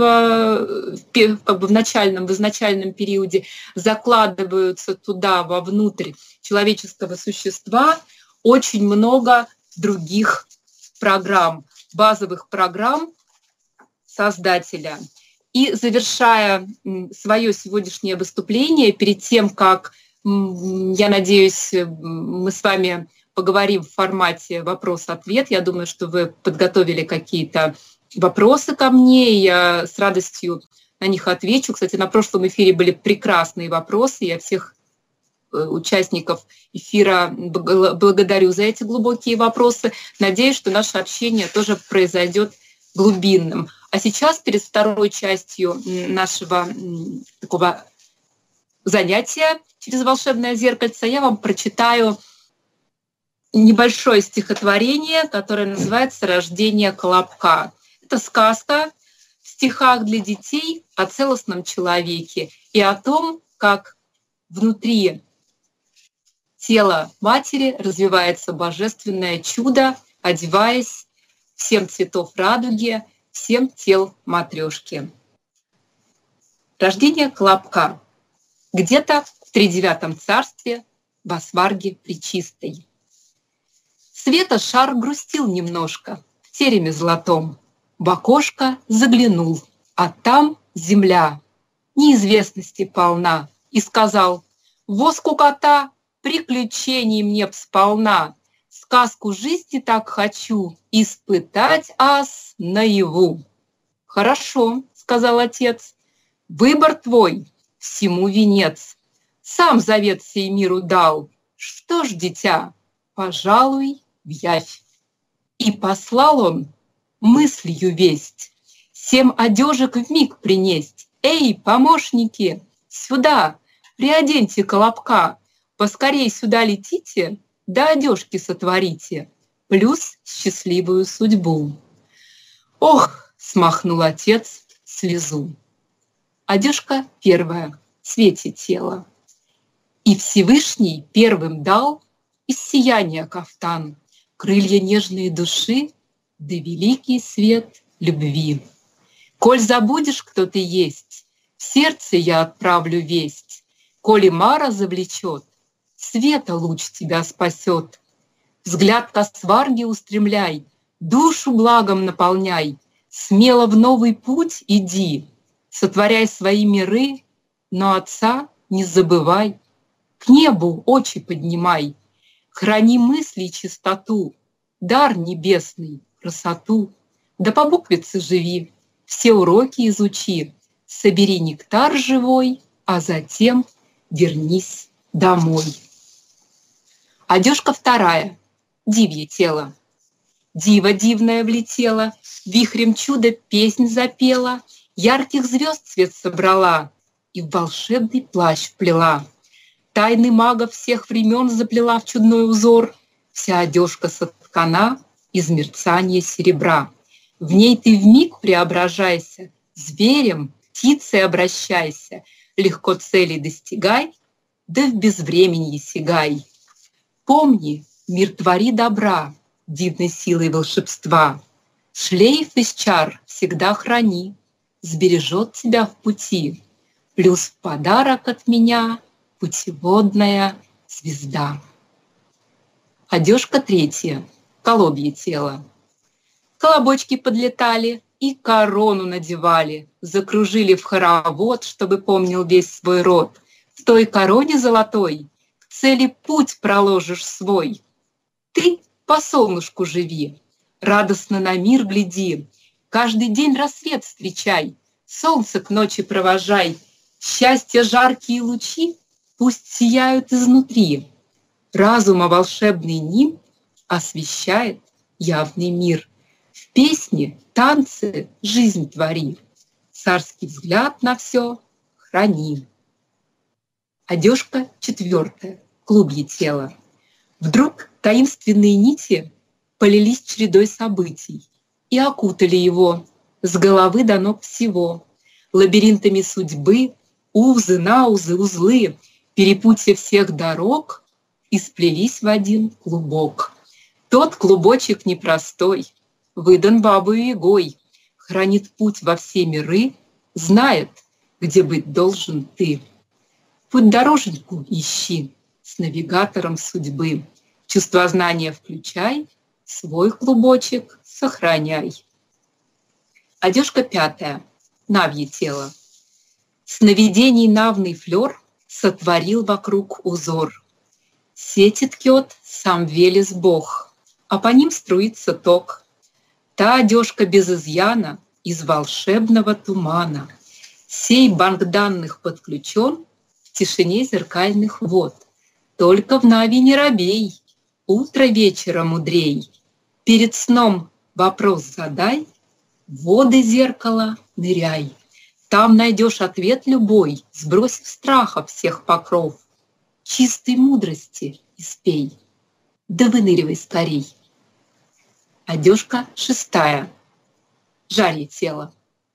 в, как бы в начальном, в изначальном периоде закладываются туда, вовнутрь человеческого существа, очень много других программ, базовых программ Создателя. И завершая свое сегодняшнее выступление, перед тем, как, я надеюсь, мы с вами поговорим в формате вопрос-ответ, я думаю, что вы подготовили какие-то вопросы ко мне, и я с радостью на них отвечу. Кстати, на прошлом эфире были прекрасные вопросы, я всех участников эфира благодарю за эти глубокие вопросы. Надеюсь, что наше общение тоже произойдет глубинным. А сейчас, перед второй частью нашего такого занятия через волшебное зеркальце, я вам прочитаю небольшое стихотворение, которое называется «Рождение Колобка». Это сказка в стихах для детей о целостном человеке и о том, как внутри тела матери развивается божественное чудо, одеваясь в семь цветов радуги, в семь тел матрешки. Рождение Колобка. Где-то в тридевятом царстве Басварги Пречистой. Света шар грустил немножко в тереме золотом. В окошко заглянул, а там земля неизвестности полна. И сказал: «Во скукота, приключений мне б сполна. Сказку жизни так хочу испытать ас наяву». «Хорошо», — сказал отец, — «выбор твой, всему венец. Сам завет сей миру дал. Что ж, дитя, пожалуй, в явь». И послал он мыслью весть: семь одежек вмиг принесть. Эй, помощники, сюда, приоденьте Колобка. Поскорей сюда летите, да одежки сотворите, плюс счастливую судьбу. Ох, смахнул отец слезу. Одежка первая, в цвете тела. И Всевышний первым дал из сияния кафтан, крылья нежные души, да великий свет любви. Коль забудешь, кто ты есть, в сердце я отправлю весть. Коли Мара завлечет, света луч тебя спасет. Взгляд к Асварге устремляй, душу благом наполняй, смело в новый путь иди, сотворяй свои миры, но Отца не забывай. К небу очи поднимай, храни мысли чистоту, дар небесный, красоту. Да по буквице живи, все уроки изучи, собери нектар живой, а затем вернись домой. Одежка вторая, дивье тело. Дива дивная влетела, вихрем чудо песнь запела, ярких звезд цвет собрала и в волшебный плащ вплела. Тайны магов всех времен заплела в чудной узор, вся одежка соткана из мерцания серебра. В ней ты вмиг преображайся, зверем, птицей обращайся, легко целей достигай, да в безвременье сигай. Помни, мир твори добра, дивной силой волшебства. Шлейф из чар всегда храни, сбережет тебя в пути. Плюс в подарок от меня путеводная звезда. Одежка третья. Колобье тело. Колобочки подлетали и корону надевали, закружили в хоровод, чтобы помнил весь свой род. В той короне золотой к цели путь проложишь свой. Ты по солнышку живи, радостно на мир гляди, каждый день рассвет встречай, солнце к ночи провожай, счастья жаркие лучи пусть сияют изнутри. Разума волшебный нимб освещает явный мир. В песне, танце жизнь твори, царский взгляд на все храни. Одежка четвертая. Клубье тело. Вдруг таинственные нити полились чередой событий и окутали его с головы до ног всего. Лабиринтами судьбы, узы, наузы, узлы, перепутья всех дорог и сплелись в один клубок. Тот клубочек непростой, выдан бабой-ягой, хранит путь во все миры, знает, где быть должен ты. Путь дороженьку ищи с навигатором судьбы, чувство знания включай, свой клубочек сохраняй. Одежка пятая. Навье тело. Сновидений навный флёр сотворил вокруг узор. Сети ткет сам Велес Бог, а по ним струится ток. Та одежка без изъяна из волшебного тумана. Сей банк данных подключен в тишине зеркальных вод. Только в Нави не робей, утро вечера мудрей. Перед сном вопрос задай, в воды зеркала ныряй. Там найдешь ответ любой, сбросив страха всех покров. Чистой мудрости испей, да выныривай скорей. Одежка шестая. Жарье тело.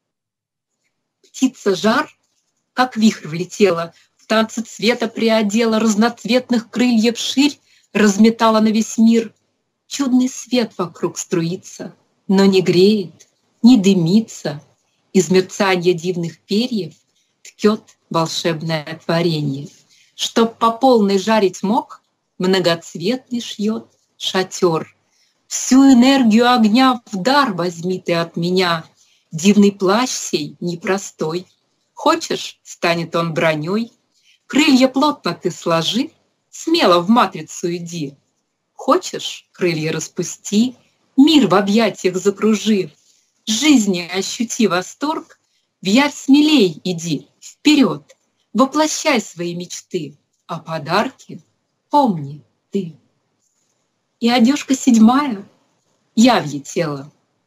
Птица жар, как вихрь влетела, в танце цвета приодела, разноцветных крыльев ширь разметала на весь мир. Чудный свет вокруг струится, но не греет, не дымится. Из мерцания дивных перьев ткет волшебное творение. Чтоб по полной жарить мог, многоцветный шьет шатер. Всю энергию огня в дар возьми ты от меня. Дивный плащ сей непростой. Хочешь, станет он броней. Крылья плотно ты сложи, смело в матрицу иди. Хочешь, крылья распусти, мир в объятиях закружи. Жизни ощути восторг, в явь смелей иди, вперед, воплощай свои мечты, а подарки помни ты. И одежка седьмая — явье тело.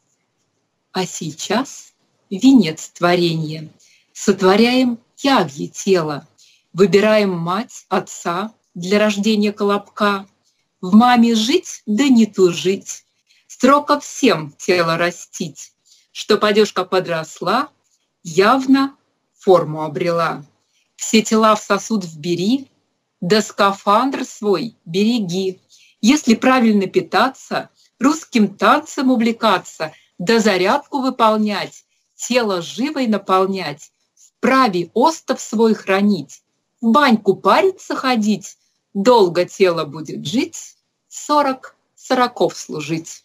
А сейчас венец творения. Сотворяем явье тело, выбираем мать, отца для рождения колобка. В маме жить, да не тужить, строго всем тело растить, чтоб одежка подросла, явно форму обрела. Все тела в сосуд вбери, да скафандр свой береги. Если правильно питаться, русским танцем увлекаться, да зарядку выполнять, тело живой наполнять, вправе остов свой хранить, в баньку париться ходить, долго тело будет жить, сорок сороков служить.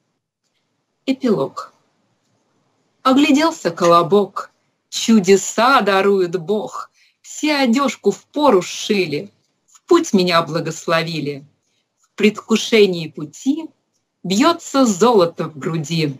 Эпилог. Огляделся колобок, чудеса дарует Бог, все одежку впору сшили, в путь меня благословили. В предвкушении пути бьется золото в груди.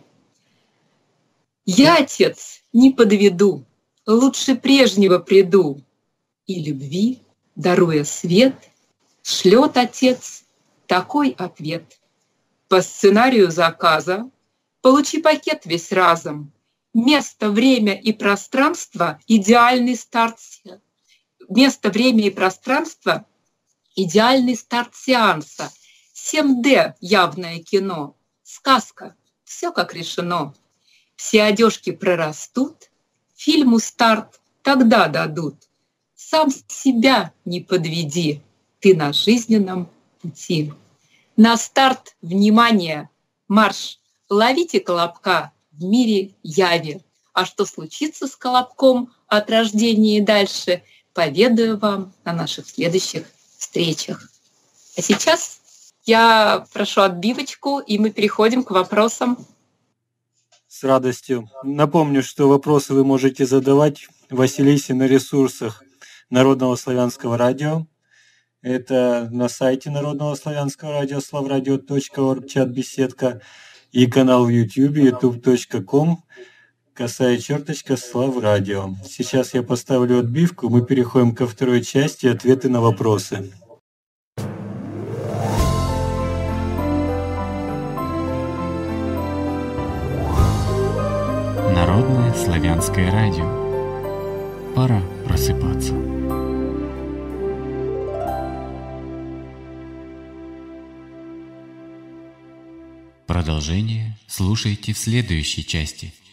Я, отец, не подведу, лучше прежнего приду. И любви, даруя свет, шлет отец такой ответ. По сценарию заказа получи пакет весь разом. Место, время и пространство – идеальный старт. Место, время и пространство – идеальный старт сеанса. семь дэ явное кино. Сказка. Все как решено. все одежки прорастут, фильму старт тогда дадут. Сам себя не подведи, ты на жизненном пути. На старт, внимание, марш, ловите колобка в мире яви. А что случится с колобком от рождения и дальше, поведаю вам на наших следующих встречах. А сейчас я прошу отбивочку, и мы переходим к вопросам. С радостью. Напомню, что вопросы вы можете задавать Василисе на ресурсах Народного славянского радио. Это на сайте Народного славянского радио славрадио точка орг, чат-беседка, и канал в YouTube ютуб точка ком, косая черточка Славрадио. Сейчас я поставлю отбивку, мы переходим ко второй части «Ответы на вопросы». Народное славянское радио. Пора просыпаться. Продолжение слушайте в следующей части.